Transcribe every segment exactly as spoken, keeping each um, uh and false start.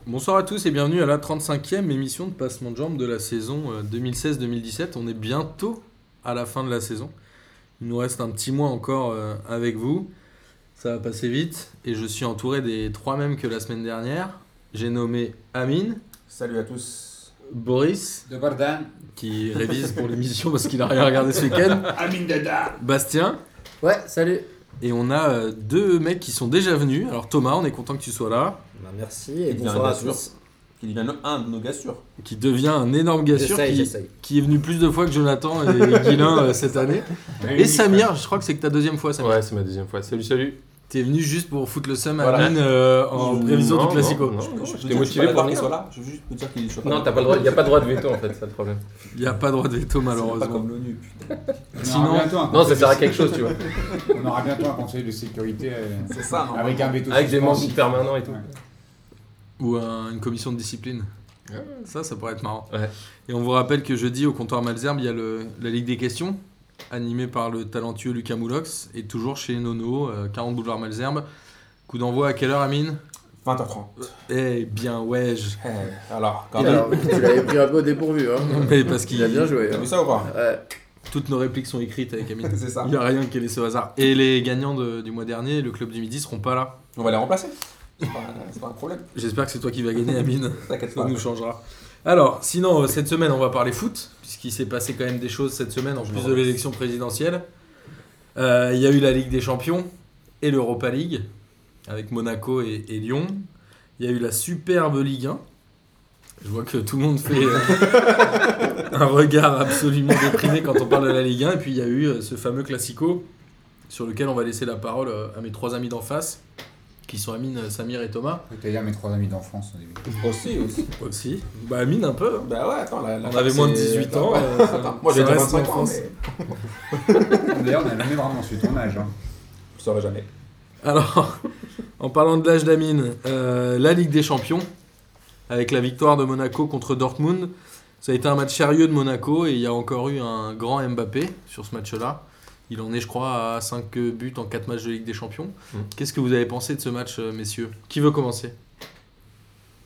Bonsoir à tous et bienvenue à la trente-cinquième émission de Passement de Jambes de la saison deux mille seize deux mille dix-sept. On est bientôt à la fin de la saison. Il nous reste un petit mois encore euh, avec vous. Ça va passer vite et je suis entouré des trois mêmes que la semaine dernière. J'ai nommé Amine. Salut à tous. Boris. De Bardan. Qui révise pour l'émission parce qu'il n'a rien regardé ce week-end. Amine Dada. Bastien. Ouais, salut. Et on a euh, deux mecs qui sont déjà venus. Alors Thomas, on est content que tu sois là. Bah, merci et Il bonsoir à devient un tous. Qui devient un de nos gars sûrs. Qui devient un énorme gars sûr, J'essaye, qui, j'essaye. qui est venu plus de fois que Jonathan et Guilain euh, cette année. Et Samir, je crois que c'est que ta deuxième fois, Samir. Ouais, c'est ma deuxième fois. Salut, salut. T'es venu juste pour foutre le seum à Voilà. Amine euh, en Non, prévision non, du Classico. non, non. Je peux J'étais dire, motivé je suis pas pour d'accord qu'il venir. soit là. Je veux juste me dire qu'il soit pas Non, là. t'as pas le droit, il n'y a pas de droit de veto en fait, c'est ça le problème. Il n'y a pas de droit de veto C'est pas malheureusement. comme l'ONU, putain. Sinon- Non, ça sert à quelque chose, tu vois. On aura bientôt un conseil de sécurité euh, C'est ça, non avec un veto Avec des membres suspensif. permanents et tout. Ouais. Ou un- une commission de discipline. Ça, ça pourrait être marrant. Ouais. Et on vous rappelle que jeudi, au comptoir Malzerbe, il y a le, la Ligue des questions, animée par le talentueux Lucas Moulox, et toujours chez Nono, euh, quarante boulevard Malzerbe. Coup d'envoi à quelle heure, Amine ? vingt heures trente. Eh bien, ouais, je... Eh, alors, quand Et même. alors, tu l'avais pris un peu au dépourvu, hein. Mais parce qu'il Il a bien joué. T'as Hein. vu ça ou pas Ouais. toutes nos répliques sont écrites avec Amine. C'est ça. Il n'y a rien qui est laissé au hasard. Et les gagnants de- du mois dernier, le club du midi, seront pas là. On va les remplacer. C'est pas, c'est pas un problème. J'espère que c'est toi qui vas gagner, Amine. T'inquiète Ça pas. nous changera. Alors, sinon, euh, cette semaine, on va parler foot, puisqu'il s'est passé quand même des choses cette semaine, en plus de l'élection présidentielle. Euh, Il y a eu la Ligue des Champions et l'Europa League, avec Monaco et, et Lyon. Il y a eu la superbe Ligue un. Je vois que tout le monde fait euh, un regard absolument déprimé quand on parle de la Ligue un. Et puis, il y a eu euh, ce fameux Classico, sur lequel on va laisser la parole euh, à mes trois amis d'en face, qui sont Amine, Samir et Thomas. C'est-à-dire mes trois amis d'enfance au début. Aussi, aussi. Aussi. Bah, Amine, un peu. hein. Bah ouais, attends. La, la On fac, avait moins de c'est- dix-huit attends, ans. ouais. euh, ça- Attends, moi ça j'ai déjà reste vingt-cinq ans, l'enfance. mais D'ailleurs, on a jamais vraiment su ton âge. Hein. je saurais jamais. Alors, en parlant de l'âge d'Amine, euh, la Ligue des Champions, avec la victoire de Monaco contre Dortmund, ça a été un match sérieux de Monaco et il y a encore eu un grand Mbappé sur ce match-là. Il en est, je crois, à cinq buts en quatre matchs de Ligue des Champions. Mm. Qu'est-ce que vous avez pensé de ce match, euh, messieurs ? Qui veut commencer ? Personne ?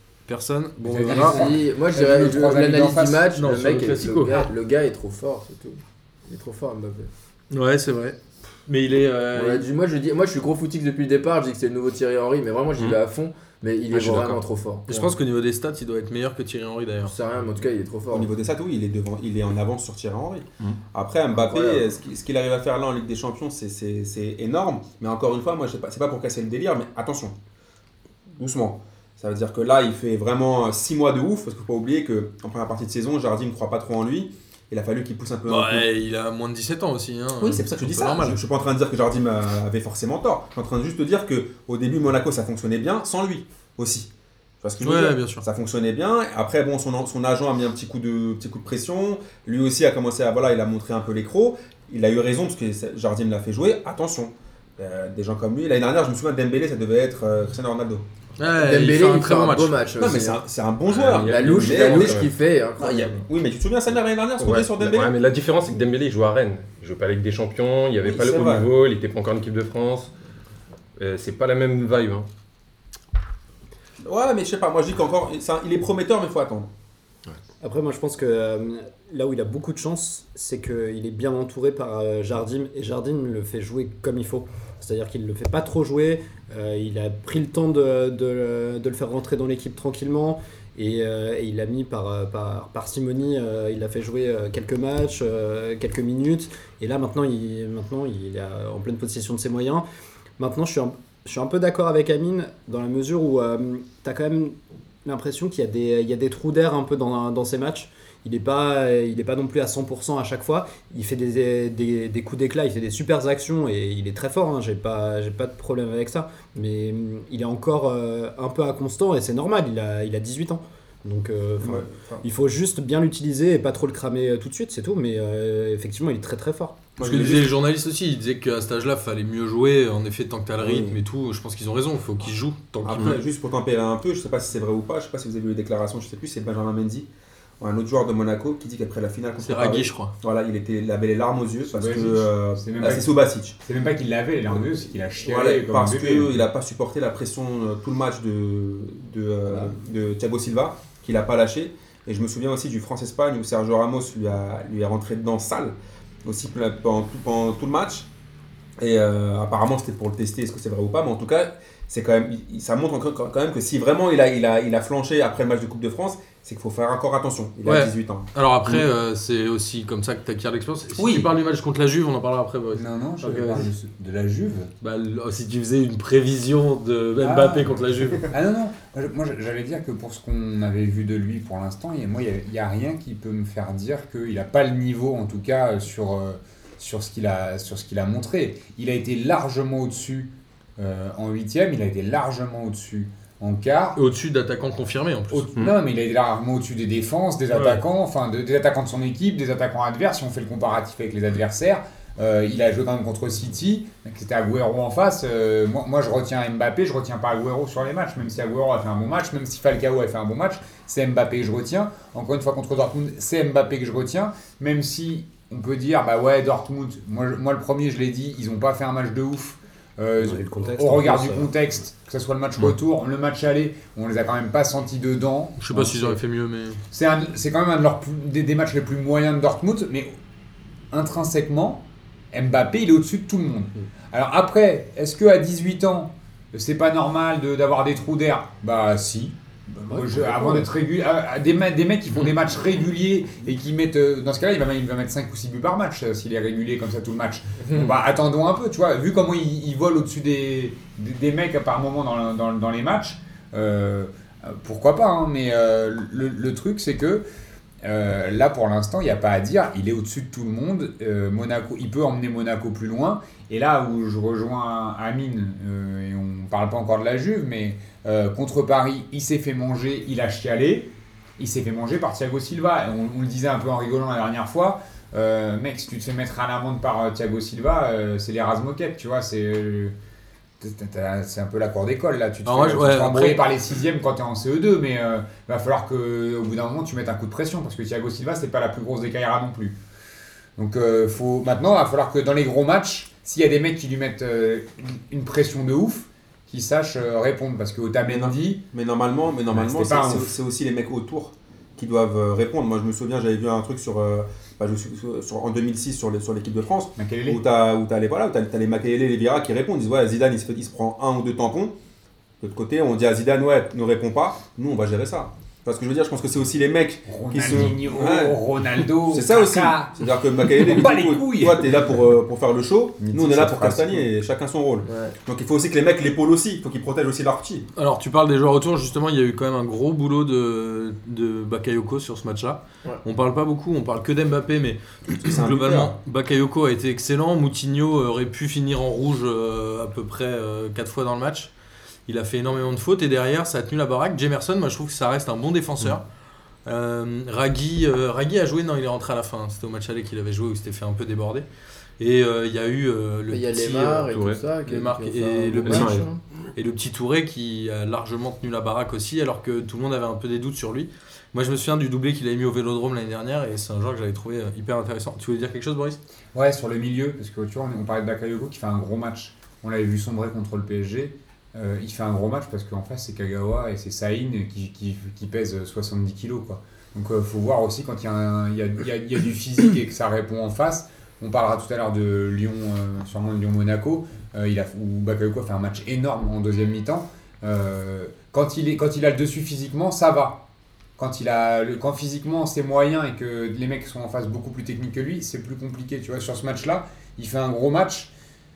Bon, Vous avez on va- Si, moi, je T'as dirais vu nos trois amis l'analyse d'en face du match. Non, le, sur mec le est- Classico. le, gars, le gars est trop fort, c'est tout. Il est trop fort, Mbappé. Ouais, c'est vrai. Mais il est... euh, On l'a dit- moi, je dis, moi, je suis gros footix depuis le départ. Je dis que c'est le nouveau Thierry Henry, mais vraiment, j'y Mhm. vais à fond. Mais il Ah, est je suis vraiment d'accord. trop fort. Je pense qu'au niveau des stats, il doit être meilleur que Thierry Henry Je d'ailleurs. sais rien, mais en tout cas, il est trop fort. Au niveau des stats, oui, il est, devant, il est en avance sur Thierry Henry. Mm. Après, Mbappé, Incroyable. ce qu'il ce qu'il arrive à faire là en Ligue des Champions, c'est- c'est c'est énorme. Mais encore une fois, moi, je sais pas- c'est pas pour casser le délire, mais attention, doucement. Ça veut dire que là, il fait vraiment six mois de ouf, parce qu'il faut pas oublier qu'en première partie de saison, Jardim ne croit pas trop en lui. Il a fallu qu'il pousse un peu. un peu. Ouais, il a moins de dix-sept ans aussi. Hein. Oui, c'est pour ça que je dis Un ça. peu normal. Je, je suis pas en train de dire que Jardim euh, avait forcément tort. Je suis en train de juste te dire que au début, Monaco, ça fonctionnait bien, sans lui aussi. Tu vois ce que je veux Ouais, dire bien sûr. Ça fonctionnait bien. Après, bon, son, son agent a mis un petit coup de, petit coup de pression. Lui aussi a commencé à, voilà, il a montré un peu les crocs. Il a eu raison parce que Jardim l'a fait jouer. Attention, euh, des gens comme lui. L'année dernière, je me souviens de Dembélé, ça devait être euh, Cristiano Ronaldo. Ouais, Dembélé, il fait un il très fait bon un match. beau match. Non, mais aussi, c'est hein. un, c'est un bon joueur. il y a- La louche, Mais- la mais- louche qu'il fait, Non, il y a- incroyable. Oui, mais tu te souviens, Samir, l'année dernière, ce qu'on Ouais, disait sur Dembélé ouais, mais la différence, c'est que Dembélé, il joue à Rennes. Il joue pas la Ligue des Champions, il n'y avait Oui, pas le c'est haut vrai. niveau, il n'était pas encore en équipe de France. Euh, c'est pas la même vibe. Hein. Ouais, mais je sais pas, moi je dis qu'encore, c'est un- il est prometteur, mais il faut attendre. Après, moi, je pense que euh, là où il a beaucoup de chance, c'est qu'il est bien entouré par euh, Jardim, et Jardim le fait jouer comme il faut. C'est-à-dire qu'il ne le fait pas trop jouer, euh, il a pris le temps de, de, de le faire rentrer dans l'équipe tranquillement, et, euh, et il a mis par, euh, par, par Simoni, euh, il l'a fait jouer euh, quelques matchs, euh, quelques minutes, et là maintenant il, maintenant il est en pleine possession de ses moyens. Maintenant, je suis un, je suis un peu d'accord avec Amine, dans la mesure où euh, tu as quand même l'impression qu'il y a des, il y a des trous d'air un peu dans, dans ces matchs. Il n'est pas, il est pas non plus à cent pour cent à chaque fois. Il fait des, des, des coups d'éclat, il fait des super actions et il est très fort. Hein. J'ai pas, j'ai pas de problème avec ça. Mais hum, il est encore euh, un peu inconstant et c'est normal. Il a, il a dix-huit ans. Donc euh, enfin, Ouais, enfin, il faut juste bien l'utiliser et pas trop le cramer euh, tout de suite, c'est tout. Mais euh, effectivement, il est très très fort. Parce Moi, que je disaient voulais les journalistes aussi, ils disaient qu'à cet âge-là, il fallait mieux jouer. En effet, tant que tu as le Oui. rythme et tout, je pense qu'ils ont raison. Il faut qu'ils jouent tant qu'ils Après, veulent. juste pour tempérer un peu, je sais pas si c'est vrai ou pas, je sais pas si vous avez vu les déclarations, je sais plus, c'est Benjamin Mendy, un autre joueur de Monaco qui dit qu'après la finale contre C'est Paris, Ragui, je crois. voilà, il, était, il avait les larmes aux yeux parce que. Subasic. Euh, C'est même ah, pas- c'est Subasic. C'est même pas qu'il l'avait, les larmes, c'est qu'il a chialé Voilà, comme parce un bébé. qu'il n'a pas supporté la pression euh, tout le match de, de, euh, de Thiago Silva, qu'il n'a pas lâché. Et je me souviens aussi du France-Espagne où Sergio Ramos lui, a, lui est rentré dedans sale, aussi pendant tout, pendant tout le match. Et euh, apparemment c'était pour le tester, est-ce que c'est vrai ou pas, mais en tout cas, c'est quand même, il- ça montre encore- quand même que si vraiment il a, il, a, il a flanché après le match de Coupe de France, c'est qu'il faut faire encore attention. Il a Ouais. dix-huit ans. Alors après, Mm. euh, c'est aussi comme ça que tu acquiers l'expérience. Si Oui. tu parles du match contre la Juve, on en parlera après, Boris. Non, non, je Ok, parle vas-y. de, de la Juve. Bah, l- si tu faisais une prévision de Mbappé Ah. contre la Juve. Ah non, non, moi, je- moi je- j'allais dire que pour ce qu'on avait vu de lui pour l'instant, il y a- moi il n'y a, rien qui peut me faire dire qu'il n'a pas le niveau, en tout cas, sur, euh, sur ce qu'il a, sur ce qu'il a montré. Il a été largement au-dessus euh, en huitième, il a été largement au-dessus en quart. Au-dessus d'attaquants confirmés en plus. Au- Non, mais il a été largement au-dessus des défenses, des Ouais. attaquants, enfin de- des attaquants de son équipe, des attaquants adverses. Si on fait le comparatif avec les adversaires, euh, il a joué quand même contre City, c'était Agüero en face. Euh, moi, moi, je retiens Mbappé, je retiens pas Agüero sur les matchs, même si Agüero a fait un bon match, même si Falcao a fait un bon match, c'est Mbappé que je retiens. Encore une fois, contre Dortmund, c'est Mbappé que je retiens, même si on peut dire, bah ouais, Dortmund, moi, je- moi le premier, je l'ai dit, ils n'ont pas fait un match de ouf. Euh, Ouais, le contexte, au en regard plus, du euh, contexte, que ce soit le match retour, le match aller, on les a quand même pas sentis dedans. Je sais pas Donc, s'ils auraient fait mieux, mais. c'est un- c'est quand même un de leurs plus- des, des matchs les plus moyens de Dortmund, mais intrinsèquement, Mbappé, il est au-dessus de tout le monde. Alors après, est-ce qu'à dix-huit ans, c'est pas normal de- d'avoir des trous d'air? Bah si. Moi, je- avant d'être régulier, ah, ah, des, ma- des mecs qui font des matchs réguliers et qui mettent, euh, dans ce cas-là, il va, il va mettre cinq ou six buts par match euh, s'il est régulier comme ça tout le match. Bon, bah attendons un peu, tu vois, vu comment il, il vole au-dessus des, des, des mecs par moment dans, le- dans, dans les matchs, euh, euh, pourquoi pas, hein, mais euh, le, le truc c'est que euh, là pour l'instant il n'y a pas à dire, il est au-dessus de tout le monde. Euh, Monaco, il peut emmener Monaco plus loin, et là où je rejoins Amine, euh, et on parle pas encore de la Juve, mais euh, contre Paris il s'est fait manger, il a chialé, il s'est fait manger par Thiago Silva, et on, on le disait un peu en rigolant la dernière fois. Euh, mec, si tu te fais mettre à l'amende par euh, Thiago Silva, euh, c'est les rases-moquettes, tu vois, c'est euh, t'as- t'as- c'est un peu la cour d'école là. Tu te Alors fais, moi, je- tu te fais ouais, embrouiller bon. par les sixièmes quand t'es en C E deux, mais euh, il va falloir qu'au bout d'un moment tu mettes un coup de pression parce que Thiago Silva c'est pas la plus grosse des Caïras non plus. Donc euh, faut, maintenant il va falloir que dans les gros matchs, s'il y a des mecs qui lui mettent euh, une, une pression de ouf, qu'ils sachent euh, répondre parce que Otamendi, Mais normalement, mais normalement c'était c'est, pas un c'est- ouf. c'est aussi les mecs autour qui doivent euh, répondre. Moi, je me souviens, j'avais vu un truc sur, euh, bah, je suis- sur- sur- en deux mille six sur, les- sur l'équipe de France, Makelele. où tu as, où t'as les, voilà, où t'as, t'as les Makelele et les Vieira qui répondent. Ils disent, ouais, Zidane, il se, fait- il se prend un ou deux tampons. De l'autre côté, on dit à Zidane, ouais, ne réponds pas. Nous, on va gérer ça. Parce que je veux dire, je pense que c'est aussi les mecs qui sont... Ronaldinho, Ouais. Ronaldo, C'est ça aussi. Kaka. C'est-à-dire que Makelele, On bat lui dit, les couilles. toi, t'es là pour, euh, pour faire le show. Mythique, Nous, on est là cette pour phrase. castagner et chacun son rôle. Ouais. Donc, il faut aussi que les mecs l'épaulent aussi. Il faut qu'ils protègent aussi leur petit. Alors, tu parles des joueurs autour, justement, il y a eu quand même un gros boulot de, de Bakayoko sur ce match-là. Ouais. On parle pas beaucoup, on parle que d'Mbappé, mais C'est un globalement, Bakayoko a été excellent. Moutinho aurait pu finir en rouge euh, à peu près quatre fois dans le match. Il a fait énormément de fautes et derrière, ça a tenu la baraque. Jemerson, moi je trouve que ça reste un bon défenseur. Euh, Ragui, euh, Ragui a joué, non, il est rentré à la fin. C'était au match aller qu'il avait joué où il s'était fait un peu déborder. Et euh, il y a eu euh, le Il y a petit, Lemar euh, et Touré. tout ça. qui- Lemar qui ont et fait un le bon petit. match, hein. et le petit Touré qui a largement tenu la baraque aussi, alors que tout le monde avait un peu des doutes sur lui. Moi, je me souviens du doublé qu'il avait mis au Vélodrome l'année dernière, et c'est un joueur que j'avais trouvé euh, hyper intéressant. Tu voulais dire quelque chose, Boris ? Ouais, sur le milieu, parce que tu vois, on on parlait de Bakayoko qui fait un gros match. On l'avait vu sombrer contre le P S G. Euh, il fait un gros match parce qu'en face, c'est Kagawa et c'est Saïn qui, qui, qui pèsent soixante-dix kilos, quoi. Donc, il faut voir aussi quand il y, a un- il y, a, il y, a, il y a du physique et que ça répond en face. On parlera tout à l'heure de Lyon, euh, sûrement de Lyon-Monaco, euh, il a, où Bakayoko a fait un match énorme en deuxième mi-temps. Euh, quand, il est, quand il a le dessus physiquement, ça va. Quand, il a le, quand physiquement c'est moyen et que les mecs sont en face beaucoup plus techniques que lui, c'est plus compliqué. Tu vois, sur ce match-là, il fait un gros match,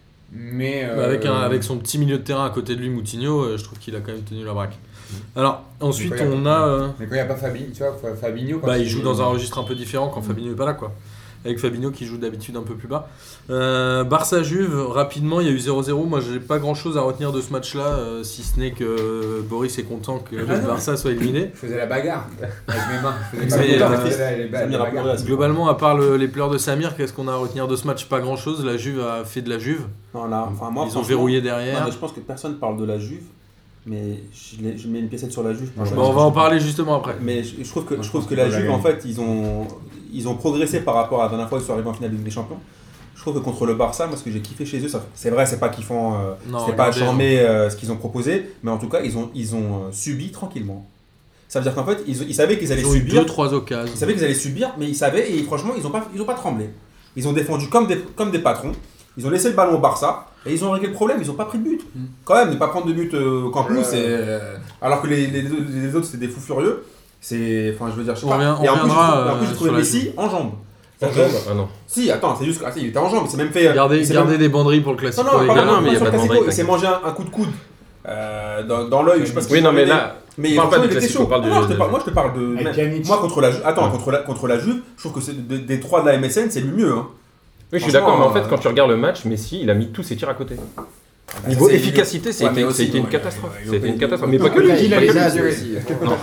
mais euh, Bah, avec, un, avec son petit milieu de terrain à côté de lui, Moutinho, euh, je trouve qu'il a quand même tenu la baraque. Alors, ensuite, Mais quand il y a- on a. euh, Mais quand il n'y a pas Fabinho, tu vois, Fabinho, quand bah, il joue dans un registre un peu différent quand Fabinho n'est pas là, quoi. Avec Fabinho qui joue d'habitude un peu plus bas. Euh, Barça-Juve, rapidement, il y a eu zéro zéro. Moi, j'ai pas grand chose à retenir de ce match-là, euh, si ce n'est que euh, Boris est content que Ah le non. Barça soit éliminé. Je faisais la bagarre avec mes mains. Je faisais Ça pas y est, longtemps, euh, je faisais la- les ba- Samir la a bagarre. pleuré à ce Globalement, à part le- les pleurs de Samir, qu'est-ce qu'on a à retenir de ce match ? Pas grand-chose. La Juve a fait de la Juve. Non, là, enfin, moi, Ils ont franchement- verrouillé Non, derrière. mais je pense que personne parle de la Juve mais je, l'ai- je mets une piécette sur la Juve. Moi, je- Bon, on va en parler justement après. Mais je, je trouve que, Moi, je je trouve pense que qu'on la peut la Juve, en gagner. fait, ils ont, ils ont progressé par rapport à la dernière fois qu'ils sont arrivés en finale de Ligue des Champions. Je trouve que contre le Barça, moi, ce que j'ai kiffé chez eux, ça- c'est vrai, c'est pas kiffant, euh, Non, c'était pas regardez, charmé euh, ce qu'ils ont proposé, mais en tout cas, ils ont, ils ont euh, subi tranquillement. Ça veut dire qu'en fait, ils, ils savaient qu'ils allaient Ils ont eu subir. deux, trois occasions. Ils savaient qu'ils allaient subir, mais ils savaient et franchement, ils n'ont pas, ils ont pas tremblé. Ils ont défendu comme des, comme des patrons. Ils ont laissé le ballon au Barça et ils ont réglé le problème. Ils n'ont pas pris de but. Mm. Quand même, ne pas prendre de but euh, au Camp Nou, Ouais. c'est euh, alors que les, les, les autres c'était des fous furieux. C'est, enfin, je veux dire, je sais On pas. revient- on et en plus, j'ai reviendra, trouvé- en plus, j'ai euh, trouvé sur la Messi en jambes. En jambes Ah non. Si, attends, c'est juste que- ah, si, il était en jambes. Il s'est même fait. Gardez, il s'est gardez même- des banderilles pour le classique. Non, non, les pas- gars. non, mais il y a sur pas de le Classico, banderie, il s'est mangé un, un coup de coude euh, dans, dans l'œil. Je sais pas ce Oui, qu'il non, s'en mais est dit. là, Mais parle pas franchement, du il était Classico, chaud. parle du- Non, je te de- parle- moi, je te parle de. Avec même- Pjanic. Moi, contre la, Ju- attends, Ouais. contre la, contre la Juve, je trouve que c'est de- des trois de la M S N, c'est le mieux. Hein. Oui, je suis Franchement, d'accord, mais en fait, euh, quand tu regardes le match, Messi, il a mis tous ses tirs à côté. bah, Niveau ça, c'est- efficacité, Ouais, c'était mais aussi, c'était une ouais, catastrophe. ouais, ouais, C'était une ouais, catastrophe. ouais, Mais pas ouais, que ouais, lui. il pas a que les lui. as- aussi.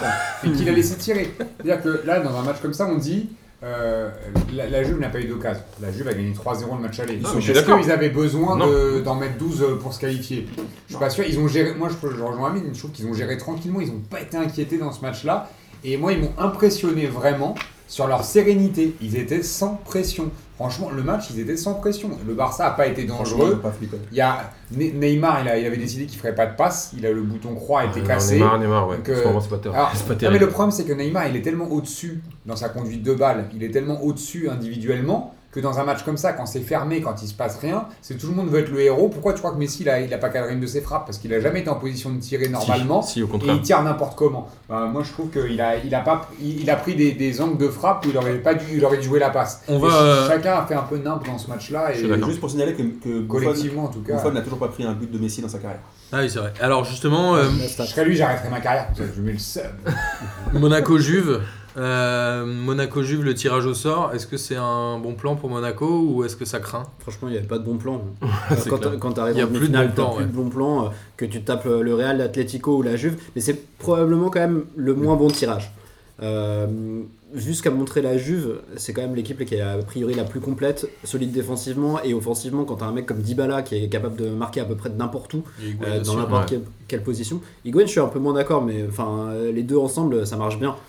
Et qu'il a laissé tirer. C'est-à-dire que là, dans un match comme ça, on dit euh, la, la Juve n'a pas eu d'occasion. La Juve a gagné trois zéro le match aller. Non, mais je suis Est-ce d'accord. qu'ils avaient besoin Non. de- d'en mettre douze pour se qualifier? Je suis pas sûr. Ils ont géré. Moi, je, je rejoins Amine. Je trouve qu'ils ont géré tranquillement. Ils n'ont pas été inquiétés dans ce match-là. Et moi, ils m'ont impressionné vraiment sur leur sérénité. Ils étaient sans pression. Franchement, le match, ils étaient sans pression. Le Barça n'a pas été Franchement, dangereux. pas flippé. Il y a Ne- Neymar, il, a- il avait décidé qu'il ferait pas de passe. Il a le bouton croix a été Non, cassé. Neymar, Neymar, ouais. Donc, En ce euh, moment, c'est pas terrible. Alors, C'est pas non, mais terrible. le problème, c'est que Neymar, il est tellement au-dessus dans sa conduite de balle, il est tellement au-dessus individuellement que dans un match comme ça, quand c'est fermé, quand il se passe rien, c'est tout le monde veut être le héros. Pourquoi tu crois que Messi, il a, il a pas cadré une de ses frappes? Parce qu'il a jamais été en position de tirer normalement. Si, si, au Et contraire. il tire n'importe comment. Bah, moi, je trouve qu'il a, il a, pas, il, il a pris des, des angles de frappe où il aurait, pas dû, il aurait dû jouer la passe. On Et va, ch- euh, Chacun a fait un peu nimp dans ce match-là. Je suis Et d'accord. Juste pour signaler que, que Buffon, collectivement, en tout cas. Buffon n'a toujours pas pris un but de Messi dans sa carrière. Ah oui, c'est vrai. Alors justement, euh, Je serais lui, j'arrêterais ma carrière. Comme ça, je mets le seum. Monaco-Juve. Euh, Monaco-Juve, le tirage au sort, est-ce que c'est un bon plan pour Monaco ou est-ce que ça craint? Franchement, il n'y avait pas de bon plan. c'est quand clair. quand tu arrives Il y a en plus de demi-finale, bon t'as plan, plus ouais. de bon plan, euh, que tu tapes euh, le Real, l'Atlético ou la Juve, mais c'est probablement quand même le moins bon tirage. Euh, vu ce qu'a montré la Juve, c'est quand même l'équipe qui est a priori la plus complète, solide défensivement et offensivement. Quand tu as un mec comme Dybala qui est capable de marquer à peu près de n'importe où, euh, dans n'importe ouais. quelle, quelle position. Higuain, je suis un peu moins d'accord, mais enfin euh, les deux ensemble, ça marche bien.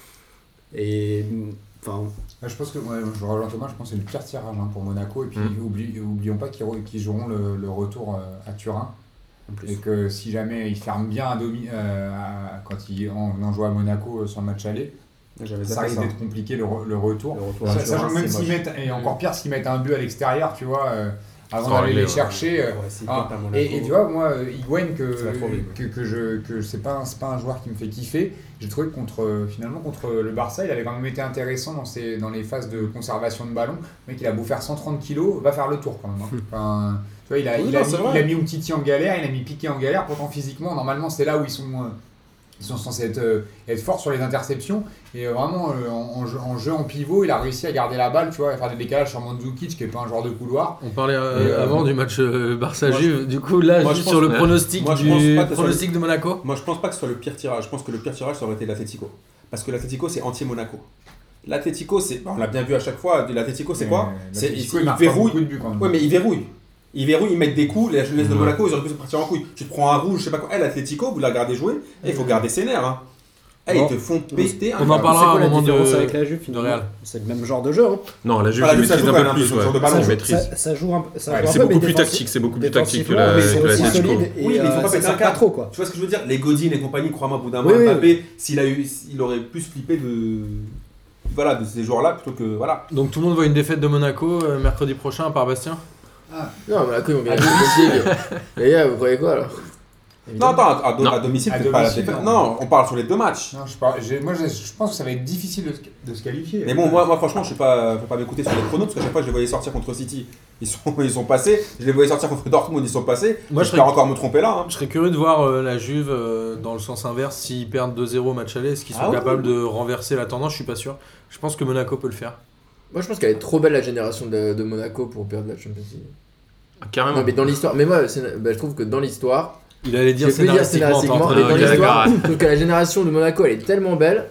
Et enfin, Ouais, je pense que ouais, je rejoins Thomas, je pense que c'est le pire tirage hein, pour Monaco. Et puis Mm. oublie- oublions pas qu'ils, re- qu'ils joueront le, le retour euh, à Turin. en plus. Et que si jamais ils ferment bien à domi- euh, à- quand ils en, en jouent à Monaco euh, sur le match aller, J'avais ça zappé risque ça. d'être compliqué le, re- le retour. Le retour à Ça- Turin, Sachant que même c'est s'ils moche. mettent, et encore pire s'ils mettent un but à l'extérieur, tu vois, euh, avant Ça aura d'aller réglé, les ouais. chercher. euh, Ouais, c'est ah, contre à Monaco. et, et tu vois, moi, euh, Higuain, que, C'est la folie, que, que, je, que c'est pas, un- c'est pas un joueur qui me fait kiffer, j'ai trouvé que contre, euh, finalement, contre le Barça, il avait quand même été intéressant dans, ses, dans les phases de conservation de ballon. Le mec, il a beau faire cent trente kilos, va faire le tour quand même. hein. Enfin, tu vois, il a, Oui, il, non, a c'est mis, vrai. il a mis Umtiti en galère, il a mis Piqué en galère, pourtant physiquement, normalement, c'est là où ils sont, euh, ils sont censés être, euh, être forts sur les interceptions. Et euh, vraiment, euh, en, en jeu, en jeu en pivot, il a réussi à garder la balle, tu vois, à faire des décalages sur Mandzukic, qui n'est pas un joueur de couloir. On parlait euh, Et, euh, avant du match euh, Barça-Juve. moi, Du coup, là, moi, juste je sur pense- le pronostic moi, je du pense pas que ça pronostic de Monaco. Moi, je pense pas que ce soit le pire tirage. Je pense que le pire tirage, ça aurait été l'Atlético. Parce que l'Atlético, c'est anti-Monaco. L'Atlético, c'est. On l'a bien vu à chaque fois. L'Atlético, c'est quoi Mais C'est l'Atlético, ils il marque pas verrouillent. beaucoup de buts quand même. Ouais, mais ils verrouillent. Ils verrouillent, ils mettent des coups. Les jeunesse de Ouais. Monaco, ils auraient pu se partir en couille. Tu te prends un rouge, je sais pas quoi. Eh, l'Atlético, vous la regardez jouer. Eh, il faut garder ses nerfs. Hein. Eh, Bon. ils te font péter. On un en câble. parlera C'est quoi à un la moment différence de- avec la Juve finalement Real. C'est le même genre de jeu. Hein. Non, la Juve, Ah, la je Juve, ça maîtrise joue un quand peu même plus. plus, ouais. sur le ballon. Ça, Ça- je maîtrise. Ça, ça joue un, ça Ouais, joue un C'est peu, beaucoup mais plus défensi- tactique, c'est beaucoup plus tactique que défensivement, la mais que c'est aussi l'Atlético. solide et, Oui, mais il faut euh, pas ça péter sert un pas câble. trop quoi. Tu vois ce que je veux dire? Les Godin et compagnie, crois-moi, au bout d'un Oui, moment, oui. Mbappé, s'il a eu, il aurait plus flippé de. Voilà, de ces joueurs-là plutôt que. Voilà. Donc tout le monde voit une défaite de Monaco euh, mercredi prochain, à part Bastien. Non, mais à quoi ils vont gagner la Ligue? Les gars, vous croyez quoi alors? Non, attends, à, à- Non. à domicile, À peut-être pas la domicile, défaite. non. Non, on parle sur les deux matchs. Non, je parle- j'ai- moi, je, je pense que ça va être difficile de, se- de se qualifier. Mais bon, moi, moi franchement, je sais pas, faut pas m'écouter sur les chronos parce qu'à chaque fois, je les voyais sortir contre City, ils sont, ils sont passés. Je les voyais sortir contre Dortmund, ils sont passés. Moi, je J'espère serais- encore me tromper là. Hein. Je serais curieux de voir euh, la Juve euh, dans le sens inverse. S'ils perdent deux zéro au match aller, est-ce qu'ils sont Ah oui. capables de renverser la tendance? Je suis pas sûr. Je pense que Monaco peut le faire. Moi, je pense qu'elle est trop belle la génération de, de Monaco pour perdre la Champions League. Ah, carrément. Non, mais dans l'histoire. Mais moi, c'est- bah, je trouve que dans l'histoire. Il allait dire Je vais dire scénaristiquement. t'es en scénaristiquement, train mais de dans dire- l'histoire, je trouve que la génération de Monaco, elle est tellement belle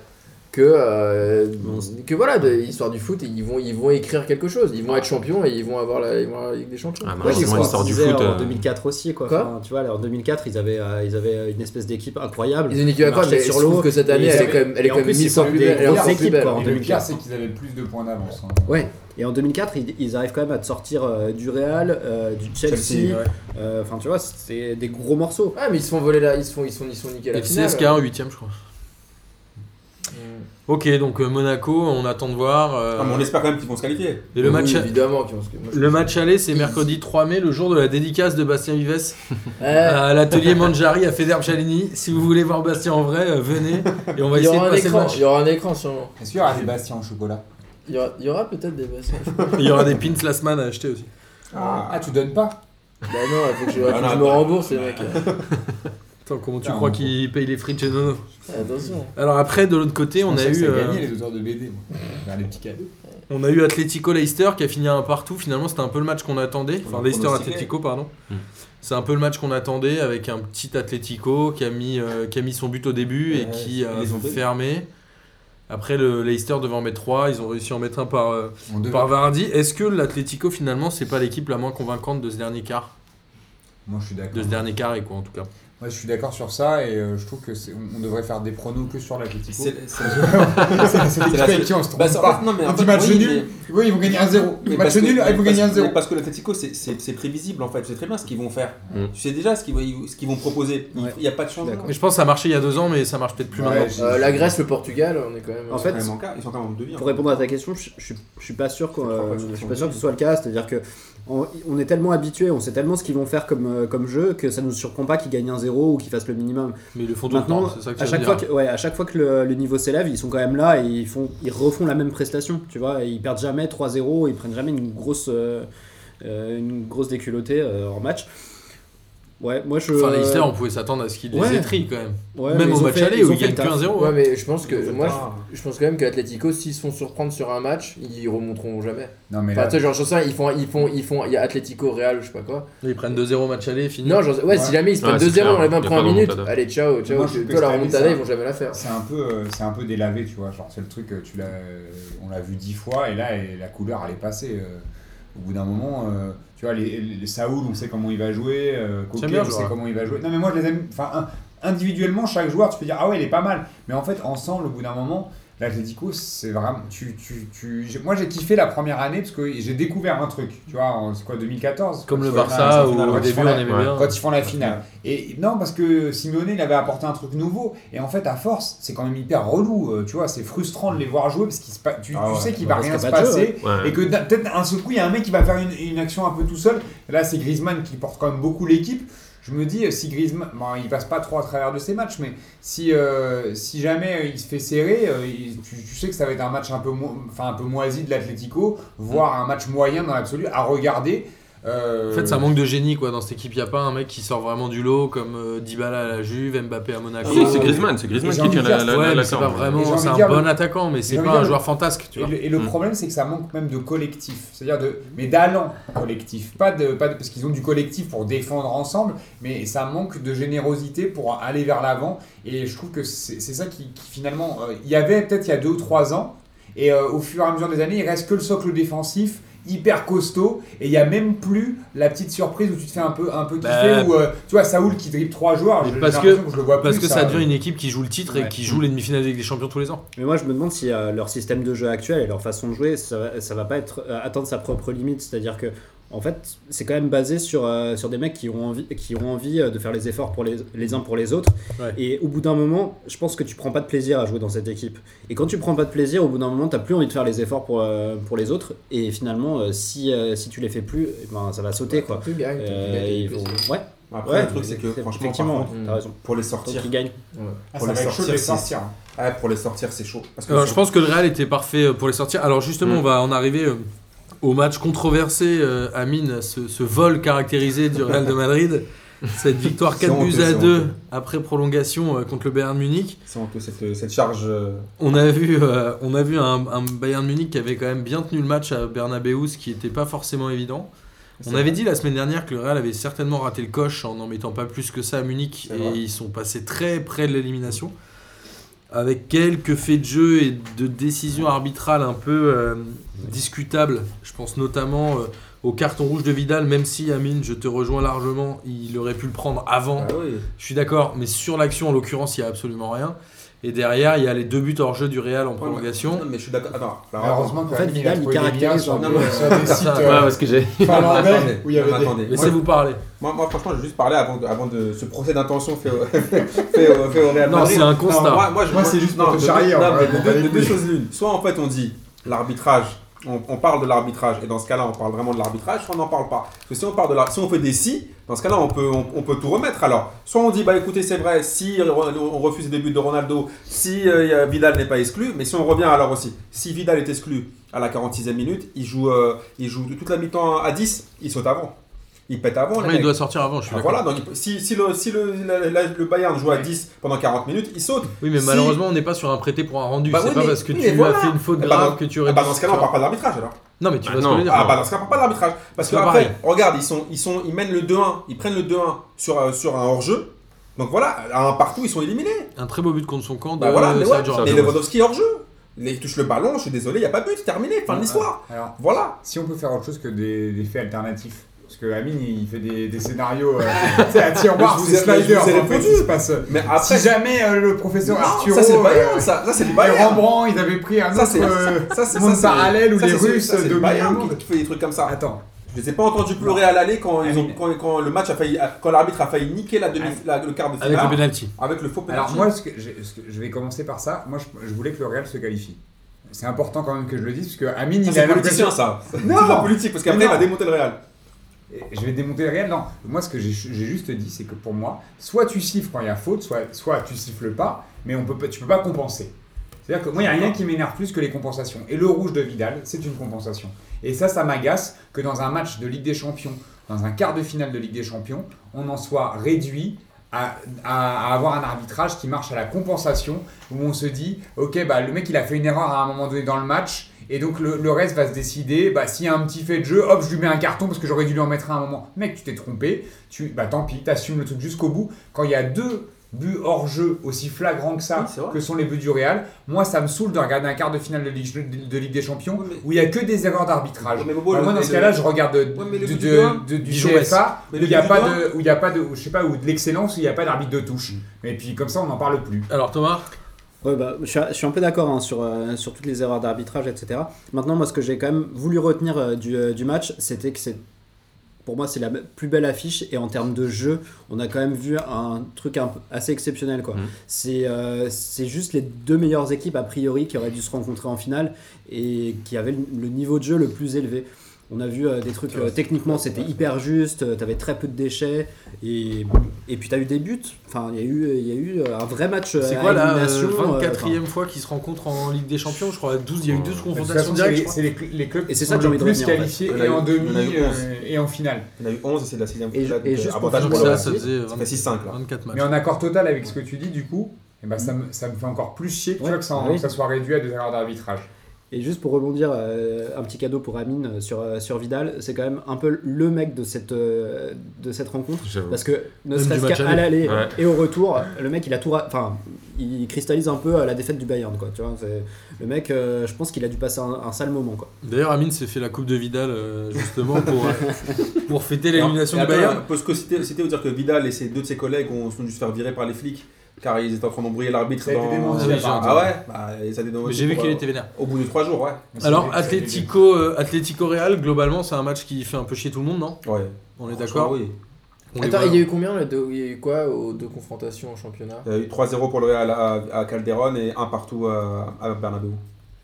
que, euh, que voilà, de l'histoire du foot, ils vont, ils vont écrire quelque chose. Ils vont être champions et ils vont avoir la, ils vont avoir la Ligue des Champions. Ah, Ouais, malheureusement, ils l'histoire du disaient foot. en euh, deux mille quatre aussi quoi. Quoi Enfin, tu vois, en deux mille quatre ils avaient euh, ils avaient une espèce d'équipe incroyable. Ils ont une équipe incroyable, mais sur je trouve l'eau. que cette année, Et ils elle est avaient- quand même, elle est et en quand même plus, mille ils fois sont plus des belle. Elle est grosses encore plus équipes, belle. quoi, En en deux mille quatre, deux mille quatre. c'est qu'ils avaient plus de points d'avance. hein. Ouais. Et en deux mille quatre, ils, ils arrivent quand même à te sortir euh, du Real, euh, du Chelsea. Chelsea, ouais. euh, Enfin, tu vois, c'est des gros morceaux. Ouais, mais ils se font voler là, ils se font, ils sont, ils sont niqués à Et la le finale. C S K A en huitième, je crois. Ok, donc euh, Monaco, on attend de voir. euh, Ah, mais on espère quand même qu'ils vont se qualifier. Et le Oui, match, évidemment, qui vont se- moi, je le pense- match aller, c'est mercredi trois mai, le jour de la dédicace de Bastien Vives Ouais. à l'atelier Mangiari à Federbe Chalini. Si vous voulez voir Bastien en vrai, euh, venez et on va Il y essayer de aura un passer le écran, match. il y aura un écran sûrement. Est-ce qu'il y aura des Bastien au chocolat? Il y aura, il y aura peut-être des bassins. Il y aura des pins last man à acheter aussi. Ah, tu donnes pas? Bah non, il faut que je, faut que Ah, je non, me attends. rembourse les mecs. Attends, comment tu Putain, crois on- qu'il paye les frites chez Nono? Attention. Alors après, de l'autre côté, on a eu... Ça euh, gagné les auteurs de B D, moi. Vers les petits cadeaux. On a eu Atlético Leicester qui a fini à un partout. Finalement, c'était un peu le match qu'on attendait. On Enfin, a Leicester pronostiqué. Atlético, pardon. Mm. C'est un peu le match qu'on attendait avec un petit Atlético qui a mis, euh, qui a mis son but au début et Ouais, qui a ils les ont pris. fermé. Après, le Leicester devait en mettre trois. Ils ont réussi à en mettre un par, euh, On devait- par Vardy. Est-ce que l'Atlético, finalement, c'est pas l'équipe la moins convaincante de ce dernier quart? Moi, je suis d'accord. De ce dernier carré, quoi, en tout cas. Moi, je suis d'accord sur ça et euh, je trouve que c'est- on on devrait faire des pronos que sur l'Atlético. C'est- c'est- C'est c'est l'équipe la avec seule- qui on se trompe Bah, c'est- en pas. fait, non, mais On en dit fait, match oui, nul, oui, ils vont gagner un zéro. Mais Match parce que- nul, ah, ils vont parce- gagner un zéro. mais Parce que l'Atlético, c'est- c'est c'est prévisible en fait. Tu sais très bien ce qu'ils vont faire. Mm. Tu sais déjà ce qu'ils vont, ce qu'ils vont proposer. Il Ouais. n'y a pas de changement. D'accord. Mais je pense que ça a marché il y a deux ans, mais ça marche peut-être plus Ouais, maintenant. j'ai- Euh, la Grèce, le Portugal, on est quand même. En euh, fait, Ils sont quand même en quart, ils sont quand même en demi. Pour répondre à ta question, je, je, je suis pas sûr qu'on, C'est trois euh, fois qu'ils je suis sont pas sûr que nuls. ce soit le cas. C'est-à-dire que on, on est tellement habitué, on sait tellement ce qu'ils vont faire comme, euh, comme jeu que ça nous surprend pas qu'ils gagnent un zéro ou qu'ils fassent le minimum. Mais ils le font tout le Maintenant, temps, c'est ça que à tu veux chaque fois dire. que, ouais, à chaque fois que le, le niveau s'élève, ils sont quand même là et ils font, ils refont la même prestation. Tu vois, et ils perdent jamais trois zéro, ils prennent jamais une grosse, euh, euh, une grosse déculottée euh, en match. Ouais, moi je. Enfin, Leicester, on pouvait s'attendre à ce qu'ils les Ouais. étrient quand même. Ouais, Même mais au ils ont match fait- aller ils où ont ils fait gagnent le que taf. un zéro. Ouais, mais je pense que Ils ont fait moi, le taf. je, je pense quand même qu'Atlético, s'ils se font surprendre sur un match, ils remonteront jamais. Non, mais Enfin, là, tu sais, genre, je sais, ils font, ils font, ils font, il y a Atlético, Real, je sais pas quoi. Ils prennent deux zéro au match aller, fini. Non, genre, ouais, Ouais. si jamais ils se prennent Ouais, c'est deux zéro clair, dans les vingt y a pas premières de minutes, remontada. allez, ciao, ciao. Moi, je trouve Toi, que la cette année, remontada, ça- ils vont jamais la faire. c'est un peu, euh, c'est un peu délavé, tu vois. Genre, c'est le truc, euh, tu l'as, on l'a vu dix fois et là, et la couleur, elle est passée. euh, au bout d'un moment, euh, tu vois, les, les, les Saoul, on sait comment il va jouer. Euh, Coquet, bien, on je sait vois. comment il va jouer. Non, mais moi, je les aime. Enfin, un- individuellement, chaque joueur, tu peux dire, ah ouais, il est pas mal. Mais en fait, ensemble, au bout d'un moment, l'Atlético, c'est vraiment. Tu, tu, tu, j'ai- moi, j'ai kiffé la première année parce que j'ai découvert un truc. Tu vois, en- c'est quoi, deux mille quatorze Comme quand le ils font la- Barça, quand où ils au font début on la- aimait ouais. bien. quand ils font la finale. Et non, parce que Simeone, il avait apporté un truc nouveau. Et en fait, à force, c'est quand même hyper relou. euh, Tu vois, c'est frustrant de les voir jouer parce que tu, Ah tu ouais. sais qu'il Ouais, va parce rien qu'il se y a pas de jeu, passer. Ouais. Et que d'un- peut-être un seul coup, il y a un mec qui va faire une, une action un peu tout seul. Là, c'est Griezmann qui porte quand même beaucoup l'équipe. Je me dis, si Griezmann, bon, il passe pas trop à travers de ses matchs, mais si, euh, si jamais euh, il se fait serrer, euh, il- tu, tu sais que ça va être un match un peu, mo- enfin, un peu moisi de l'Atlético, voire un match moyen dans l'absolu à regarder. Euh, En fait, ça manque de génie quoi. Dans cette équipe, il n'y a pas un mec qui sort vraiment du lot comme euh, Dybala à la Juve, Mbappé à Monaco. Si, c'est Griezmann, c'est Griezmann J'ai qui envie tient de la, dire, la, Ouais, la, mais la c'est pas corde. Et vraiment. j'ai envie C'est de un dire bon le- attaquant, mais j'ai c'est envie pas de un dire joueur fantasque, tu Et vois. le, et le Mm. problème, c'est que ça manque même de collectif, c'est-à-dire de, mais d'allant collectif, pas de, pas de, parce qu'ils ont du collectif pour défendre ensemble, mais ça manque de générosité pour aller vers l'avant. Et je trouve que c'est c'est ça qui, qui finalement, euh, il y avait peut-être il y a deux ou trois ans, et euh, au fur et à mesure des années, il reste que le socle défensif hyper costaud et il n'y a même plus la petite surprise où tu te fais un peu un peu kiffer Bah, où euh, tu vois Saoul qui dribble trois joueurs mais je- parce j'ai que- l'impression je le vois Parce plus, que ça devient une équipe qui joue le titre et Ouais. qui joue les demi-finales de Ligue des Champions tous les ans. Mais moi, je me demande si euh, leur système de jeu actuel et leur façon de jouer, ça, va- ça va pas être euh, atteindre sa propre limite. C'est-à-dire que, en fait, c'est quand même basé sur, euh, sur des mecs qui ont envie, qui ont envie euh, de faire les efforts pour les, les uns pour les autres. Ouais. Et au bout d'un moment, je pense que tu prends pas de plaisir à jouer dans cette équipe. Et quand tu prends pas de plaisir, au bout d'un moment, t'as plus envie de faire les efforts pour, euh, pour les autres. Et finalement, euh, si, euh, si tu les fais plus, eh ben, ça va sauter, quoi. Tu gagnes, tu Euh, gagnes, et ils tu vont- gagnes. Ouais, Après, ouais, le truc, c'est que franchement, par effectivement, contre, t'as raison. pour les Tant sortir, qu'ils gagnent. Ah, pour ça les va être chaud de sortir, les c'est- sortir. ah, pour les sortir, c'est chaud. Parce que Alors, c'est- je pense que le Real était parfait euh, pour les sortir. Alors justement, Mm. on va en arriver euh, au match controversé, euh, Amine, ce, ce vol caractérisé du Real de Madrid, cette victoire C'est quatre buts honteux, à c'est deux honteux. après prolongation euh, contre le Bayern Munich. c'est honteux, cette, cette charge. euh, On a vu, euh, on a vu un, un Bayern Munich qui avait quand même bien tenu le match à Bernabeu, ce qui n'était pas forcément évident. On c'est avait vrai. dit la semaine dernière que le Real avait certainement raté le coche en n'en mettant pas plus que ça à Munich C'est et vrai. ils sont passés très près de l'élimination. avec quelques faits de jeu et de décisions arbitrales un peu euh, discutables. Je pense notamment euh, au carton rouge de Vidal, même si Amine, je te rejoins largement, il aurait pu le prendre avant. Ah oui. Je suis d'accord, mais sur l'action, en l'occurrence, il n'y a absolument rien. Et derrière, il y a les deux buts hors jeu du Real en prolongation. Non, mais je suis d'accord. Attends, alors, Heureusement que En fait, Amine, Vidal, a il trouvé des caractérise liens sur un des- peu, sur des sites Ouais, Ouais, euh, parce que j'ai. finlandais attendez, où il y avait non, mais des... attendez. Laissez-vous parler. Moi, moi, franchement, je vais juste parler avant de, avant de ce procès d'intention fait au, fait au, fait au Real Non, Madrid. c'est un Non, constat. moi, moi, je- Moi, c'est juste pour non, te de- charrier, non, hein, mais ouais, de, bon, deux- allez, de deux oui. choses l'une. Soit en fait, on dit l'arbitrage, on, on parle de l'arbitrage, et dans ce cas-là, on parle vraiment de l'arbitrage, soit on n'en parle pas. Parce que si on, parle de la, si on fait des si, dans ce cas-là, on peut, on, on peut tout remettre. Alors, soit on dit, bah écoutez, c'est vrai, si on refuse les buts de Ronaldo, si euh, Vidal n'est pas exclu, mais si on revient alors aussi, si Vidal est exclu à la quarante-sixième minute, il joue, euh, il joue toute la mi-temps à dix, il saute avant. Il pète avant, les Ouais, il mecs. doit sortir avant, je suis Ah, d'accord. voilà, donc il- si, si, le, si le, la- la- le Bayern joue à dix pendant quarante minutes, il saute. Oui, mais Si- malheureusement, on n'est pas sur un prêté pour un rendu. Bah c'est oui, pas mais- parce que oui, tu mais voilà. as fait une faute Eh bah, grave dans- que tu Ah aurais bah dû dans ce cas-là, on parle pas d'arbitrage alors. Non, mais tu Ah vois ce que non. je veux dire. Ah bah dans ce cas-là, on parle pas d'arbitrage. Parce que C'est pas après, pareil. regarde, ils, sont, ils, sont, ils mènent le deux un, ils prennent le deux un sur, euh, sur un hors-jeu. Donc voilà, à un partout, ils sont éliminés. Un très beau but contre son camp de Bah voilà, mais ouais. Sergio Et Ramos. Lewandowski hors-jeu. Il touche le ballon, je suis désolé, il n'y a pas but, c'est terminé, fin de l'histoire. Alors, Voilà. si on peut faire autre chose que des, des faits alternatifs. Parce que Amine, il fait des, des scénarios euh, tu sais, à tiroir, Je vous c'est ai- je slider. vous ai en fait, répondu. il se passe. Mais après, Si jamais euh, le professeur non, Arturo ça c'est le Bayern, euh, ça, ça c'est le et Bayern. Rembrandt, ils avaient pris un Ça autre c'est euh, ça, c'est- monde ça, c'est- parallèle où ça, les c'est- Russes ça, c'est le dominent le Bayern monde. qui, qui fait des trucs comme ça. Attends, Je les ai pas entendus pleurer à l'aller quand, ils ont, Amine. quand, quand le match a failli, quand l'arbitre a failli niquer la demi, la- le quart de Avec finale le penalty. avec le faux penalty. alors moi, ce que j'ai- ce que- je vais commencer par ça. Moi, je, je voulais que le Real se qualifie. C'est important quand même que je le dise, parce que Amine, Ça, il c'est a politicien l'impression. ça. C'est Non. de la politique parce qu'après Mais il va non. démonter le Real. Et je vais démonter le Real. Non, moi, ce que j'ai j'ai juste dit, c'est que pour moi, soit tu siffles quand il y a faute, soit, soit tu siffles pas, mais on peut, pas- tu peux pas compenser. C'est-à-dire que moi, il n'y a rien qui m'énerve plus que les compensations. Et le rouge de Vidal, c'est une compensation. Et ça, ça m'agace que dans un match de Ligue des Champions, dans un quart de finale de Ligue des Champions, on en soit réduit à, à- à avoir un arbitrage qui marche à la compensation, où on se dit, ok, bah, le mec, il a fait une erreur à un moment donné dans le match, et donc le, le reste va se décider, bah, s'il y a un petit fait de jeu, hop, je lui mets un carton parce que j'aurais dû lui en mettre un à un moment. Mec, tu t'es trompé, tu, bah tant pis, t'assumes le truc jusqu'au bout. Quand il y a deux buts hors jeu aussi flagrants que ça, Oui, c'est vrai. que sont les buts du Real, moi ça me saoule de regarder un quart de finale de Ligue, de Ligue des Champions Oui, mais- où il n'y a que des erreurs d'arbitrage. Oui, mais Bobo, Bah, le- moi dans mais ce le- cas-là, je regarde de, Oui, mais le de- but de- du deux, de- du Dijon C F A Mais où le il n'y a but pas du de, où il y a pas de, je sais pas, ou de l'excellence, où il n'y a pas d'arbitre de touche. Et puis comme ça, on n'en parle plus. Alors Thomas, Ouais, bah, je, suis, je suis un peu d'accord hein, sur, euh, sur toutes les erreurs d'arbitrage, et cetera. Maintenant, moi, ce que j'ai quand même voulu retenir euh, du, euh, du match, c'était que c'est, pour moi, c'est la plus belle affiche. Et en termes de jeu, on a quand même vu un truc un peu assez exceptionnel. Quoi. Mhm. C'est, euh, c'est juste les deux meilleures équipes, a priori, qui auraient dû se rencontrer en finale et qui avaient le, le niveau de jeu le plus élevé. On a vu euh, des trucs, euh, techniquement c'était hyper juste, euh, t'avais très peu de déchets, et, et puis t'as eu des buts. Enfin, il y a eu, il y a eu euh, un vrai match euh, c'est à quoi la élimination. euh, vingt-quatrième fois qu'ils se rencontrent en Ligue des Champions? Je crois douze, il y a eu douze De toute confrontations façon, c'est directes. les, je crois. c'est les, les clubs Et qui c'est sont ça que j'ai le envie de plus retenir, en fait. qualifiés Il y en a et eu- en demi il y en a eu euh, onze. et en finale. Il y en a eu onze et c'est de la sixième Et- finale. et donc, juste euh, pour avantage Donc pour faire le ça, Real. ça faisait Ça fait six cinq là. vingt-quatre matchs. Mais en accord total avec ce que tu dis, du coup, eh ben, ça, me, ça me fait encore plus chier que, tu Ouais, vois, que, ça, en- oui. que ça soit réduit à des erreurs d'arbitrage. Et juste pour rebondir, euh, un petit cadeau pour Amine euh, sur, euh, sur Vidal, c'est quand même un peu le mec de cette, euh, de cette rencontre. J'avoue. Parce que ne Même serait-ce du match qu'à aller. l'aller Ouais. et au retour, le mec il a tout. ra- Enfin, il cristallise un peu à la défaite du Bayern. Quoi, tu vois, c'est- le mec, euh, je pense qu'il a dû passer un, un sale moment. Quoi. D'ailleurs, Amine s'est fait la coupe de Vidal euh, justement pour, euh, pour fêter l'élimination Et du attends, Bayern. on peut se citer, citer ou dire que Vidal et ses deux de ses collègues ont, sont dû se faire virer par les flics car ils étaient en train d'embrouiller l'arbitre Ça a été dans. démenti, Oui, apparemment. Ah ouais bah, et ça a été démenti Mais j'ai vu pour, qu'il euh, était vénère. Au bout de trois jours, ouais. Alors, Ça a été- Atlético, euh, Atlético Real, globalement, c'est un match qui fait un peu chier tout le monde, non? Ouais. On est Franchement, d'accord? Oui. On les Attends, voit. il y a eu combien là, de- il y a eu quoi aux deux confrontations en championnat? Il y a eu trois zéro pour le Real à, à Calderon et un partout à, à Bernabéu.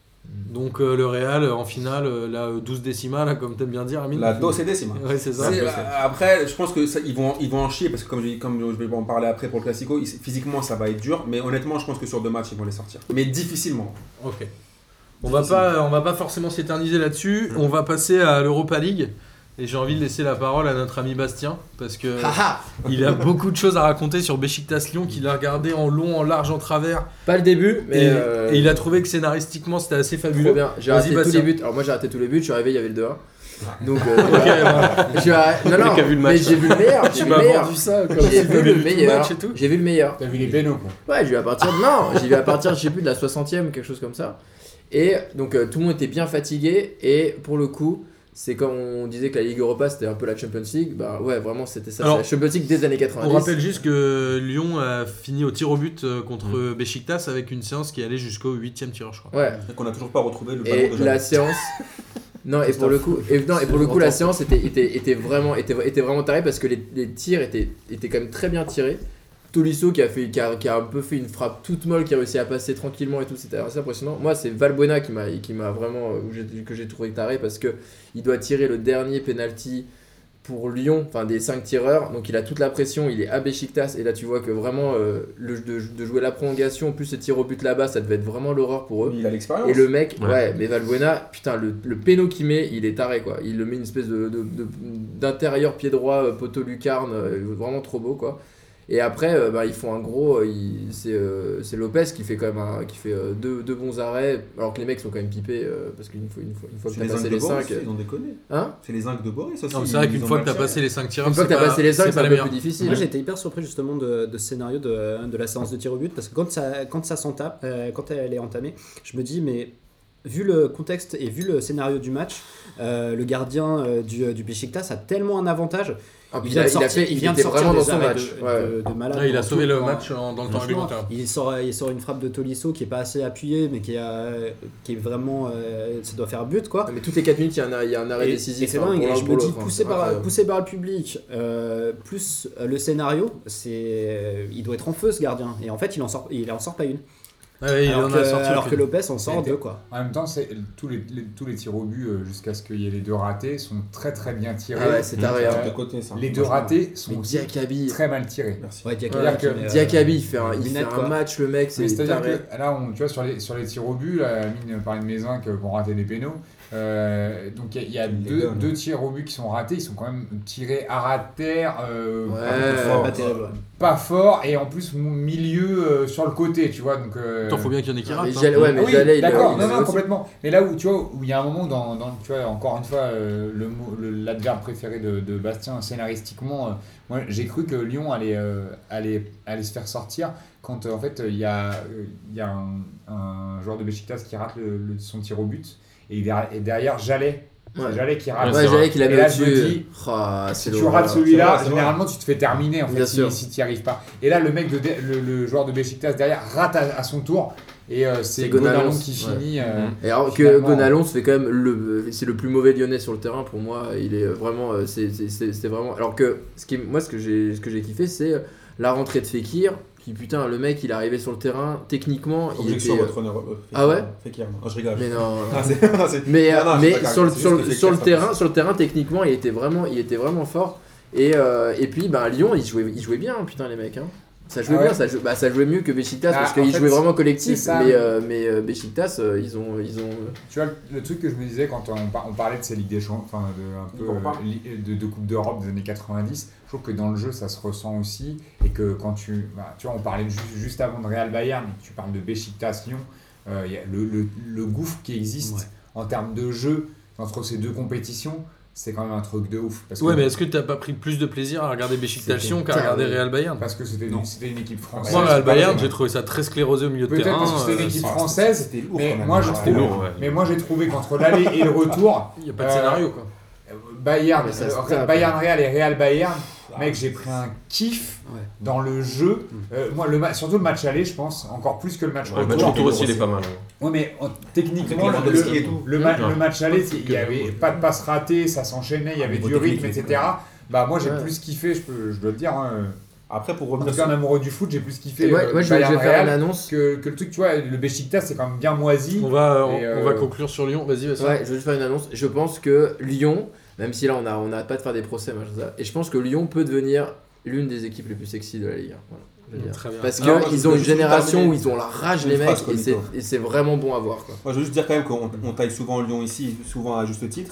Donc euh, le Real euh, en finale, euh, la euh, douze décimale, comme t'aimes bien dire, Amine. La dos et décima. Ouais, c'est ça. C'est- euh, après, je pense que ça, ils, vont, ils vont en chier parce que comme je, comme je vais en parler après pour le Classico, ils- physiquement ça va être dur, mais honnêtement, je pense que sur deux matchs ils vont les sortir. Mais difficilement. Ok. On va pas, on va pas forcément s'éterniser là-dessus. On va passer à l'Europa League. Et j'ai envie de laisser la parole à notre ami Bastien parce que Haha. il a beaucoup de choses à raconter sur Beşiktaş Lyon qu'il a regardé en long, en large, en travers. Pas le début, mais. et, euh, et il a trouvé que scénaristiquement c'était assez Trop fabuleux. bien. J'ai Vas-y, raté tous Bastien. les buts. Alors moi j'ai raté tous les buts. Je suis arrivé, il y avait le deux un. Donc, euh, voilà. Je suis à- non, Le non, mec a vu le mais match. j'ai vu le meilleur. J'ai Tu vu m'as le meilleur. vendu ça comme J'ai si vu t'avais le vu tout le meilleur. match et tout. J'ai vu le meilleur. T'as vu les pénaux quoi. Ouais, j'ai vu à partir de... Non, j'ai vu à partir, je sais plus, de la soixantième, quelque chose comme ça. Et donc, euh, tout le monde était bien fatigué. Et pour le coup, c'est comme on disait que la Ligue Europa, c'était un peu la Champions League. Bah ouais, vraiment, c'était ça. Alors, c'est la Champions League des années On quatre-vingt-dix. rappelle juste que Lyon a fini au tir au but euh, contre Beşiktaş avec une séance qui allait jusqu'au huitième tireur, je crois. Ouais. Et qu'on n'a toujours pas retrouvé le Et ballon de la Jeanne. séance... Non, et pour le coup, et, non, et pour le coup la séance était, était, était, vraiment, était, était vraiment tarée parce que les, les tirs étaient, étaient quand même très bien tirés. Tolisso qui a, fait, qui, a, qui a un peu fait une frappe toute molle, qui a réussi à passer tranquillement et tout, c'était assez impressionnant. Moi, c'est Valbuena qui m'a, qui m'a vraiment, où j'ai, que j'ai trouvé taré parce que il doit tirer le dernier penalty pour Lyon, enfin des cinq tireurs, donc il a toute la pression, il est à Beşiktaş et là tu vois que vraiment euh, le, de, de jouer la prolongation plus ce tir au but là-bas, ça devait être vraiment l'horreur pour eux. Il a l'expérience. Et le mec, ouais, Ouais. mais Valbuena, putain, le, le péno qu'il met, il est taré quoi. Il le met une espèce de, de- de- d'intérieur pied droit, euh, poteau lucarne, euh, vraiment trop beau quoi. Et après, euh, bah, ils font un gros. euh, il- c'est, euh, c'est Lopez qui fait quand même un- qui fait euh, deux, deux bons arrêts, alors que les mecs sont quand même pipés, euh, parce qu'une fois, une fois, une fois que C'est t'as les passé zincs les de Boris, cinq. ils ont déconné. Hein C'est les zincs de Boris aussi. Non, mais c'est vrai ils qu'une ont fois mal que t'as tiré. passé les cinq tireurs, Une fois que c'est t'as pas- passé les cinq, c'est c'est pas un les peu meilleurs. plus difficile. Moi j'ai été hyper surpris justement de, de ce scénario de, de la séance de tir au but parce que quand ça, quand ça s'entame, euh, quand elle est entamée, je me dis mais vu le contexte et vu le scénario du match, euh, le gardien euh, du, du Beşiktaş a tellement un avantage. Ah, puis Il vient de il a sortir, fait, il il vient de était sortir vraiment dans des son arrêts match. de, Ouais. de- de malade. Ouais, il a dans sauvé tout, le dans- match en- dans le temps Franchement, réglementaire. il sort, il sort une frappe de Tolisso qui est pas assez appuyée, mais qui, a, qui est vraiment. euh, ça doit faire but quoi. Ah, mais toutes les quatre minutes, il y a un arrêt, il y a un arrêt Et, décisif. et c'est hein, dingue, pour et l'un je ou me pour dis l'autre, hein, poussé, c'est par, incroyable. poussé par le public, euh, plus le scénario, c'est, euh, il doit être en feu ce gardien. Et en fait, il en sort, il en sort pas une. Ouais, il alors en que, a sorti alors que aucune. Lopez en sort C'était- deux quoi. En même temps, c'est, tous, les, les- tous les tirs au but euh, jusqu'à ce qu'il y ait les deux ratés sont très très bien tirés. Ah ouais, c'est taré. Euh, hein. De côté, ça. les deux Franchement. ratés sont Mais aussi Diakabi, très mal tirés. Merci. Ouais, C'est-à-dire que- euh, Diakabi, il fait un, il fait lunette, un quoi. match, le mec, Mais c'est c'est-à-dire taré. que là, on, tu vois, sur les, sur les tirs au but, là, Mine parlait de Mézin que pour rater des pénaux. Euh, donc il y a, il y a Il les deux, donne. deux tirs au but qui sont ratés, ils sont quand même tirés à ras de terre, euh, Ouais, un peu fort, pas fort, terrible. pas fort, et en plus mon milieu euh, sur le côté, tu vois. Donc, euh, Attends, faut bien qu'il y en ait qui Ah, ratent. mais hein. Jalais- ouais, mais Ah oui, Jalais, il a- d'accord, il non, a non, aussi- complètement. Mais là où tu vois, où il y a un moment dans, dans tu vois, encore une fois, euh, le mot, le- l'adverbe préféré de, de Bastien, scénaristiquement, euh, moi j'ai cru que Lyon allait, euh, allait, allait se faire sortir quand euh, en fait il y a, euh, il y a un, un joueur de Beşiktaş qui rate le, le- son tir au but et, derrière, et derrière Jalais, Ouais. c'est Jalais qui rate. Ouais, Ouais, c'est Jalais vrai. qu'il a Et mis là, je me au-dessus. dis, Ah, Si c'est tu l'horreur. rates celui-là, C'est vrai, c'est généralement tu te fais terminer en Bien fait sûr. si, si tu n'y arrives pas. Et là le mec de, le, le joueur de Beşiktaş derrière rate à, à son tour et euh, c'est C'est Gonalons Gonalons, qui ouais. finit. euh, Et alors que Finalement, Gonalons fait quand même le, c'est le plus mauvais Lyonnais sur le terrain pour moi. Il est vraiment, euh, c'est, c'est, c'est, c'est vraiment. Alors que ce qui, est- moi ce que j'ai, ce que j'ai kiffé, c'est la rentrée de Fekir. Qui putain, le mec, il est arrivé sur le terrain. Techniquement, il Objection était. à votre honneur. euh, Ah ouais Fekir, non. Ah, je rigole. Mais non. Ah, c'est- ah, c'est- Mais, Non, non, je mais suis d'accord, sur le, c'est sur le, juste que sur le Fekir, ça terrain, passe. sur le terrain, techniquement, il était vraiment, il était vraiment fort. Et, euh, et puis, bah, Lyon, il jouait, il jouait bien, putain, les mecs. Hein. Ça jouait Ah ouais. bien, ça, jouait, bah, ça jouait mieux que Beşiktaş Ah, parce en qu'ils fait, jouaient vraiment collectif. c'est ça. Mais, euh, mais euh, Beşiktaş, euh, ils ont, ils ont. Tu vois, le, le truc que je me disais quand on, par- on parlait de ces Ligues des Champions, enfin de, un peu, On parle. euh, li- de, de Coupe d'Europe des années quatre-vingt-dix, je trouve que dans le jeu ça se ressent aussi. Et que quand tu. Bah, tu vois, on parlait ju- juste avant de Real Bayern, mais tu parles de Beşiktaş Lyon, euh, il y a le, le, le gouffre qui existe Ouais. en termes de jeu entre ces deux compétitions, c'est quand même un truc de ouf. Parce Ouais, que, mais est-ce que t'as pas pris plus de plaisir à regarder Beşiktaş Lyon qu'à C'était regarder taré. Real Bayern? parce que c'était, Non. c'était une équipe française. Moi, c'est Real pas Bayern, le j'ai même. trouvé ça très sclérosé au milieu de Peut-être terrain. parce que c'était euh, une équipe Ah, française, c'était lourd, mais quand même. moi, je Ah, trouve, C'était lourd, ouais. mais moi j'ai trouvé qu'entre l'aller et le retour, Il n'y a pas de Euh, scénario, quoi. Bayern, Mais ça euh, se tape. Bayern Real et Real Bayern, Ah, mec, j'ai pris un kiff Ouais. dans le jeu. Euh, moi, le ma- surtout le match aller, je pense, encore plus que le match Ouais, le match retour. retour aussi, il est pas mal. Ouais, mais en- techniquement, Avec le, Lewandowski et tout. le ma- Ouais. le match aller, il y avait pas de passe ratée, ça s'enchaînait, il y avait Niveau du rythme, technique, et cetera. Bah, moi, j'ai Ouais. plus kiffé, je, peux, je dois le dire. Hein. Après, pour En revenir tout cas, sur. un amoureux du foot, j'ai plus kiffé. Et moi, euh, moi, je vais, je Bayern vais faire une Real annonce. que, que le truc, tu vois, le Beşiktaş, c'est quand même bien moisi. On va, on, Et, euh, on va conclure sur Lyon. Vas-y, vas-y. Ouais, je veux juste faire une annonce. Je pense que Lyon, même si là on a on n'arrête pas de faire des procès, machin, ça, et je pense que Lyon peut devenir l'une des équipes les plus sexy de la Ligue. Voilà, je veux dire. Très bien. Parce Alors, moi, je qu'ils ont voulais une juste génération terminer où ils ont la rage une les mecs phrase, et c'est, Cognito. et c'est vraiment bon à voir quoi. Moi, je veux juste dire quand même qu'on on taille souvent Lyon ici, souvent à juste titre.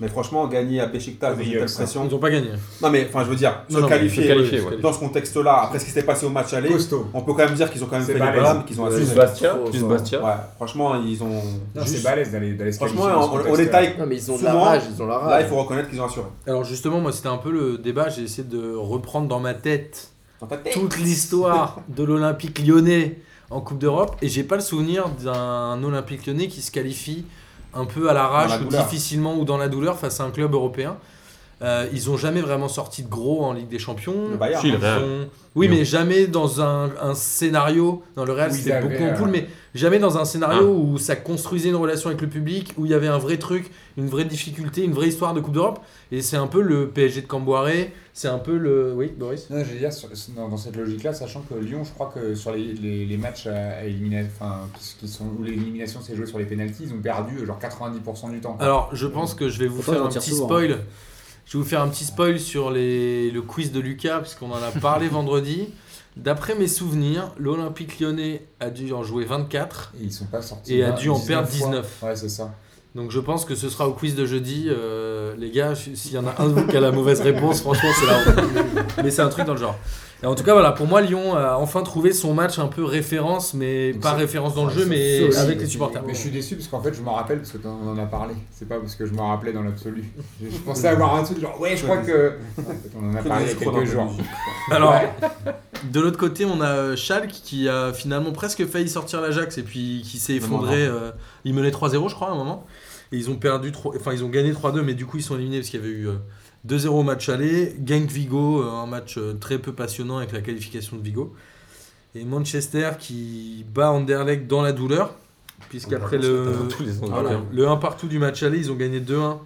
Mais franchement, gagner à Beşiktaş, Mais dans il y une a telle ça. pression. Ils ont pas gagné. Non, mais enfin, je veux dire, se Non, non, mais qualifier, se qualifier, euh, ouais. dans ce contexte-là, après ce qui s'était passé au match aller, Costaud. on peut quand même dire qu'ils ont quand même C'est fait les balèze. blâmes, qu'ils ont Plus assumé. Bastia, trop, plus ça. Bastia. Ouais, franchement, ils ont. Non, juste- c'est balèze d'aller d'aller se Franchement, qualifier dans ce on, on contexte-là. les taille. Non, mais ils ont de la souvent. rage, ils ont la rage. Là, il faut reconnaître qu'ils ont assuré. Alors justement, moi c'était un peu le débat, j'ai essayé de reprendre dans ma tête Dans ta tête. toute l'histoire de l'Olympique lyonnais en Coupe d'Europe et j'ai pas le souvenir d'un Olympique lyonnais qui se qualifie un peu à Dans l'arrache la ou douleur. difficilement ou dans la douleur face à un club européen. Euh, ils ont jamais vraiment sorti de gros en Ligue des Champions. Le Bayern. Si, le Ils Real. ont- Oui, Lyon. mais jamais dans un, un scénario. Dans le Real, Où ils c'était avaient, beaucoup en poule, euh, mais jamais dans un scénario Ah. où ça construisait une relation avec le public, où il y avait un vrai truc, une vraie difficulté, une vraie histoire de Coupe d'Europe. Et c'est un peu le P S G de Camboiré. C'est un peu le. Oui, Boris. Non, je veux dire, sur- dans, dans cette logique-là, sachant que Lyon, je crois que sur les, les, les matchs à, à éliminer, enfin, qui, qui sont, où l'élimination s'est jouée sur les pénaltys, ils ont perdu euh, genre quatre-vingt-dix pour cent du temps. quoi. Alors, je pense que je vais vous Pourtant, faire ils en un tirent petit souvent, spoil. Je vais vous faire un petit spoil sur les, le quiz de Lucas, puisqu'on en a parlé vendredi. D'après mes souvenirs, l'Olympique lyonnais a dû en jouer vingt-quatre. Et ils sont pas sortis. Et a vingt, dû en perdre fois. dix-neuf. Ouais, c'est ça. Donc je pense que ce sera au quiz de jeudi. Euh, les gars, je- s'il y en a un de vous qui a la mauvaise réponse, franchement, c'est la honte. Mais c'est un truc dans le genre. Et en tout cas, voilà, pour moi, Lyon a enfin trouvé son match un peu référence, mais Donc pas c'est- référence dans le ouais, jeu, c'est mais solide. avec les Mais supporters. Mais je suis déçu parce qu'en fait, je m'en rappelle parce que t'en- on en a parlé. C'est pas parce que je m'en rappelais dans l'absolu. Je, je pensais avoir un truc genre, ouais, je crois que. Non, en fait, on en a Que parlé des il y a escrocs dans quelques ta jours. musique. Alors, Ouais. de l'autre côté, on a euh, Schalke qui a finalement presque failli sortir l'Ajax et puis qui s'est effondré. Non, non, euh, ils menaient trois zéro, je crois, à un moment. Et ils ont perdu trois, enfin, ils ont gagné trois deux, mais du coup, ils sont éliminés parce qu'il y avait eu euh, deux zéro au match aller. Genk Vigo, euh, un match euh, très peu passionnant avec la qualification de Vigo. Et Manchester qui bat Anderlecht dans la douleur, puisqu'après le, Tous les ans, voilà, Européens. le un partout du match aller, ils ont gagné deux un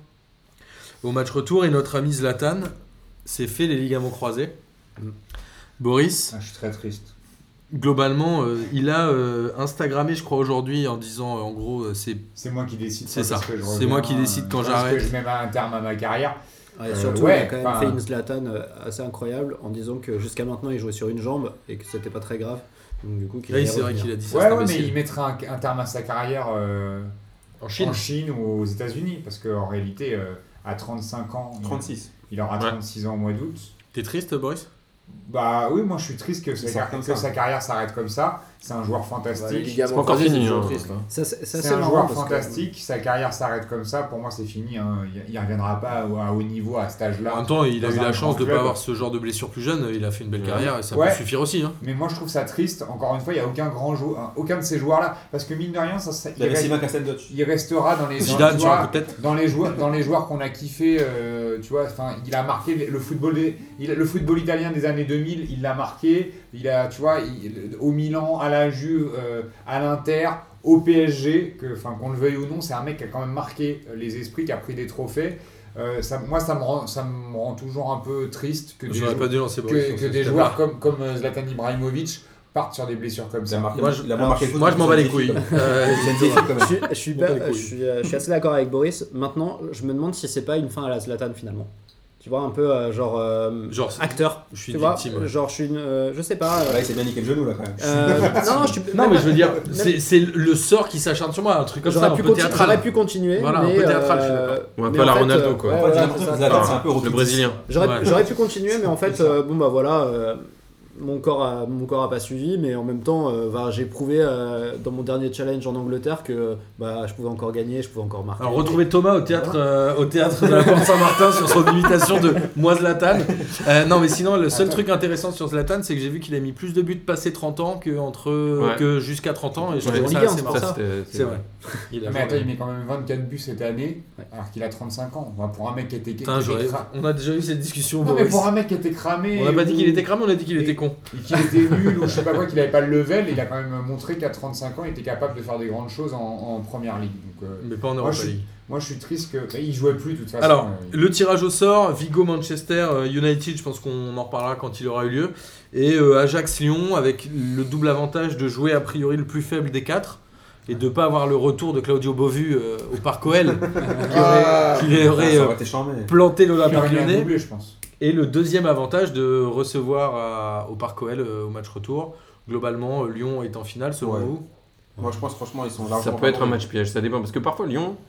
au match retour. Et notre ami Zlatan s'est fait les ligaments croisés. Mm. Boris, Ah, je suis très triste. globalement, euh, il a euh, Instagrammé, je crois, aujourd'hui en disant, euh, en gros, euh, c'est C'est moi qui décide. C'est parce ça. que je C'est reviens, moi qui décide quand parce j'arrête. que je mets un terme à ma carrière. Ouais, Euh, surtout, ouais, il a quand même enfin- fait une Zlatan euh, assez incroyable en disant que jusqu'à maintenant il jouait sur une jambe et que c'était pas très grave. Donc, du coup, qu'il oui, allait c'est vrai revenir. qu'il a dit ça. Ouais, c'est ouais, mais imbécile. il mettra un, un terme à sa carrière euh, En Chine. en Chine ou aux États-Unis. Parce qu'en réalité, euh, à trente-cinq ans, il- trente-six. il aura Ouais. trente-six ans au mois d'août. T'es triste, Boris? Bah oui, moi je suis triste que, sa, s'arrête car- comme que ça. sa carrière s'arrête comme ça. C'est un joueur Ouais, les fantastique. ligaments C'est pas encore croisés, fini, c'est toujours hein. triste, hein. Ça, c'est, ça, C'est c'est un marrant joueur parce que- fantastique, sa carrière s'arrête comme ça, pour moi c'est fini, hein. il ne reviendra pas à haut niveau à cet En âge-là. même temps, il a Dans eu un la chance grand de ne pas club. avoir ce genre de blessure plus jeune. Il a fait une belle Ouais. carrière et ça Ouais. peut suffire aussi. Hein. Mais moi je trouve ça triste, encore une fois, il n'y a aucun grand joueur, aucun de ces joueurs-là, parce que mine de rien, ça, ça- Il y avait reste- Sylvain Castel-Dutch. il restera dans les, dans, Zidane, tu sur un vois, coup de tête. dans les joueurs, dans les joueurs qu'on a kiffé, euh, tu vois, enfin, il a marqué le football, des- il, le football italien des années deux mille, il l'a marqué, il a, tu vois, il- au Milan, à la Juve, euh, à l'Inter, au P S G, que, enfin, qu'on le veuille ou non, c'est un mec qui a quand même marqué les esprits, qui a pris des trophées. Euh, ça, moi, ça me rend, ça me rend toujours un peu triste que des, J'aurais jou- pas dû lancer Boris. que, sur que ce des stade-là. joueurs comme, comme euh, Zlatan Ibrahimovic partent sur des blessures comme Il a ça. marqué- Moi, je- il a alors, marqué le foot moi, je m'en bats les depuis couilles. Zidane. Euh, Zidane, quand même. Je suis, je, suis Bon, pas pas- les couilles. je, suis, euh, je suis assez d'accord avec Boris. Maintenant, je me demande si c'est pas une fin à la Zlatan finalement. Tu vois, un peu euh, genre, euh, Genre, acteur. je suis Tu une vois, victime. genre je suis une. euh, je sais pas. euh, Là, il s'est bien niqué le genou, là, quand même. euh, non, non, je suis. Non, même- mais je veux dire, même- c'est c'est le sort qui s'acharne sur moi, un truc comme ça, J'aurais un pu, peu continu- théâtral. j'aurais pu continuer. Voilà, un mais, peu théâtral, je suis euh, d'accord. Ou un mais peu à la en fait, Ronaldo, euh, quoi. ouais, En fait, voilà, j'ai c'est l'impression ça. que Zlatan, Ah, c'est un peu Le Rotuzzi. Brésilien. J'aurais, Ouais. j'aurais pu continuer, mais en fait, euh, bon bah voilà, euh, mon corps a, mon corps a pas suivi, mais en même temps, euh, bah, j'ai prouvé euh, dans mon dernier challenge en Angleterre que bah, je pouvais encore gagner, je pouvais encore marquer. Alors retrouvez Thomas au théâtre, euh, au théâtre de la Porte Saint-Martin sur son imitation de moi Zlatan. Euh, non mais sinon le seul Attends. truc intéressant sur Zlatan c'est que j'ai vu qu'il a mis plus de buts passé trente ans que, entre, Ouais. que jusqu'à trente ans et je Ouais, trouve en ça Ligue un, assez c'est marrant. pour ça. C'est vrai. Il a Mais attends, joué. il met quand même vingt-quatre buts cette année, Ouais. alors qu'il a trente-cinq ans. Enfin, pour un mec qui était, qui Putain, était j'aurais- cra- on a déjà eu cette discussion. Non, mais Boris. pour un mec qui était cramé. On n'a pas dit ou- qu'il était cramé, on a dit qu'il était con. Et qu'il était nul ou je sais pas quoi, qu'il avait pas le level, il a quand même montré qu'à trente-cinq ans, il était capable de faire des grandes choses en, en première ligue. Donc, euh, Mais pas en Moi, Europa je suis- League. moi, je suis triste que. bah, il jouait plus de toute façon. Alors, euh, le tirage au sort, Vigo-Manchester euh, United, je pense qu'on en reparlera quand il aura eu lieu. Et euh, Ajax-Lyon, avec le double avantage de jouer a priori le plus faible des quatre. Et de ne pas avoir le retour de Claudio Bovu euh, au Parc O L, qui Ah, aurait, qui aurait, Ça euh, aurait été charmé. planté il aurait l'Olympique mis un lyonnais. doublé, je pense. Et le deuxième avantage de recevoir à- au Parc O L euh, au match retour. Globalement, euh, Lyon est en finale selon Ouais. vous. Moi, je pense, franchement, ils sont largement. Ça peut être un match piège, ça dépend. Parce que parfois, Lyon,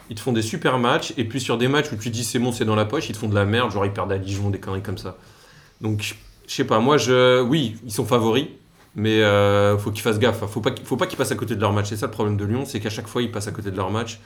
ils te font des super matchs, et puis sur des matchs où tu dis c'est bon, c'est dans la poche, ils te font de la merde, genre ils perdent à Dijon, des conneries comme ça. Donc, je sais pas, moi, je, oui, ils sont favoris, mais euh, faut qu'ils fassent gaffe. Faut pas, faut pas qu'ils passent à côté de leur match. C'est ça le problème de Lyon, c'est qu'à chaque fois, ils passent à côté de leur match,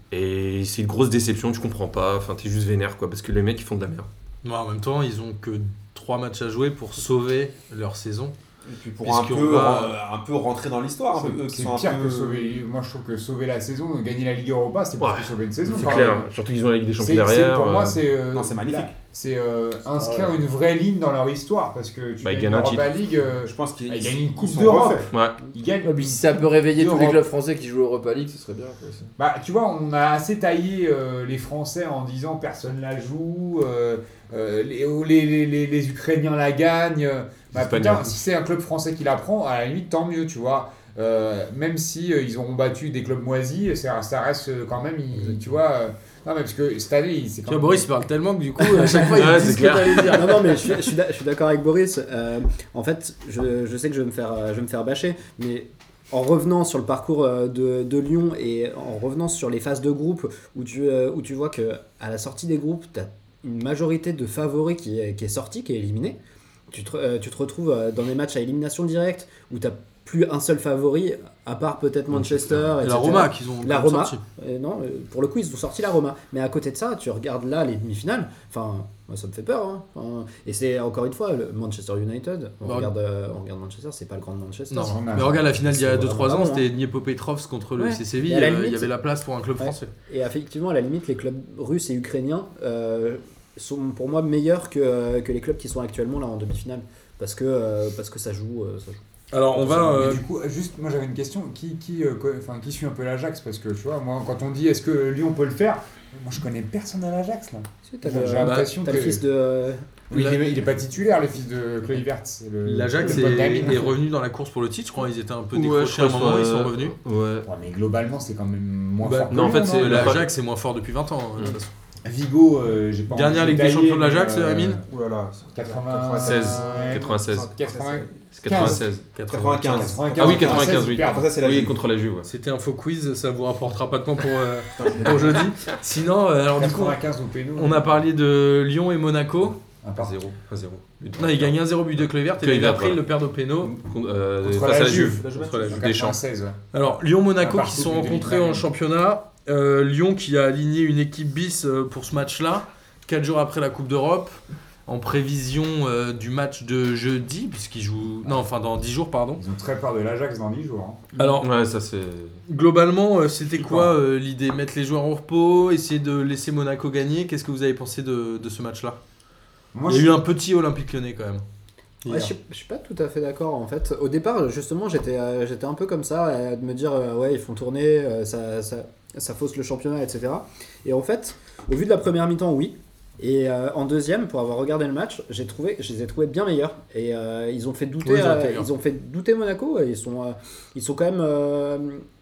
et c'est une grosse déception, tu comprends pas, enfin, t'es juste vénère, quoi, parce que les mecs, ils font de la merde. Non, en même temps, ils ont que trois matchs à jouer pour sauver leur saison. Et puis pour un peu, va... euh, un peu rentrer dans l'histoire, un peu, c'est sont pire un peu... que sauver. Moi, je trouve que sauver la saison, gagner la Ligue Europa, c'est pas Ouais, que sauver une saison. C'est Enfin, clair, euh, surtout qu'ils ont la Ligue des Champions c'est- c'est- derrière. Pour moi, euh, c'est. euh, Non, c'est magnifique. là, c'est euh, inscrire une vraie ligne dans leur histoire parce que tu Bah, ils gagnes gagnent un l'Europa League, euh, Je pense qu'ils ils gagnent une Coupe sont d'Europe. refaits. Ouais. Ils gagnent. Et puis si ça peut réveiller tous les Europe. clubs français qui jouent l'Europa League, ce serait bien. Quoi, aussi. Bah, tu vois, on a assez taillé euh, les Français en disant personne la joue, euh, euh, les, les, les, les, les Ukrainiens la gagnent. Bah, Espagnols. putain, si c'est un club français qui la prend, à la limite, tant mieux, tu vois. Euh, même si euh, ils ont battu des clubs moisis, ça, ça reste euh, quand même, ils- tu vois. euh, non, mais parce que cette année, il- c'est Tu quand vois, même. Boris, il parle tellement que du coup, à chaque fois, il Ouais, dit c'est ce que clair. t'allais dire. Non, non, mais je suis, je suis d'a- je suis d'accord avec Boris. Euh, en fait, je, je sais que je vais, me faire, je vais me faire bâcher, mais en revenant sur le parcours euh, de, de Lyon et en revenant sur les phases de groupe où tu, euh, où tu vois qu'à la sortie des groupes, tu as une majorité de favoris qui est, qui est sortie, qui est éliminée. Tu te, euh, tu te retrouves euh, dans des matchs à élimination directe où tu n'as plus un seul favori, à part peut-être Manchester. Et et la cetera. Roma qu'ils ont La quand même Roma, sorti. euh, non, euh, pour le coup, ils ont sorti la Roma. Mais à côté de ça, tu regardes là les demi-finales, enfin, moi, ça me fait peur. Hein. Enfin, et c'est encore une fois le Manchester United. On, Bah, regarde, euh, on regarde Manchester, c'est pas le grand Manchester. Non, on a- mais regarde la finale d'il y a c'est deux trois vraiment ans, bon, c'était Dniepopetrovsk contre le Ouais. F C Séville, Et à la euh, il limite, y avait la place pour un club Ouais. français. Et effectivement, à la limite, les clubs russes et ukrainiens euh, sont pour moi meilleurs que, que les clubs qui sont actuellement là en demi-finale. Parce que, euh, parce que ça joue. euh, ça joue. Alors on va... Mais euh, du coup, juste, moi j'avais une question. Qui, qui, euh, co- enfin, qui suit un peu l'Ajax? Parce que tu vois, moi, quand on dit est-ce que Lyon peut le faire, moi je connais personne à l'Ajax là. Si, t'as J'ai le, l'impression t'as que. le fils de. euh, Oui, il, est, il est pas titulaire, le fils de Kluivert. c'est le- L'Ajax le pote est, d'Amine. est revenu dans la course pour le titre, je crois ils étaient un peu Ouais, décrochés à un je crois moment, que ils ça- sont revenus. Ouais. Ouais, mais globalement, c'est quand même moins Bah, fort que non, en Lyon, fait, c'est non la- L'Ajax est moins fort depuis vingt ans. hein, de toute façon. Vigo, euh, j'ai pas Dernière envie de Ligue des détailler, Champions de l'Ajax, mais, euh, Amine Ouh là là. quatre-vingt-seize. quatre-vingt-seize. quatre-vingts. C'est quatre-vingt-seize. quatre-vingt-quinze. Ah oui, quatre-vingt-quinze, oui. Après ça, c'est la Oui, Juve. contre la Juve, ouais. C'était un faux quiz, ça vous rapportera pas de points pour, euh, pour jeudi. Sinon, euh, alors du coup, quatre-vingt-quinze au péno. on a parlé de Lyon et Monaco. Un partout. zéro. un zéro. Non, ils gagnent un zéro but de Kluivert et l'année Kluivert, après ouais. ils le perdent au péno. Euh, Contre face la à la Juve. Juve. La Juve. Contre la Juve. En Deschamps. quatre-vingt-seize, ouais. Alors Lyon-Monaco Un qui partout sont depuis rencontrés deux mille en vingt. championnat. Euh, Lyon qui a aligné une équipe bis euh, pour ce match-là, quatre jours après la Coupe d'Europe, en prévision euh, du match de jeudi, puisqu'ils jouent... Non, enfin dans dix jours, pardon. Ils ont très peur de l'Ajax dans dix jours. hein. Alors, Ouais, ça c'est. globalement, euh, c'était Je sais quoi pas. euh, l'idée? Mettre les joueurs au repos, essayer de laisser Monaco gagner? Qu'est-ce que vous avez pensé de, de ce match-là? Moi, Il y a je- eu un petit Olympique Lyonnais quand même. Ouais, je, suis, je suis pas tout à fait d'accord en fait. Au départ, justement, j'étais euh, j'étais un peu comme ça, euh, de me dire euh, ouais, ils font tourner, euh, ça, ça, ça fausse le championnat, et cetera. Et en fait, au vu de la première mi-temps, oui. Et euh, en deuxième, pour avoir regardé le match, j'ai trouvé, je les ai trouvés bien meilleurs. Et euh, ils ont fait douter, Oui, ils ont euh, été bien. ils ont fait douter Monaco. Et ils sont, euh, ils sont quand même. euh,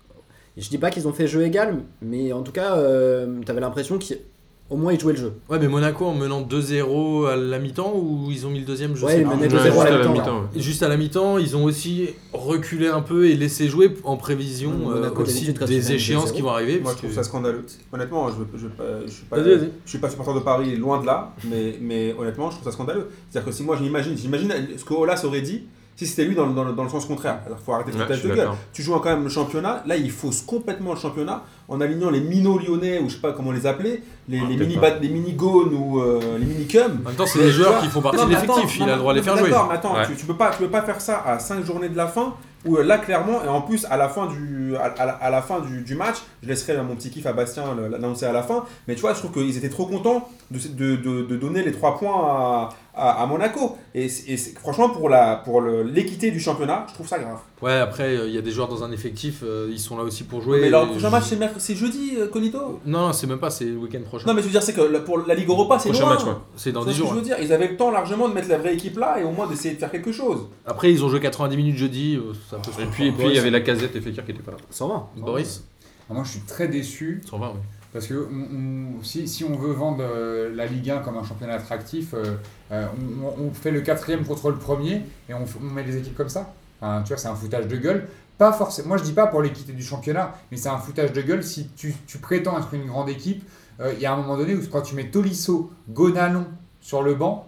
je dis pas qu'ils ont fait jeu égal, mais en tout cas, euh, t'avais l'impression qu'au moins ils jouaient le jeu. Ouais, mais Monaco en menant deux zéro à la mi-temps ou ils ont mis le deuxième, je Ouais, sais ils pas. menaient Ouais, deux zéro à juste la à la mi-temps. mi-temps, ouais. Juste à la mi-temps, ils ont aussi reculé un peu et laissé jouer en prévision Ouais, euh, Monaco, aussi d'habitude, quand tu des mènes échéances deux zéro. qui vont arriver. Moi, parce je trouve que- ça scandaleux. Honnêtement, je ne je, je, je suis pas, Vas-y, vas-y. je suis pas supporter de Paris, loin de là, mais, mais honnêtement, je trouve ça scandaleux. C'est-à-dire que si moi, je m'imagine, j'imagine ce que Olas aurait dit si c'était lui dans, le- dans, le- dans le sens contraire. Il faut arrêter de Ouais, foutage je suis de gueule. d'accord. Tu joues quand même le championnat, là, il fausse complètement le championnat en alignant les minots lyonnais, ou je sais pas comment les appeler, les, Ah, les peut-être mini pas. bat- les mini gones ou euh, les mini cum. En même temps, c'est Mais des tu joueurs vois- qui font partie Non, de mais l'effectif, attends, il a non, le droit de les non, faire jouer. D'accord, mais attends, Ouais. tu, tu peux pas, tu peux pas faire ça à cinq journées de la fin, où euh, là, clairement, et en plus, à la fin du, à, à la, à la fin du, du match, je laisserai mon petit kiff à Bastien le- l'annoncer à la fin, mais tu vois, je trouve qu'ils étaient trop contents de, de, de, de donner les trois points à, à, à Monaco. Et, c'est- et c'est- franchement, pour la, pour le- l'équité du championnat, je trouve ça grave. Ouais, après, euh, il y a des joueurs dans un effectif, euh, ils sont là aussi pour jouer. mais leur Et prochain je- match, c'est, merc- c'est jeudi, euh, Colito Non, non, c'est même pas, c'est le week-end prochain. Non, mais je veux dire, c'est que la- pour la Ligue Europa, c'est Prochain loin. match, ouais. C'est dans Tu vois dix ce que jours. je veux dire, ils avaient le temps largement de mettre la vraie équipe là et au moins d'essayer de faire quelque chose. Après, ils ont joué quatre-vingt-dix minutes jeudi, euh, ça peut se Et puis, et puis il y avait la casette et Fekir qui était pas là. cent vingt. Boris Ah, moi, je suis très déçu. cent vingt, oui. Parce que on- on- si, si on veut vendre euh, la Ligue un comme un championnat attractif, euh, euh, on, on fait le quatrième contre le premier et on, f- on met les équipes comme ça. Enfin, tu vois, c'est un foutage de gueule. pas forcément. Moi, je dis pas pour l'équité du championnat, mais c'est un foutage de gueule si tu, tu prétends être une grande équipe. Il euh, y a un moment donné où quand tu mets Tolisso, Gonalon sur le banc,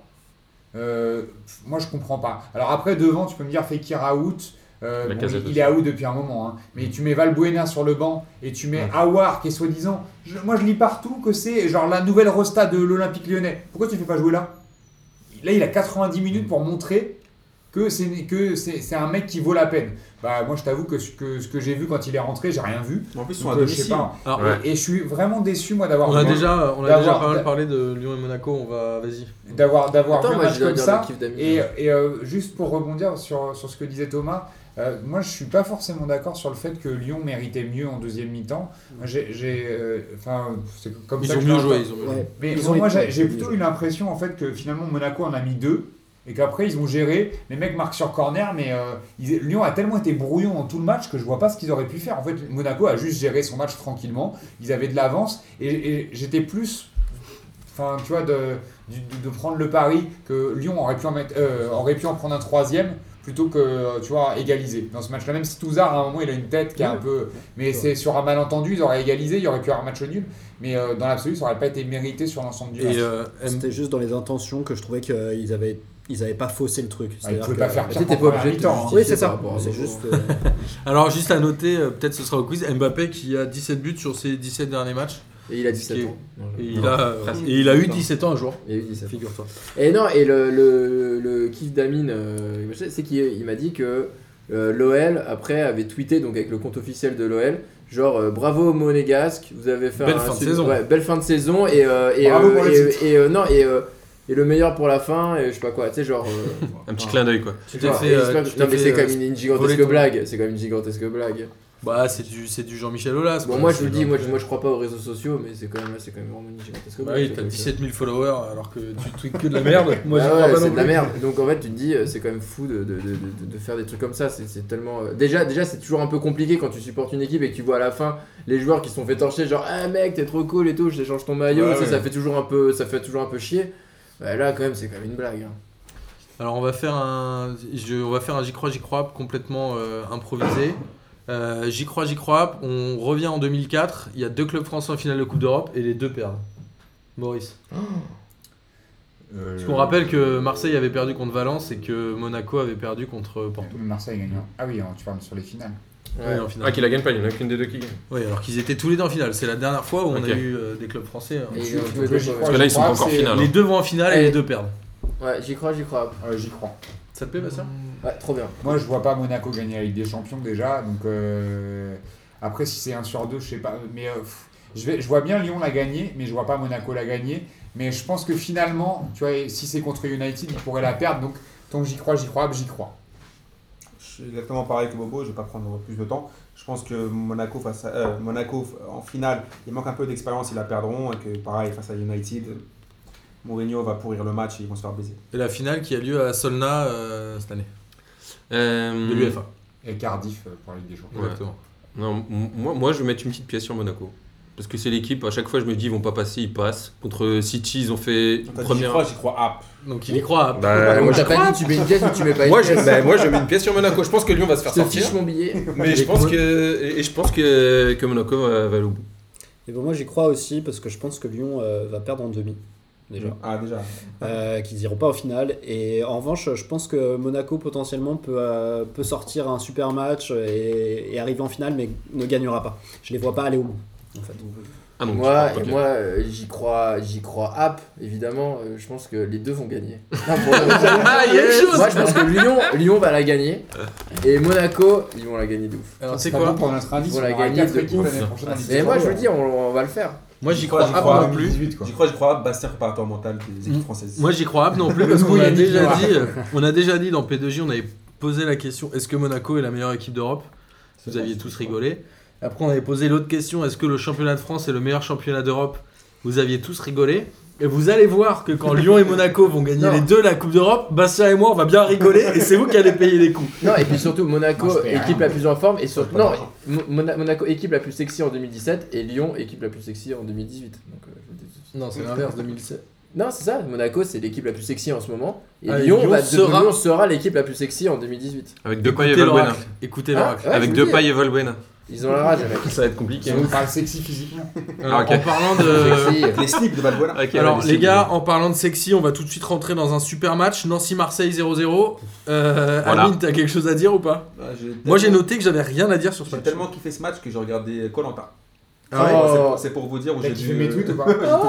euh, moi je comprends pas. Alors après, devant, tu peux me dire Fekir out. Euh, bon, il, il est out depuis un moment, hein. Mais tu mets Valbuena sur le banc et tu mets ouais. Aouar qui est soi-disant. Je, moi je lis partout que c'est genre la nouvelle Rosta de l'Olympique Lyonnais. Pourquoi tu ne fais pas jouer là ? Là, il a quatre-vingt-dix minutes pour montrer que c'est, que c'est, c'est un mec qui vaut la peine. Bah, moi, je t'avoue que ce que, ce que j'ai vu quand il est rentré, j'ai rien vu. En plus, ils sont à domicile. Alors, ouais. et, et je suis vraiment déçu, moi, d'avoir. On a déjà, on a déjà pas mal parlé de Lyon et Monaco. On va, vas-y. D'avoir, d'avoir Attends, vu un match comme ça. Et, ouais. et euh, juste pour rebondir sur, sur ce que disait Thomas, euh, moi, je suis pas forcément d'accord sur le fait que Lyon méritait mieux en deuxième mi-temps. Moi, j'ai, j'ai, euh, c'est comme ils ça ont que mieux je joué. Ils ont mieux ouais. joué. Mais ils bon, moi, j'ai, j'ai plutôt eu l'impression en fait que finalement Monaco en a mis deux. Et qu'après ils ont géré, les mecs marquent sur corner, mais euh, ils, Lyon a tellement été brouillon dans tout le match que je vois pas ce qu'ils auraient pu faire. En fait, Monaco a juste géré son match tranquillement, ils avaient de l'avance, et, et j'étais plus, enfin tu vois, de, de, de prendre le pari que Lyon aurait pu en, mettre, euh, aurait pu en prendre un troisième, plutôt que, tu vois, égaliser dans ce match-là. Même si Touzard, à un moment, il a une tête qui est un peu... Mais c'est sur un malentendu, ils auraient égalisé, il y aurait pu avoir un match nul. Mais euh, dans l'absolu, ça n'aurait pas été mérité sur l'ensemble du match. Euh, C'était juste dans les intentions que je trouvais qu'ils avaient... Ils n'avaient pas faussé le truc. Ah, ils ne pouvaient pas faire pire t'es pas obligé de temps. Oui, c'est ça. C'est juste. Euh... Alors, juste à noter, euh, peut-être ce sera au quiz, Mbappé qui a dix-sept buts sur ses dix-sept derniers matchs. Et il a dix-sept est... ans. Et il, a, euh, et il a eu dix-sept ans un jour. Il a eu dix-sept. Figure-toi. Et non, et le, le, le kiff d'Amine, euh, c'est qu'il il m'a dit que euh, l'O L, après, avait tweeté, donc avec le compte officiel de l'O L, genre euh, bravo Monégasque, vous avez fait belle un, fin de su- saison. Ouais, belle fin de saison. Et, euh, et, bravo euh, pour le et, titre. et, euh, non, et. Euh, Et le meilleur pour la fin, et je sais pas quoi, tu sais, genre. Euh, Un petit clin d'œil quoi. Tu t'es fait. Euh, non, mais c'est euh, comme une, une gigantesque ton... blague. C'est comme une gigantesque blague. Bah, c'est du, c'est du Jean-Michel Aulas. Bon, moi je vous le dis, moi je, moi je crois pas aux réseaux sociaux, mais c'est quand même, c'est quand même vraiment une gigantesque bah blague. oui, t'as dix-sept mille followers alors que tu tweets que de la merde. Moi bah j'y ouais, crois pas c'est non de la plus. merde. Donc en fait, tu te dis, c'est quand même fou de, de, de, de, de faire des trucs comme ça. C'est, c'est tellement. Déjà, déjà c'est toujours un peu compliqué quand tu supportes une équipe et que tu vois à la fin les joueurs qui se sont fait torcher, genre, ah mec, t'es trop cool et tout, je t'échange ton maillot, ouais, ça, ouais. ça fait toujours un peu, ça fait toujours un peu chier. Bah, là, quand même, c'est quand même une blague. Hein. Alors on va faire un, je, on va faire un j'y crois, j'y crois complètement euh, improvisé. Euh, j'y crois, j'y crois. On revient en deux mille quatre. Il y a deux clubs français en finale de Coupe d'Europe et les deux perdent. Maurice. Oh. Euh, Parce qu'on rappelle que Marseille avait perdu contre Valence et que Monaco avait perdu contre Porto. Marseille gagne. Ah oui, tu parles sur les finales. Ouais, en finale. Ah, qui la gagne pas, il n'y en a qu'une des deux qui gagne. Oui, alors qu'ils étaient tous les deux en finale. C'est la dernière fois où on okay. a eu euh, des clubs français. Hein. Et je, euh, je, je, je Parce que là, ils sont pas encore en finale. Les deux vont en finale et, et les deux perdent. Ouais, j'y crois, j'y crois. Ouais, j'y crois. Ça te plaît, Bastien ? Ouais, trop bien. Moi, je vois pas Monaco gagner la Ligue des Champions déjà. Donc euh, après, si c'est un sur deux, je sais pas. Mais euh, pff, je, vais, je vois bien Lyon la gagner, mais je vois pas Monaco la gagner. Mais je pense que finalement, tu vois, si c'est contre United, ils pourraient la perdre. Donc tant que j'y crois, j'y crois, j'y crois. Je suis exactement pareil que Bobo. Je vais pas prendre plus de temps. Je pense que Monaco face à, euh, Monaco en finale, il manque un peu d'expérience, ils la perdront. Et que pareil face à United. Mourinho va pourrir le match et ils vont se faire baiser. Et la finale qui a lieu à Solna euh, cette année. Euh... De l'U E F A. Et Cardiff pour la Ligue des Champions. Ouais. Exactement. Non, moi, moi je vais mettre une petite pièce sur Monaco. Parce que c'est l'équipe, à chaque fois je me dis ils vont pas passer, ils passent. Contre City, ils ont fait Enfin, première. J'y crois, j'y crois app. Donc il y croit. Bah, moi t'as pas dit tu mets une pièce ou tu mets pas une moi, pièce. je, bah, moi je mets une pièce sur Monaco. Je pense que Lyon va se faire Je te sortir. fiche mon billet. Mais je pense que et je pense que, que Monaco va, va aller au bout. Et bon, moi j'y crois aussi parce que je pense que Lyon euh, va perdre en demi. Déjà. Ah, déjà. Euh, qu'ils n'iront pas au final. Et en revanche, je pense que Monaco potentiellement peut, euh, peut sortir un super match et, et arriver en finale, mais ne gagnera pas. Je les vois pas aller au bout. En fait. Ah, donc, Moi, okay. moi euh, j'y crois, j'y crois app, évidemment. Euh, je pense que les deux vont gagner. Non, pour ah, yes moi, je pense que Lyon, Lyon va la gagner. Et Monaco, ils vont la gagner de ouf. Alors, c'est quoi bon pour notre indice, Ils vont la on aura gagner quatre de équipes ouf. l'année prochaine en Ligue des Mais moi, je Champions. veux dire, on, on va le faire. Moi j'y crois, j'y pas crois, non plus. dix-huit, quoi. J'y crois, j'y crois. Bastien, préparateur mental des équipes françaises. Moi j'y crois pas non plus parce qu'on a déjà dit, on a déjà dit dans P deux J, on avait posé la question est-ce que Monaco est la meilleure équipe d'Europe ? Vous aviez tous rigolé. Après on avait posé l'autre question est-ce que le championnat de France est le meilleur championnat d'Europe ? Vous aviez tous rigolé. Et vous allez voir que quand Lyon et Monaco vont gagner non. les deux la Coupe d'Europe, Bastien et moi on va bien rigoler et c'est vous qui allez payer les coups. Non, et puis surtout Monaco, Moi, je paye équipe rien. la plus en forme. Et surtout, Pas non, d'argent. Mona- Monaco, équipe la plus sexy en deux mille dix-sept. Et Lyon, équipe la plus sexy en deux mille dix-huit. Donc, euh, je vous dis tout de suite. Non c'est l'inverse deux mille sept. Non, c'est ça. Monaco, c'est l'équipe la plus sexy en ce moment. Et Ah, Lyon, Lyon va, sera- Lyon sera l'équipe la plus sexy en deux mille dix-huit. Avec Depay et Écoutez Valbuena. l'oracle. Écoutez Ah, l'oracle. ouais, Avec je vous le Depay dis. et Valbuena. Ils ont la rage, les mecs. Ça va être compliqué. On parle sexy physiquement. Alors, Ah, ok. en parlant de. Sexy. Les slips de Valbuena. Ok, Alors allez, les c'est gars, en parlant de sexy, on va tout de suite rentrer dans un super match. Nancy-Marseille zéro zéro. Euh, Voilà. Amine, t'as quelque chose à dire ou pas? Ouais, j'ai Moi j'ai tellement- noté que j'avais rien à dire sur ce J'ai match. tellement kiffé ce match que j'ai regardé Koh-Lanta. Ah ouais. C'est Oh. pour- C'est pour vous dire où T'as j'ai kiffé vu mes euh, tweets ou pas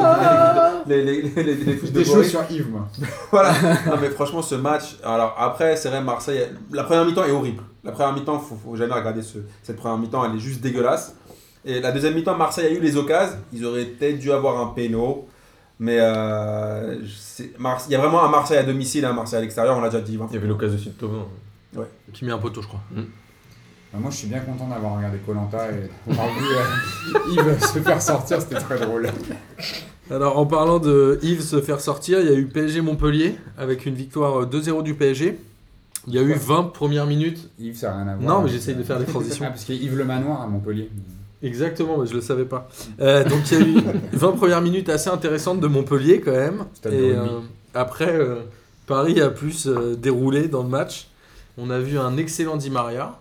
les, les, les, les, les tweets de J'étais chaud Boris. sur Yves, moi. Voilà. Non mais franchement ce match. Alors après c'est vrai Marseille. La première mi-temps est horrible. La première mi-temps faut, faut jamais regarder ce, cette première mi-temps. Elle est juste dégueulasse. Et la deuxième mi-temps Marseille a eu les occasions. Ils auraient peut-être dû avoir un péno. Mais euh, c'est- Mars- il y a vraiment un Marseille à domicile et un Marseille à l'extérieur. On l'a déjà dit. vingt Il y avait l'occasion aussi de Thauvin. Qui met un poteau je crois. Bah, moi, je suis bien content d'avoir regardé Koh-Lanta et d'avoir vu euh, Yves se faire sortir, c'était très drôle. Alors en parlant de Yves se faire sortir, il y a eu P S G Montpellier avec une victoire deux zéro du P S G. Il y a eu vingt premières minutes. Yves, ça n'a rien à voir. Non mais j'essaye de faire des transitions. Ah, parce qu'il y a Yves Le Manoir à Montpellier. Exactement, mais je le savais pas. Euh, donc il y a eu vingt premières minutes assez intéressantes de Montpellier quand même. Stade de Et rugby. euh, après, euh, Paris a plus euh, déroulé dans le match. On a vu un excellent Di Maria,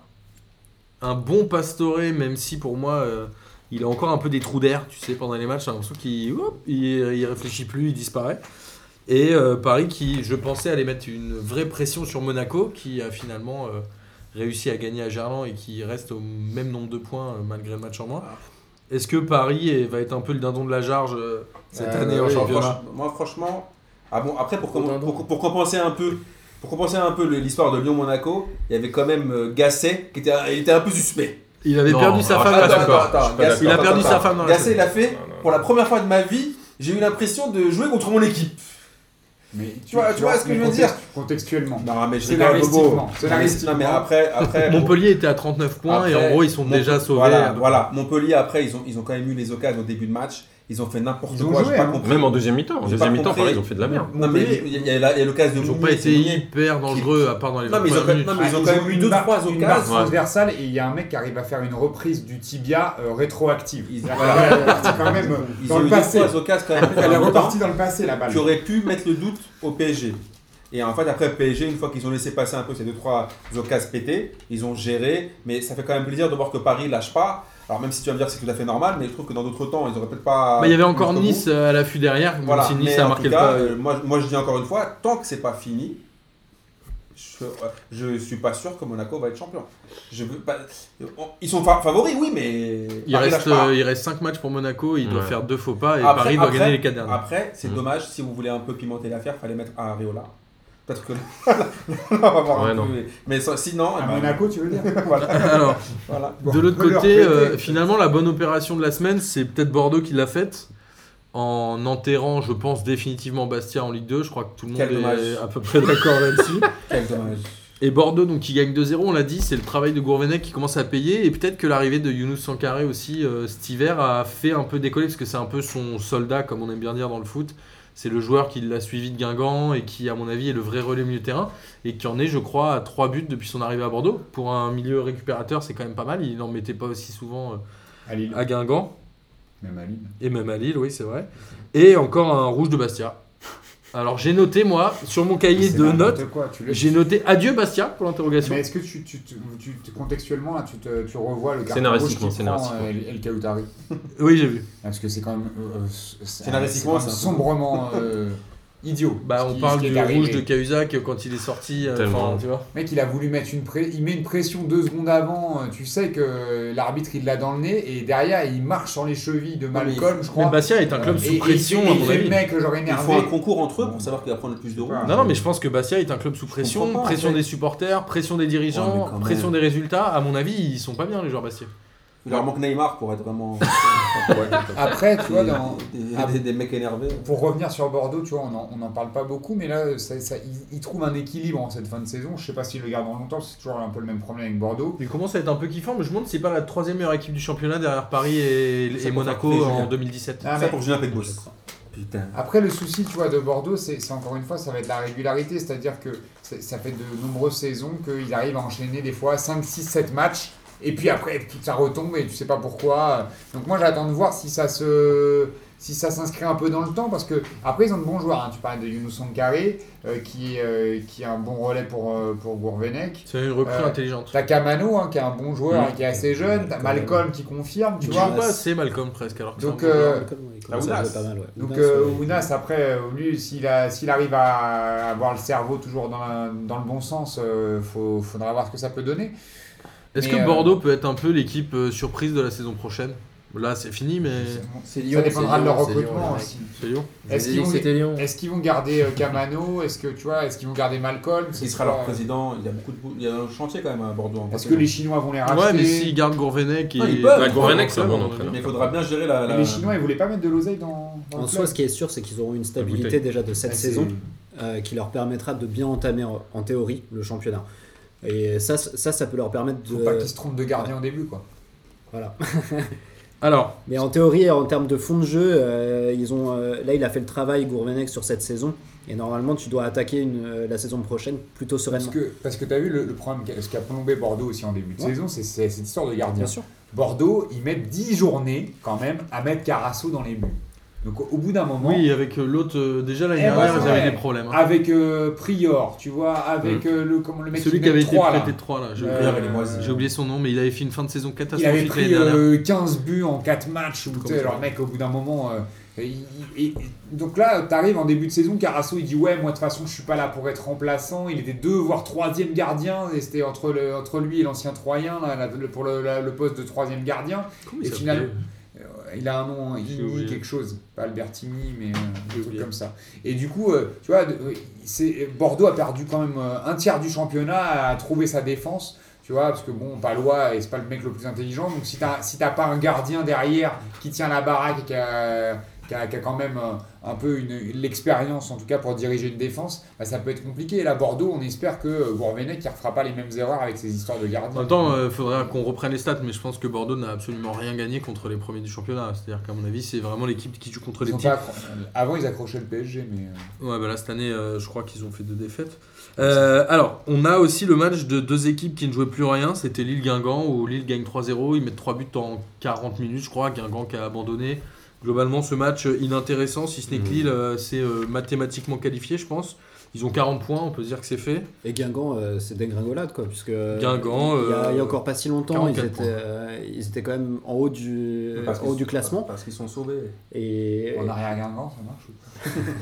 un bon Pastore, même si pour moi euh, il a encore un peu des trous d'air, tu sais, pendant les matchs. J'ai l'impression qu'il hop, il, il réfléchit plus, il disparaît. Et euh, Paris qui, je pensais, allait mettre une vraie pression sur Monaco, qui a finalement euh, réussi à gagner à Gerland et qui reste au même nombre de points euh, malgré le match en moins. Est-ce que Paris est- va être un peu le dindon de la charge euh, cette Euh, année en oui, championnat? franch- Moi, franchement, ah bon, après, pour, com- Au dindon. pour, pour compenser un peu, pour compenser un peu le- l'histoire de Lyon-Monaco, il y avait quand même euh, Gasset qui était, il était un peu suspect. Il avait Non, perdu sa alors, femme. je suis la pas semaine. d'accord. Je suis pas Gasset- Il a attends, perdu attends, sa attends. femme dans la Gasset, semaine. il a fait, Non, non. pour la première fois de ma vie, j'ai eu l'impression de jouer contre mon équipe. Mais Tu vois- tu vois ce que je veux contexte- dire Contextuellement. Non, mais je C'est rigole, Bobo. l'investissement, c'est Non, mais- l'investissement. Non, mais après, après bon, Montpellier était à trente-neuf points et en après, gros ils sont Mont- déjà sauvés. Voilà, à peu voilà. Montpellier, après, ils ont, ils ont quand même eu les occasions au début de match. Ils ont fait n'importe Ils ont quoi, joué, j'ai pas hein. compris. Même en deuxième mi-temps. En J'ai deuxième pas mi-temps, compris. pareil, ils ont fait de la merde. Non, mais il y a- il y a la- il y a l'occasion de Ils n'ont Mounier, pas c'est été Mounier. hyper dangereux à part dans les Non, vingt mais ils ont premières quand- minutes. non, mais ils ont Ah, quand même eu deux, barre- trois une barre occasions. transversale et il y a un mec qui arrive à faire une reprise du tibia euh, rétroactive. Ils- C'est-à-dire voilà. qu'elle est partie quand même euh, Ils dans ont le eu deux, passé. trois occasions quand même. Elle est en repartie dans le passé la balle. qui aurait pu mettre le doute au P S G. Et en fait, après P S G, une fois qu'ils ont laissé passer un peu ces deux trois occasions pétées, ils ont géré. Mais ça fait quand même plaisir de voir que Paris lâche pas. Alors même si tu vas me dire que c'est tout à fait normal, mais je trouve que dans d'autres temps, ils auraient peut-être pas. Bah, il y avait encore jusqu'au bout. Nice euh, à l'affût derrière, même Voilà. si Nice Mais a en marqué tout le cas, pas. euh, moi, moi je dis encore une fois, tant que c'est pas fini, je, je suis pas sûr que Monaco va être champion. Je veux pas. Ils sont fa- favoris, oui, mais Il Paris reste, lâche pas. euh, il reste cinq matchs pour Monaco, il doit Ouais. faire deux faux pas et Après- Paris doit après- gagner les quatre derniers. Après, c'est Mm. dommage, si vous voulez un peu pimenter l'affaire, fallait mettre Areola. Peut-être que on va voir Ouais, un non. peu. Mais ça- sinon, À eh ben, Monaco, tu veux dire voilà. Alors, voilà. Bon, de l'autre on peut leur côté, prêter. euh, finalement, la bonne opération de la semaine, c'est peut-être Bordeaux qui l'a faite. En enterrant, je pense, définitivement Bastia en Ligue deux. Je crois que tout le monde Quel dommage. est à peu près d'accord là-dessus. Quel dommage. Et Bordeaux, donc, qui gagne deux zéro, on l'a dit, c'est le travail de Gourvenec qui commence à payer. Et peut-être que l'arrivée de Younous Sankaré aussi euh, cet hiver a fait un peu décoller, parce que c'est un peu son soldat, comme on aime bien dire dans le foot. C'est le joueur qui l'a suivi de Guingamp et qui, à mon avis, est le vrai relais milieu de terrain. Et qui en est, je crois, à trois buts depuis son arrivée à Bordeaux. Pour un milieu récupérateur, c'est quand même pas mal. Il n'en mettait pas aussi souvent euh, À Lille. à Guingamp. Même à Lille. Et même à Lille, oui, c'est vrai. Et encore un rouge de Bastia. Alors j'ai noté, moi, sur mon cahier C'est de n'importe notes, quoi, tu le- j'ai noté adieu Bastia pour l'interrogation. Mais est-ce que tu, tu, tu, tu- tu- contextuellement là, tu, te, tu revois le carton rouge Scénaristiquement, qui prend scénaristiquement. euh, El, El Kaoutari Oui, j'ai vu. Parce que c'est quand même euh, euh, c'est- Scénaristiquement, c'est quand même c'est un peu- sombrement euh, idiot. Bah, ce on qui- parle ce qui est du arrivé. rouge de Cahuzac quand il est sorti. euh, Tellement. enfin, tu vois. Mec, il a voulu mettre une pré- il met une pression deux secondes avant. euh, Tu sais que l'arbitre il l'a dans le nez et derrière il marche sur les chevilles de mais Malcolm, je Mais crois. Bastia est un club Et- sous et- pression, et, à il mon fait avis. le mec genre Ils énervé. font un concours entre eux pour savoir qui va prendre le plus de rouges. Non, non, mais je pense que Bastia est un club sous pression, comprends pas, en pression fait. des supporters, pression des Ouais, dirigeants, mais quand pression même. des résultats. À mon avis, ils sont pas bien les joueurs Bastia. Il leur manque Neymar pour être vraiment. Après, tu vois, dans, des, Ah, des- des mecs énervés. pour revenir sur Bordeaux, tu vois, on en, on en parle pas beaucoup, mais là, ça, ça, il, il trouve un équilibre en cette fin de saison. Je sais pas s'il le garde longtemps, c'est toujours un peu le même problème avec Bordeaux. Il commence à être un peu kiffant, mais je me demande si c'est pas la troisième meilleure équipe du championnat derrière Paris et, C'est et pour Monaco faire plaisir. en deux mille dix-sept. Ah, Ça mais- pour Julien Pecbos. Putain. Après, le souci, tu vois, de Bordeaux, c'est c'est encore une fois, ça va être la régularité, c'est-à-dire que c'est- ça fait de nombreuses saisons qu'ils arrivent à enchaîner des fois cinq, six, sept matchs, et puis après, ça retombe et tu sais pas pourquoi. Donc moi, j'attends de voir si ça se, si ça s'inscrit un peu dans le temps, parce que après ils ont de bons joueurs. Hein. Tu parlais de Younous Sankharé, euh, qui, euh, qui est un bon relais pour, euh, pour Gourvenec. C'est une recrue Euh, intelligente. T'as Kamano, hein, qui est un bon joueur Mmh. et qui est assez jeune. T'as Malcolm qui confirme, tu Tu vois. joues pas assez Malcolm presque. Alors que Donc, c'est un bon euh, joueur. Il commence à Ounas. jouer pas mal, ouais. Donc Ounas, euh, ouais. Ounas, après, euh, lui, s'il, a, s'il arrive à avoir le cerveau toujours dans, la- dans le bon sens, il faudra voir ce que ça peut donner. Est-ce Mais, que euh, Bordeaux peut être un peu l'équipe euh, surprise de la saison prochaine? Là, c'est fini, mais C'est Ça Lyon. dépendra c'est de leur Lyon, c'est recrutement Lyon, les aussi. c'est Lyon. mecs. Est-ce J'ai qu'ils dit vont, que c'était Lyon. est-ce qu'ils vont garder euh, Kamano? Est-ce que tu vois, est-ce qu'ils vont garder Malcolm? Il sera leur président. Il y a beaucoup de bou- il y a un chantier quand même à Bordeaux. en Est-ce que fait. les Chinois vont les racheter? Ouais, mais s'ils gardent Gourvenec et. Non, ils peuvent. Bah, Gourvenec, c'est un bon Ouais, entraîneur. Mais il faudra bien gérer la. Et la- les Chinois, ils voulaient pas mettre de l'oseille dans, dans En le soi, club. ce qui est sûr, c'est qu'ils auront une stabilité bouteille. déjà de cette Ouais, c'est- saison euh, qui leur permettra de bien entamer en, en théorie le championnat. Et ça, ça, ça peut leur permettre Faut de. pas qu'ils se trompent de gardien au début, quoi. Voilà. Alors, Mais en théorie, en termes de fond de jeu, euh, ils ont, euh, là, il a fait le travail, Gourvenec, sur cette saison. Et normalement, tu dois attaquer une, euh, la saison prochaine plutôt Parce sereinement. que, parce que tu as vu le, le problème, qu'a- ce qui a plombé Bordeaux aussi en début de Ouais. saison, c'est, c'est cette histoire de gardien. Bien sûr. Bordeaux, ils mettent dix journées quand même à mettre Carasso dans les buts. Donc au, au bout d'un moment, oui, avec euh, l'autre, euh, déjà l'année Eh ben, dernière, c'est ils avaient vrai. des problèmes. hein. avec euh, Prior, tu vois, avec Mmh. euh, le, comment, le mec Celui qui qui avait met été trois, là. prêté de trois là, j'ai Euh, oublié. Prior, il est moisi. J'ai oublié son nom, mais il avait fait une fin de saison Il avait catastrophique pris l'année dernière. euh, quinze buts en quatre matchs. Où, tu sais, ça. alors, le mec, au bout d'un moment. euh, il- il- il- donc là, tu arrives en début de saison. Carasso, il dit ouais, moi de toute façon, je suis pas là pour être remplaçant. Il était deux voire troisième gardien. Et c'était entre, le, entre lui et l'ancien Troyen là, là, le- pour le, la- le poste de troisième gardien. Comment Et il s'appelait finalement, euh, il a un nom, J'ai Ini oublié. quelque chose, pas Albertini, mais euh, un truc oublié. comme ça. Et du coup, euh, tu vois, de- euh, c'est, Bordeaux a perdu quand même euh, un tiers du championnat à trouver sa défense. Tu vois, parce que bon, Palois, c'est pas le mec le plus intelligent. Donc si t'as si t'as pas un gardien derrière qui tient la baraque et qui a, qui a, qui a quand même euh, un peu une, une- l'expérience, en tout cas pour diriger une défense, bah, ça peut être compliqué. Et là, Bordeaux, on espère que euh, Gourvenec ne refera pas les mêmes erreurs avec ses histoires de En gardien. même temps, il faudrait qu'on reprenne les stats, mais je pense que Bordeaux n'a absolument rien gagné contre les premiers du championnat. C'est-à-dire qu'à mon avis, c'est vraiment l'équipe qui joue contre Ils les ont petits. pas accro- Avant, ils accrochaient le P S G, mais. euh, Ouais, bah là, cette année, euh, je crois qu'ils ont fait deux défaites. Euh, alors, on a aussi le match de deux équipes qui ne jouaient plus rien. C'était Lille-Guingamp, où Lille gagne trois zéro. Ils mettent trois buts en quarante minutes, je crois. Guingamp qui a abandonné. Globalement, ce match euh, inintéressant, si ce n'est que Mmh. Lille, euh, c'est euh, mathématiquement qualifié, je pense. Ils ont quarante points, on peut se dire que c'est fait. Et Guingamp, euh, c'est dégringolade, quoi. Puisque, Guingamp, il y, a, il y euh, a encore pas si longtemps, ils quarante-quatre étaient, euh, ils étaient quand même en haut du, Parce en haut qu'ils- du classement. Parce qu'ils sont sauvés. Et, En arrière Guingamp, ça marche ou pas?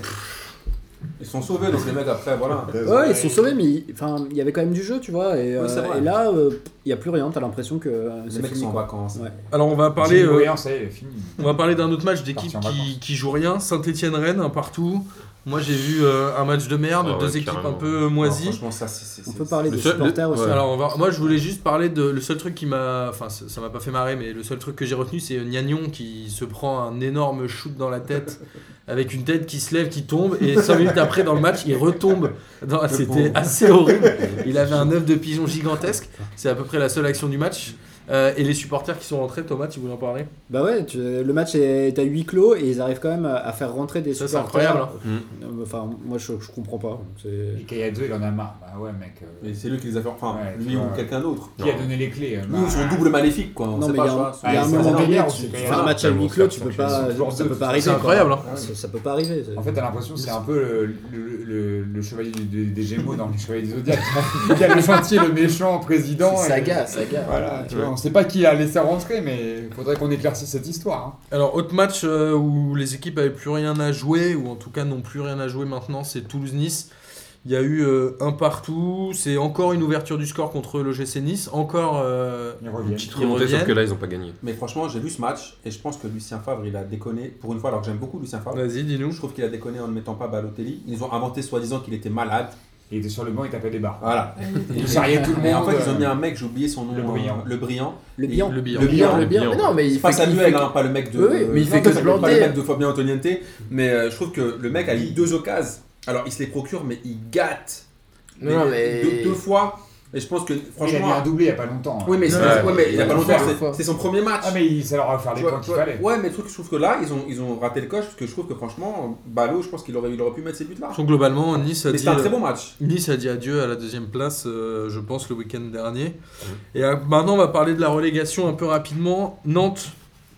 Ils sont sauvés, donc les mecs après, voilà. ouais, ils sont sauvés, mais il- enfin, il y avait quand même du jeu, tu vois. Et, Oui, c'est euh, vrai. et là, euh, il n'y a plus rien. T'as l'impression que euh, Les c'est mecs fini, sont en quoi. vacances. Ouais. Alors, on va parler, Gilles euh, Briand, ça y est, fini. on va parler d'un autre match d'équipe Parti en qui, vacances. qui joue rien. Saint-Etienne-Rennes, un partout. Moi, j'ai vu euh, un match de merde, Ah ouais, deux équipes carrément. un peu Non, moisies. franchement, ça, c'est. c'est- On c'est- peut parler Le des seul- supporters le- aussi. ouais. Alors, on va, moi, je voulais juste parler de. Le seul truc qui m'a. Enfin, ça ça m'a pas fait marrer, mais le seul truc que j'ai retenu, c'est Gnagnon qui se prend un énorme shoot dans la tête, avec une tête qui se lève, qui tombe, et cinq minutes après, dans le match, il retombe. Dans- C'était pauvre. assez horrible. Il avait un œuf de pigeon gigantesque. C'est à peu près la seule action du match. Euh, et les supporters qui sont rentrés, Thomas, tu voulais en parler? Bah ouais, tu- le match est à huis clos et ils arrivent quand même à, à faire rentrer des Ça, c'est supporters. incroyable, hein. Euh, Enfin, moi je, je comprends pas. C'est- Et Kayadzo, il en a marre. Bah ouais, mec. euh, Mais c'est lui qui les a fait. Enfin, Ouais, tu lui ou vois. quelqu'un d'autre. Qui a donné les clés euh, Nous, bah, ils sont double maléfique, quoi. On Non, sait mais pas, il y a tu un- vois. il y a un c'est moment un donné, délire, tu c'est tu quand fais même un match à huis clos, tu peux c'est pas, toujours ça deux- peut pas c'est arriver. incroyable, quoi. hein. Ça, ça peut pas arriver. c'est- En fait, t'as l'impression que c'est un peu le, le, le, le chevalier du- des, des Gémeaux dans les Chevaliers des Zodiac. Qui a le gentil, le méchant président. C'est et- saga, saga. Voilà, tu Ouais. vois, on sait pas qui a laissé rentrer, mais il faudrait qu'on éclaircisse cette histoire. hein. Alors, autre match euh, où les équipes avaient plus rien à jouer, ou en tout cas n'ont plus rien à jouer maintenant, c'est Toulouse-Nice. Il y a eu euh, un partout, c'est encore une ouverture du score contre l'O G C Nice, encore... euh, Ils reviennent. Petite Ils remontée, sauf reviennent. que là, ils ont pas gagné. Mais franchement, j'ai vu ce match et je pense que Lucien Favre, il a déconné. Pour une fois, alors que j'aime beaucoup Lucien Favre. Vas-y, dis-nous. Je trouve qu'il a déconné en ne mettant pas Balotelli. Ils ont inventé soi-disant qu'il était malade. Il était sur le banc, il tapait des barres. Voilà. Il charriait tout le monde. Et en fait, ils ont euh, mis un mec, j'ai oublié son nom. Le Brillant. euh, Le Brillant. Le Et- bilan. Le bilan. Le bilan. Le bien. Bien. Mais non, mais il Pas fait, il Samuel, fait- hein, pas le mec de. Oui, oui, mais il non, fait que pas se le- Pas planter. le mec de Fabien Antoniente. Mais euh, je trouve que le mec a eu deux occasions. Alors, il se les procure, mais il gâte. Non, non, mais- Deux, deux fois. Et je pense que, Il a franchement. mis un doublé il y a pas longtemps. hein. Oui, mais, c'est- Ouais. ouais, mais il y a pas Il longtemps, va le c'est- faire. c'est son premier match. Ah, mais il- ça leur a fait les Tu vois, points qu'il tu vois, fallait. Ouais, mais le truc, je trouve que là, ils ont, ils ont raté le coche parce que je trouve que franchement, Ballot, je pense qu'il aurait, il aurait pu mettre ses buts là. Donc, globalement, Nice a Mais dit... c'était un très euh, bon match. Nice a dit adieu à la deuxième place, euh, je pense, le week-end dernier. Et euh, maintenant, on va parler de la relégation un peu rapidement. Nantes,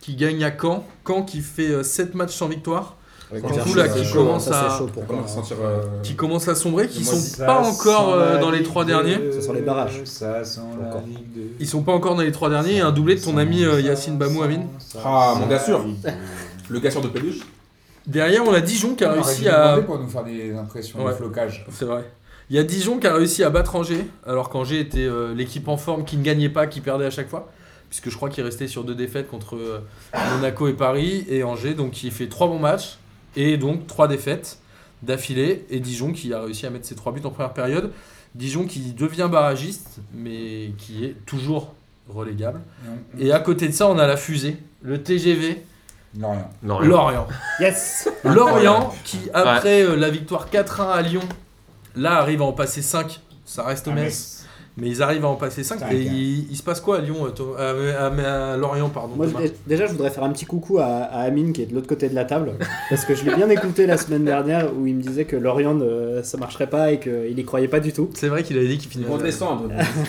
qui gagne à Caen. Caen qui fait sept matchs sans victoire. Avec Du un coup, chaud, là, ça, qui c'est commence chaud, ça, à- c'est chaud pour On commence à Caen. sentir. euh, Qui commencent à sombrer, qui Moi, sont Ça pas sent encore euh, la dans les Ligue trois deux, derniers. Ça sent les barrages. Ça sent la Encore. Ligue deux. Ils sont pas encore dans les trois derniers. Et un doublé de ton ami euh, Yacine Bamou Amine. Ah, mon gars sûr. Le gars sûr de peluche. Derrière, on a Dijon qui a On aurait réussi dû à. demander pour nous faire des impressions Ouais. de flocage. C'est vrai. Il y a Dijon qui a réussi à battre Angers, alors qu'Angers était euh, l'équipe en forme qui ne gagnait pas, qui perdait à chaque fois. Puisque je crois qu'il restait sur deux défaites contre euh, Monaco et Paris. Et Angers, donc qui fait trois bons matchs. Et donc trois défaites d'affilée. Et Dijon qui a réussi à mettre ses trois buts en première période. Dijon qui devient barragiste, mais qui est toujours relégable. Et on- Et à côté de ça, on a la fusée, le T G V, Lorient. Lorient. Lorient. Yes. Lorient qui, après euh, la victoire quatre un à Lyon, là arrive à en passer cinq. Ça reste Ah, Metz. Mais ils arrivent à en passer cinq. Cinq, Et hein. il, il se passe quoi à Lyon, euh, Tho- à, à- à Lorient, pardon. Moi, Thomas je- déjà, je voudrais faire un petit coucou à, à Amine qui est de l'autre côté de la table. Parce que je l'ai bien écouté la semaine dernière où il me disait que Lorient, ne- ça marcherait pas et qu'il y croyait pas du tout. C'est vrai qu'il avait dit qu'il Ils finirait. vont descendre.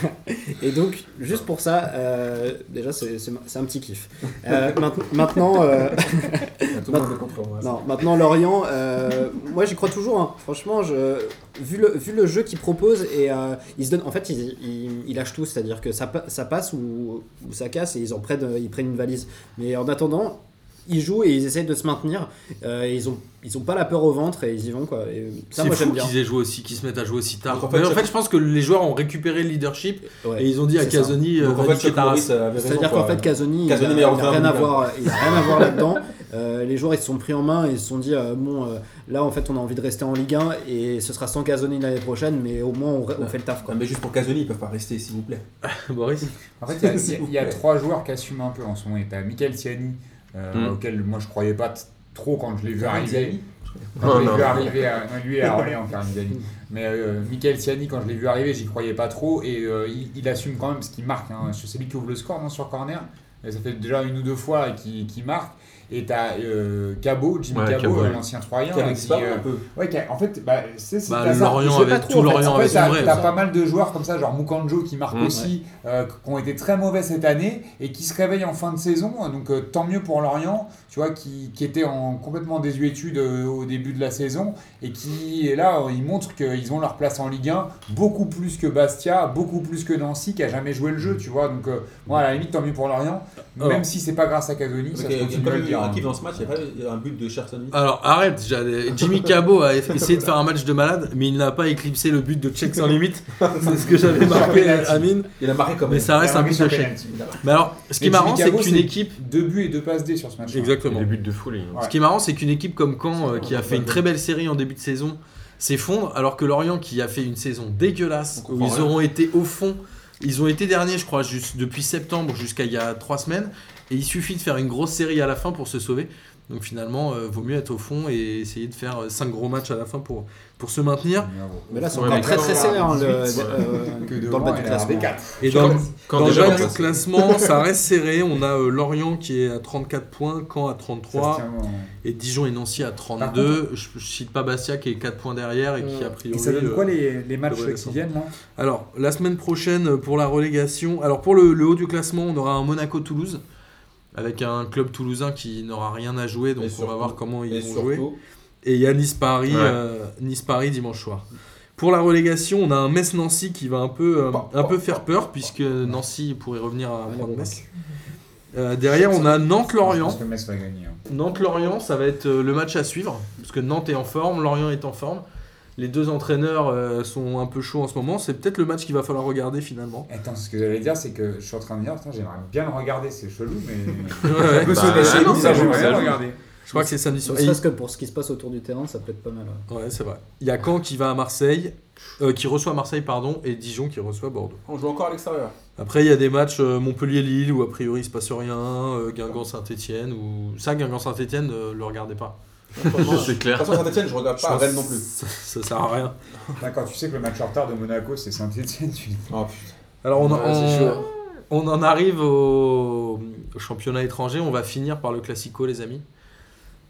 Et donc, juste pour ça, euh, déjà, c'est c'est- c'est un petit kiff. Euh, mainte- maintenant, euh, Tout le monde est contre moi. non, maintenant Lorient, euh, moi j'y crois toujours. Hein. Franchement, je, vu, le, vu le jeu qu'il propose, et euh, il se donne, en fait, il, il, il lâche tout. C'est-à-dire que ça, pa- ça passe ou, ou ça casse et ils en prennent, ils prennent une valise. Mais en attendant, ils jouent et ils essayent de se maintenir. Euh, et ils ont, ils ont pas la peur au ventre et ils y vont quoi. Et ça, C'est moi fou j'aime bien. qu'ils aient joué aussi, qu'ils se mettent à jouer aussi tard. Donc, en fait, Mais en je- fait, je pense que les joueurs ont récupéré le leadership Ouais. et ils ont dit à C'est ça. Casoni, euh, Donc en va fait, niquer Chuck ta Norris race. avait raison. C'est-à-dire quoi. qu'en fait, Casoni, il Casoni, a, il meilleur a joueur rien à mondial. voir, il a rien à voir là-dedans. Euh, les joueurs ils se sont pris en main et ils se sont dit euh, bon euh, là en fait on a envie de rester en Ligue un et ce sera sans Casoni l'année prochaine mais au moins on, on fait le taf quoi. Non, mais juste pour Casoni, ils peuvent pas rester, s'il vous plaît. Boris. En fait, il y a- il y, a- il y a trois joueurs qui assument un peu en ce moment. Il y a Michael Siani, euh, Mm. auquel moi je croyais pas t- trop quand je l'ai vu arriver. Quand Oh, je l'ai non. vu arriver à, non, lui à Orléans, Karim Ziani. Mais euh, Michael Siani, quand je l'ai vu arriver, j'y croyais pas trop et euh, il, il assume quand même ce qu'il marque. Hein. C'est lui qui ouvre le score non, sur corner. Et ça fait déjà une ou deux fois qu'il qui marque. Et t'as euh, Cabot, Jimmy Ouais, Cabot, Cabot, euh, ouais. l'ancien Troyen. Qui avait euh, qui, disparu euh, un peu. ouais, qui a- en fait, bah, c'est c'est Bah, t'as ça. Lorient je sais avait pas trop, tout en fait. Lorient En avait fait, t'as sombré. t'as ça. pas mal de joueurs comme ça, genre Mukanjo qui marque Mm. aussi, euh, qui ont été très mauvais cette année et qui se réveillent en fin de saison. Donc euh, tant mieux pour Lorient, tu vois, qui, qui était en complètement désuétude euh, au début de la saison et qui est là, euh, ils montrent qu'ils ont leur place en Ligue un, beaucoup plus que Bastia, beaucoup plus que Nancy qui a jamais joué le jeu, tu vois. Donc euh, moi à la limite tant mieux pour Lorient, même Alors. si c'est pas grâce à Casoni, ça Ok, je il y a continue quand à le même eu dire. un hein. kiff dans ce match, il y a pas eu un but de Cherson. Alors arrête, j'allais- Jimmy Cabot a essayé de faire un match de malade, mais il n'a pas éclipsé le but de Check sans limite. C'est ce que j'avais marqué à Amine. Il a marqué quand Mais même. ça reste Il a un marqué but sur de Check. penalty. Mais alors, ce qui est Mais marrant, Jimmy c'est Cabot, qu'une c'est équipe. Deux buts et deux passes D sur ce match. Exactement. Des buts de folie. hein. Ouais. Ce qui est marrant, c'est qu'une équipe comme Caen, euh, qui a fait une très belle série en début de saison, s'effondre, alors que Lorient, qui a fait une saison dégueulasse, On où comprend ils rien. auront été au fond, ils ont été derniers, je crois, juste depuis septembre jusqu'à il y a trois semaines, et il suffit de faire une grosse série à la fin pour se sauver. Donc finalement, euh, vaut mieux être au fond et essayer de faire cinq gros matchs à la fin pour, pour se maintenir. Mais là c'est Ouais, encore mais très très serré hein, le- dix-huit, euh, Que dans le bas du classement. Et dans, Quand dans le déjà, bas on du passe- classement, ça reste serré. On a euh, Lorient qui est à trente-quatre points, Caen à trente-trois, Ça se tient en- et Dijon et Nancy à trente-deux. Je, je cite pas Bastia qui est quatre points derrière et qui a priori. Et ça donne euh, quoi les, les matchs devrait qui descendre. viennent là? Alors, la semaine prochaine, pour la relégation, alors pour le, le haut du classement, on aura un Monaco-Toulouse, avec un club toulousain qui n'aura rien à jouer, donc Et on va surtout- voir comment ils Et vont jouer. surtout, Et il y a Nice-Paris, Ouais. euh, Nice-Paris dimanche soir. Pour la relégation, on a un Metz-Nancy qui va un peu, euh, un peu faire peur, puisque Nancy pourrait revenir à prendre Metz. Euh, derrière, on a Je Nantes-Lorient. pense que Metz va gagner. hein. Nantes-Lorient, ça va être euh, le match à suivre, parce que Nantes est en forme, Lorient est en forme. Les deux entraîneurs euh, sont un peu chauds en ce moment. C'est peut-être le match qu'il va falloir regarder finalement. Attends, ce que j'allais dire, c'est que je suis en train de dire, putain, j'aimerais bien le regarder, c'est chelou, mais. Ouais, ouais. Peut se Bah, laisser, non, mais ça ça, joue, j'aimerais ça bien le joue. regarder. Je crois que c'est samedi Ne soir. serait-ce que pour ce qui se passe autour du terrain, ça peut être pas mal. ouais. Ouais, c'est vrai. Il y a Caen qui va à Marseille, euh, qui reçoit Marseille, pardon, et Dijon qui reçoit Bordeaux. on joue encore à l'extérieur. Après, il y a des matchs euh, Montpellier-Lille où a priori il se passe rien, euh, Guingamp-Saint-Etienne, ou ça, Guingamp-Saint-Etienne, euh, le regardez pas. C'est clair. De toute façon, Saint-Etienne, je regarde Je pas à pense Rennes non plus. Ça, ça sert à rien. D'accord, tu sais que le match en retard de Monaco, c'est Saint-Etienne, tu dis. Oh putain. Alors, on, en- Ouais, c'est on- chaud. on en arrive au, au championnat étranger. On va finir par le Classico, les amis.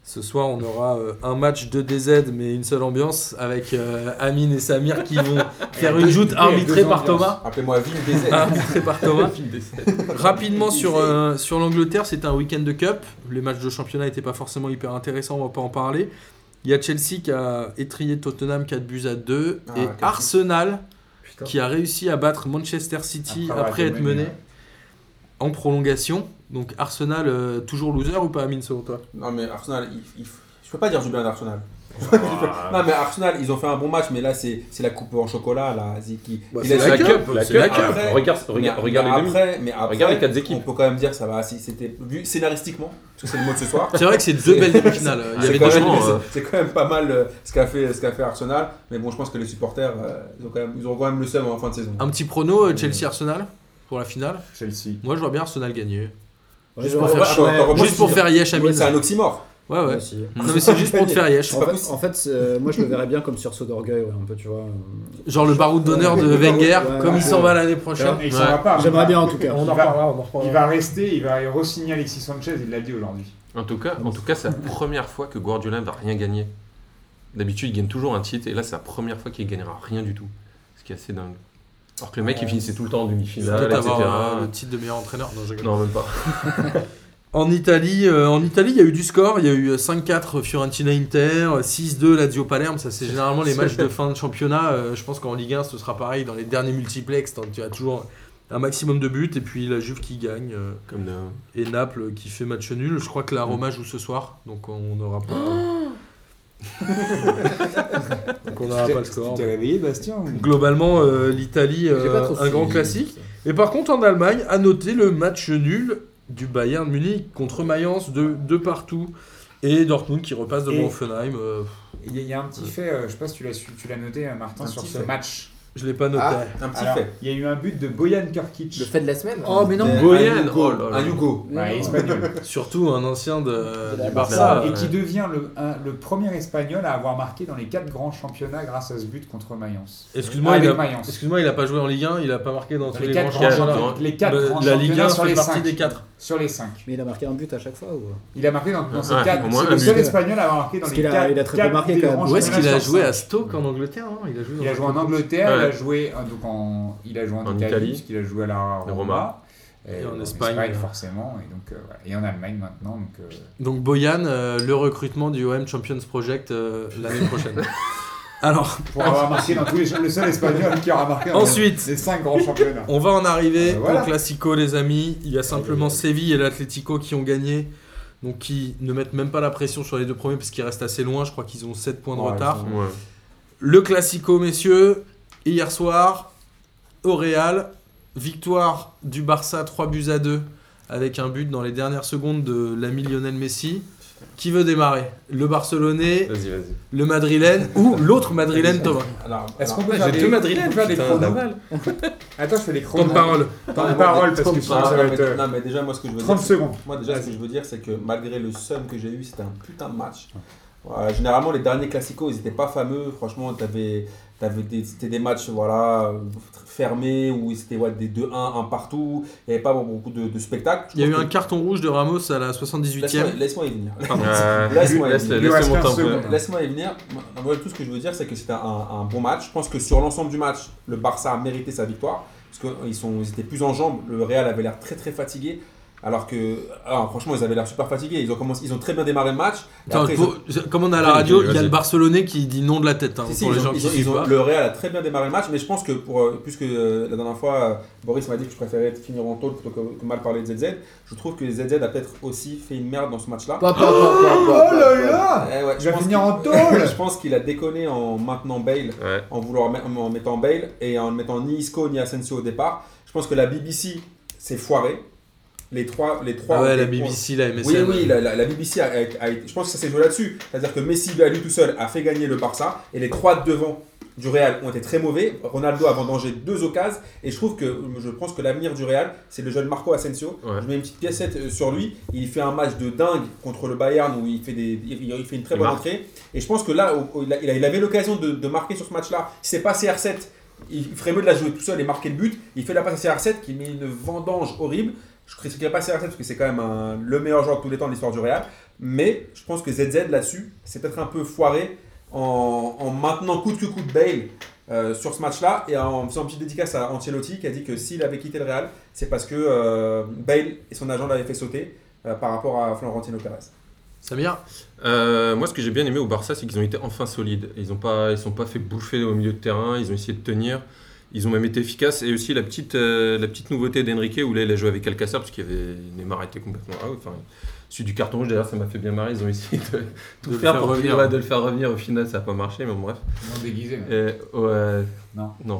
Ce soir, on aura euh, un match de D Z, mais une seule ambiance, avec euh, Amine et Samir qui vont faire une joute arbitrée par Thomas. Appelez-moi Ville D Z. Arbitrée par Thomas. Rapidement sur, euh, sur l'Angleterre, c'était un week-end de cup. Les matchs de championnat n'étaient pas forcément hyper intéressants, on va pas en parler. Il y a Chelsea qui a étrié Tottenham quatre buts à deux. Ah, et quatre Arsenal Putain. qui a réussi à battre Manchester City Après après, avoir être été mené, mené ouais. en prolongation. Donc Arsenal, euh, toujours loser ou pas, Amine, selon toi? Non, mais Arsenal, il, il, je peux pas dire du bien d'Arsenal. Non, mais Arsenal, ils ont fait un bon match, mais là, c'est c'est la coupe en chocolat. Là, qui, Bah, il c'est laisse- la cup, la c'est cup. la cup. Après- Regarde, mais- regarde, mais regarde les demi. après, mais après, Regarde les quatre équipes. On peut quand même dire, ça va, si c'était vu scénaristiquement, parce que c'est le mot de ce soir. C'est vrai que c'est deux belles demi-finales. Il y C'est avait quand, des même, franchement, gens. euh, c'est- c'est quand même pas mal euh, ce qu'a fait, ce qu'a fait Arsenal. Mais bon, je pense que les supporters, euh, ils, ont quand même, ils auront quand même le seum en fin de saison. Un petit prono, euh, Chelsea-Arsenal pour la finale. Chelsea. Moi, je vois bien Arsenal gagner. Ouais, Juste je- pour ouais, faire ouais, chaud. ouais, Encore Juste pour faire yesh, Ouais, Amine. c'est un oxymore. Ouais, ouais. moi aussi. Non, mais c'est juste pour te faire yesh. En pas fait, possible. en fait euh, moi je le verrais bien comme sursaut d'orgueil, ouais, un peu, tu vois. euh. Genre le baroud d'honneur de Ouais, Wenger, ouais, comme ouais, il s'en ouais. va l'année prochaine. Et il s'en Ouais. va pas. J'aimerais bien en tout cas. On Il en va- reparlera, on en reparlera. Il va rester, il va re-signer Alexis Sanchez, il l'a dit aujourd'hui. En tout cas, en tout cas, c'est la première fois que Guardiola ne va rien gagner. D'habitude, il gagne toujours un titre, et là, c'est la première fois qu'il gagnera rien du tout. Ce qui est assez dingue. Alors que le mec, il finissait tout le temps en Il va demi-finale, peut-être et cetera. avoir euh, le titre de meilleur entraîneur. Non, je rigole. Non, même pas. En Italie, euh, en Italie, il y a eu du score. Il y a eu cinq quatre Fiorentina-Inter, six deux Lazio-Palerme. Ça, c'est généralement les matchs de fin de championnat. Euh, je pense qu'en Ligue un, ce sera pareil. Dans les derniers multiplex, tu as toujours un maximum de buts. Et puis la Juve qui gagne. euh, Comme de... et Naples qui fait match nul. Je crois que la Roma joue ce soir. Donc on n'aura pas... donc on n'aura pas le score. Tu t'es réveillé, Bastien ou- Globalement, euh, l'Italie, J'ai pas euh, trop un grand suivi. classique. Et par contre, en Allemagne, à noter le match nul du Bayern Munich contre Mayence de, de partout. Et Dortmund qui repasse devant Et- Offenheim. euh, Il y, a- il y a un petit fait, euh, je sais pas si tu l'as su- tu l'as noté, euh, Martin, Un sur petit ce fait. match. je l'ai pas noté. Ah, un petit Alors, fait. il y a eu un but de Bojan Krkic. Le fait de la semaine. Oh, mais non. Mais Boyan, un Hugo, oh là là. un Hugo. Ouais, espagnol. Surtout un ancien de, De la du Barça. Barça. Et euh, qui devient le, un- le premier espagnol à avoir marqué dans les quatre grands championnats grâce à ce but contre Mayence. Excuse-moi, Ah, il, avec a- Mayence. excuse-moi, il a pas joué en Ligue un, il a pas marqué dans, Dans tous les les quatre grands grands championnats. championnats. Les quatre Le- grands la Ligue championnats un sur fait les partie cinq. des quatre. Sur les cinq. Mais il a marqué un but à chaque fois ou... Il a marqué dans, dans ces Ouais, quatre. au moins C'est un le seul but. espagnol à avoir marqué dans Parce les qu'il a- quatre. il a très peu quatre marqué des quand même. grands Où est-ce qu'il championnats a sur joué cinq. à Stoke en Angleterre, non? Il a joué, dans Il a un joué en club. Angleterre, Ouais. il a joué euh, donc en, il a joué en, En Italie, Italie. puisqu'il a joué à la Roma, Roma. et, en en Espagne, Espagne, euh. forcément, et donc euh, voilà. Et en Allemagne maintenant. Donc, euh, Donc Boyan, euh, le recrutement du O M Champions Project euh, l'année prochaine. Alors, pour avoir marqué dans tous les le seul espagnol qui aura marqué dans Ensuite. les cinq grands championnats. on va en arriver Euh, voilà. au Classico, les amis. Il y a simplement Séville et l'Atlético qui ont gagné. Donc qui ne mettent même pas la pression sur les deux premiers parce qu'ils restent assez loin. Je crois qu'ils ont sept points de Ouais, retard. Ouais. Le Classico, messieurs, hier soir, au Real, victoire du Barça trois buts à deux avec un but dans les dernières secondes de l'ami Lionel Messi. Qui veut démarrer? Le Barcelonais, Vas-y, vas-y. le Madrilène ou l'autre Madrilène, Thomas? Alors, Est-ce alors, qu'on peut faire des, Madrilènes, on peut faire des putain, chronos pas mal. Attends, je fais les chronos. Temps de parole. Temps de non, parole, mais- parce que non, sinon ça non, va mais- être euh, non, mais déjà, moi, ce que je veux trente dire, secondes. moi, déjà, ce que je veux dire, c'est que malgré le seum que j'ai eu, c'était un putain de match. Voilà, généralement, les derniers classicos, ils n'étaient pas fameux. Franchement, t'avais, t'avais des, c'était des matchs voilà, fermés où c'était ouais, des deux un, un partout. Il n'y avait pas beaucoup de, de spectacles. Je Il y a eu trouve un que- carton rouge de Ramos à la soixante-dix-huitième. Laisse-moi, laisse-moi y venir. Euh, Laisse-moi y laisse- venir. laisse-le reste monter un quinze peu. secondes. Laisse-moi y venir. Moi, tout ce que je veux dire, c'est que c'était un, un bon match. Je pense que sur l'ensemble du match, le Barça a mérité sa victoire. Parce qu'ils sont, ils étaient plus en jambes. Le Real avait l'air très très fatigué. Alors que, alors, franchement, ils avaient l'air super fatigués. Ils ont, commencé, ils ont très bien démarré le match. Et Attends, après, ils faut- comme on est à la Vas-y, radio, il y a vas-y. le Barcelonais qui dit non de la tête. Hein, Si, si, pour ils les ont- gens ils qui ont- ils suivent ont- pas. le Real a très bien démarré le match, mais je pense que, pour, euh, puisque euh, la dernière fois, euh, Boris m'a dit que je préférais finir en tôle plutôt que, que mal parler de Z Z, je trouve que Z Z a peut-être aussi fait une merde dans ce match-là. Pa, pa, pa, pa, pa, Oh pa, là pa. là Eh ouais, Je vais pense finir qu'il- en tôle. Je pense qu'il a déconné en maintenant Bale, Ouais. en, vouloir, met- en mettant Bale et en ne mettant ni Isco ni Asensio au départ. Je pense que la B B C s'est foirée. Les trois, les trois. Ah ouais, les la B B trois- C, la M S Oui, N. oui, la, la, la B B C a, a- a été. Je pense que ça s'est joué là-dessus. C'est-à-dire que Messi, à lui tout seul, a fait gagner le Barça et les trois de devant du Real ont été très mauvais. Ronaldo a vendangé deux occasions et je trouve que je pense que l'avenir du Real, c'est le jeune Marco Asensio. Ouais. Je mets une petite piécette euh, sur lui. Il fait un match de dingue contre le Bayern où il fait, des, il, il fait une très Il bonne marque. entrée. Et je pense que là, au- au- il, a- il a- il avait l'occasion de, de marquer sur ce match-là. Si c'est pas C R sept, il ferait mieux de la jouer tout seul et marquer le but. Il fait la passe à C R sept qui met une vendange horrible. je critiquerai pas C R sept parce que c'est quand même un, le meilleur joueur de tous les temps de l'histoire du Real. Mais je pense que Z Z là-dessus, c'est peut-être un peu foiré en, en maintenant coûte que coûte Bale euh, sur ce match-là et en faisant une petite dédicace à Ancelotti qui a dit que s'il avait quitté le Real, c'est parce que euh, Bale et son agent l'avaient fait sauter euh, par rapport à Florentino Pérez. Samir Euh, moi, ce que j'ai bien aimé au Barça, c'est qu'ils ont été enfin solides. Ils ne pas, ils sont pas fait bouffer au milieu de terrain. Ils ont essayé de tenir. Ils ont même été efficaces. Et aussi la petite, euh, la petite nouveauté d'Enrique, où là, il a joué avec Alcacer, parce qu'il y avait Neymar était complètement out. Enfin, celui du carton rouge, d'ailleurs, ça m'a fait bien marrer. Ils ont essayé de tout De le faire faire pour revenir. ouais, de le faire revenir. Au final, ça n'a pas marché, mais bon, bref. Non déguisé. mais- Et, ouais, Non. non.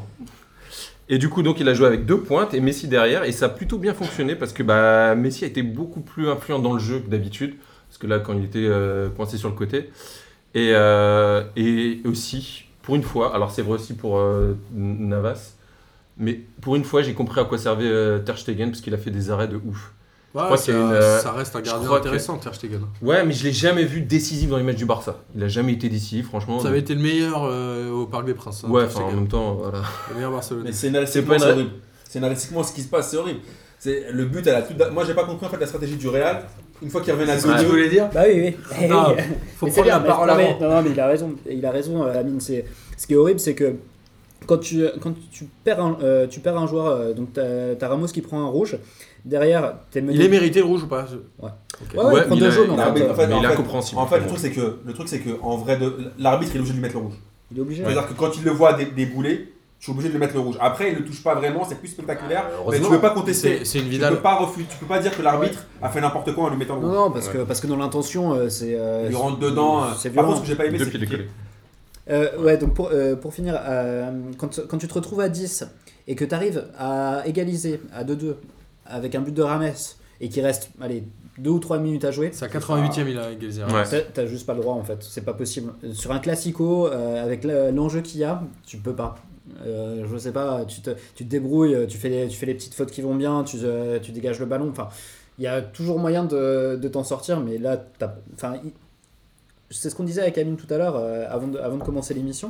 Et du coup, donc, il a joué avec deux pointes et Messi derrière. Et ça a plutôt bien fonctionné parce que bah, Messi a été beaucoup plus influent dans le jeu que d'habitude. Parce que là, quand il était euh, coincé sur le côté. Et, euh, et aussi, pour une fois, alors c'est vrai aussi pour euh, Navas, mais pour une fois, j'ai compris à quoi servait euh, Ter Stegen parce qu'il a fait des arrêts de ouf. Ouais, crois ça, qu'il y a une, euh, ça reste un je gardien crois que- intéressant, Ter Stegen. Ouais, mais je l'ai jamais vu décisif dans les matchs du Barça. Il a jamais été décisif, franchement. Ça avait été le meilleur euh, au Parc des Princes. hein, Ouais, Ter enfin, en Stegen. même temps, voilà. Le meilleur Barcelonais. Mais scénaristiquement, C'est pas c'est une- horrible. Scénaristiquement, ce qui se passe, c'est horrible. C'est le but à la toute. Moi, j'ai pas compris en fait la stratégie du Real. Une fois qu'ils reviennent à C'est ce que tu deux, voulais dire Bah oui, oui. Non, faut Mais c'est prendre bien, la mais- parole non, mais- avant. Non, non, mais il a raison. Il a raison, euh, Amine. C'est ce qui est horrible, c'est que quand tu quand tu perds un euh, tu perds un joueur, euh, donc t'as t'as Ramos qui prend un rouge. Derrière, t'es mené. Il est mérité le rouge ou pas? Ouais. Ok. Ouais, ouais, il prend mais deux il a- jaunes, il en a- fait. mais en fait, mais en il est fait- incompréhensible. En fait, le truc c'est que le truc c'est que en vrai, de, l'arbitre il est obligé de lui mettre le rouge. Il est obligé. C'est-à-dire que quand il le voit dé- débouler, je suis obligé de lui mettre le rouge. Après, il le touche pas vraiment, c'est plus spectaculaire. Euh, mais tu heureusement. peux pas contester. C'est c'est une Tu Vidal. peux pas refuser, tu peux pas dire que l'arbitre a fait n'importe quoi en lui mettant le Non, rouge. non, parce que parce que dans l'intention, euh, c'est. euh, Il rentre dedans. C'est Par violent. contre, ce que j'ai pas aimé, Deux c'est pieds qu'il décollés. Euh, ouais, donc pour, euh, pour finir, euh, quand, quand tu te retrouves à dix et que tu arrives à égaliser à deux deux avec un but de Rames et qu'il reste, allez, deux ou trois minutes à jouer, C'est à quatre-vingt-huitième il a égalisé. Ouais. t'as- t'as juste pas le droit en fait, c'est pas possible. Sur un classico, euh, avec le- l'enjeu qu'il y a, tu peux pas. Euh, je sais pas, tu te, tu te débrouilles, tu fais, les, tu fais les petites fautes qui vont bien, tu, euh, tu dégages le ballon, enfin, il y a toujours moyen de, de t'en sortir, mais là, t'as, enfin, il- c'est ce qu'on disait avec Amine tout à l'heure, euh, avant, de, avant de commencer l'émission.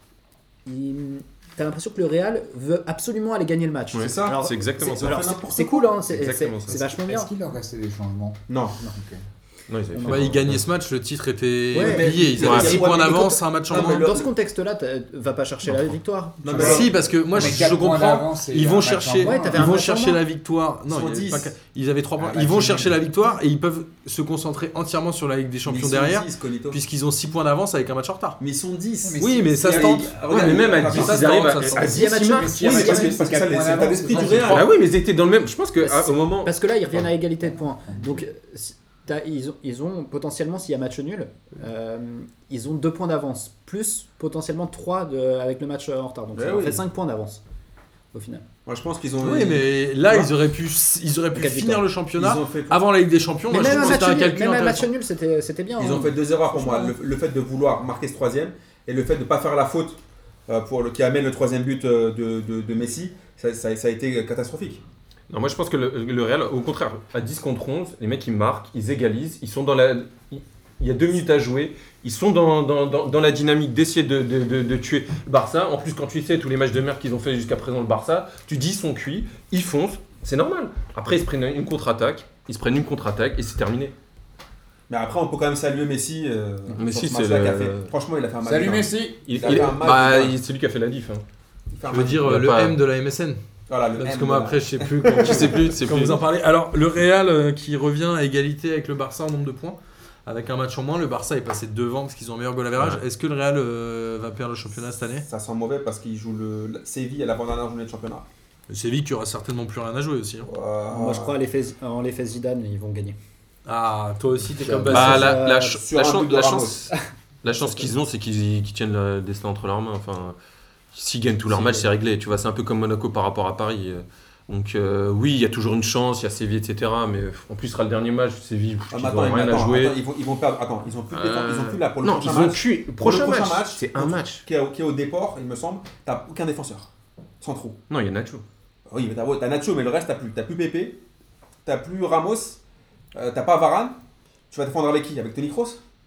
Il- T'as l'impression que le Real veut absolument aller gagner le match. Ouais, C'est ça. Alors, c'est exactement c'est- ça. alors, fait c'est- n'importe c'est quoi. cool, hein, c'est, C'est exactement c'est- ça. c'est vachement bien. Est-ce qu'il leur restait des changements? Non. Ok. Non, ils avaient fait Ouais, un- ils gagnaient ce match, le titre était Ouais, mais- plié. Ils Ouais. avaient six Ouais, points mais d'avance, quand- un match en Non, mais moins. le- Dans ce contexte-là, t'as- va pas chercher la victoire. Non, Tu mais vois. Si, parce que moi Mais je, quatre je points comprends. d'avance et Ils un vont match en chercher, moins. Ouais, t'avais ils un vont match en chercher moins. la victoire. Non, Ils sont il y avait dix. pas qu'à- ils avaient trois Ah, points. bah, Ils vont tu- chercher la victoire et ils peuvent se concentrer entièrement sur la Ligue des Champions Mais ils sont derrière, dix, Colito. puisqu'ils ont six points d'avance avec un match en retard. Mais ils sont dix. Mais Oui, mais ça se tente. Ouais, mais même à dix, ça se ils arrivent tente, à ça se à tente. dix, S'il y a match ils nul, marquent. s'il y a Oui, match parce que nul, parce que quatre ça, points c'est d'avance, l'état d'esprit ils du ont Real. Ah oui, mais ils étaient dans le même. Je pense qu'au Parce- moment. Parce que là, ils reviennent à égalité de points. Donc, si- t'as- ils, ont, ils ont potentiellement, s'il y a match nul, euh, ils ont deux points d'avance, plus potentiellement trois de, avec le match en retard. Donc, Ouais, ça leur oui. fait cinq points d'avance au final. Moi, je pense qu'ils ont. Oui, mais là Tu vois ils auraient pu, ils auraient pu Quatre finir victoires. le Ils championnat ont fait. avant la Ligue des Champions. Mais Moi, je même un trouve que match c'était un nul, calcul même un match intéressant. nul, c'était, c'était bien. Ils hein. ont fait deux erreurs pour moi. Franchement. Le, le fait de vouloir marquer ce troisième et le fait de ne pas faire la faute euh, pour le, qui amène le troisième but euh, de, de, de Messi, ça, ça- ça a été catastrophique. Non, moi je pense que le, le Real, au contraire, à dix contre onze, les mecs ils marquent, ils égalisent, ils sont dans la. Il y a deux minutes à jouer, ils sont dans, dans, dans, dans la dynamique d'essayer de, de, de, de tuer le Barça. En plus, quand tu sais tous les matchs de merde qu'ils ont fait jusqu'à présent le Barça, tu dis ils sont cuits, ils foncent, c'est normal. Après, ils se prennent une contre-attaque, ils se prennent une contre-attaque et c'est terminé. Mais après, on peut quand même saluer Messi. Euh, Messi, sur ce c'est match-là le- qu'il a fait. Franchement, il a fait un match. Salut hein. Messi. Il, Il a il- fait un match, bah, il a- il- c'est lui qui a fait la diff. Hein. Il fait un Je veux match. dire Il a le pas- M de la M S N. Voilà, le Parce M, que moi voilà. après je sais plus quand, Je sais plus, c'est quand plus. vous en parlez. Alors le Real euh, qui revient à égalité avec le Barça en nombre de points. Avec un match en moins, le Barça est passé devant parce qu'ils ont un meilleur goal average. Ouais. Est-ce que le Real euh, va perdre le championnat cette année? Ça sent mauvais parce qu'il joue le Séville à l'avant-dernière journée de championnat. Le Séville qui aura certainement plus rien à jouer aussi. hein. Euh, Moi, je crois à l'effet, en l'effet Zidane, ils vont gagner. Ah, toi aussi t'es comme Bah, Bastien. la, la, euh, ch- sur la un chance, but de la Ramos. chance, la chance qu'ils ont, c'est qu'ils qu'ils tiennent le destin entre leurs mains. Enfin, s'ils gagnent tous leurs S'ils matchs, gagnent. c'est réglé. Tu vois, c'est un peu comme Monaco par rapport à Paris. Donc euh, oui, il y a toujours une chance, il y a Séville, et cetera. Mais en plus, ce sera le dernier match. Séville, Ah, ils mais n'ont attends, rien mais à attends, jouer. attends, ils, vont, ils vont perdre. Attends, ils ont plus, de défense, ils ont plus là pour le non, prochain ils ont match. cuit. Pour le Prochain prochain match, match, c'est un contre- match. Qui est, au- qui est au déport, il me semble, t'as aucun défenseur. Sans trou. Non, il y a Nacho. Oui, mais t'as, t'as Nacho, mais le reste, t'as plus. T'as plus Pépé, t'as plus Ramos, euh, t'as pas Varane. Tu vas défendre avec qui? Avec Toni Kroos?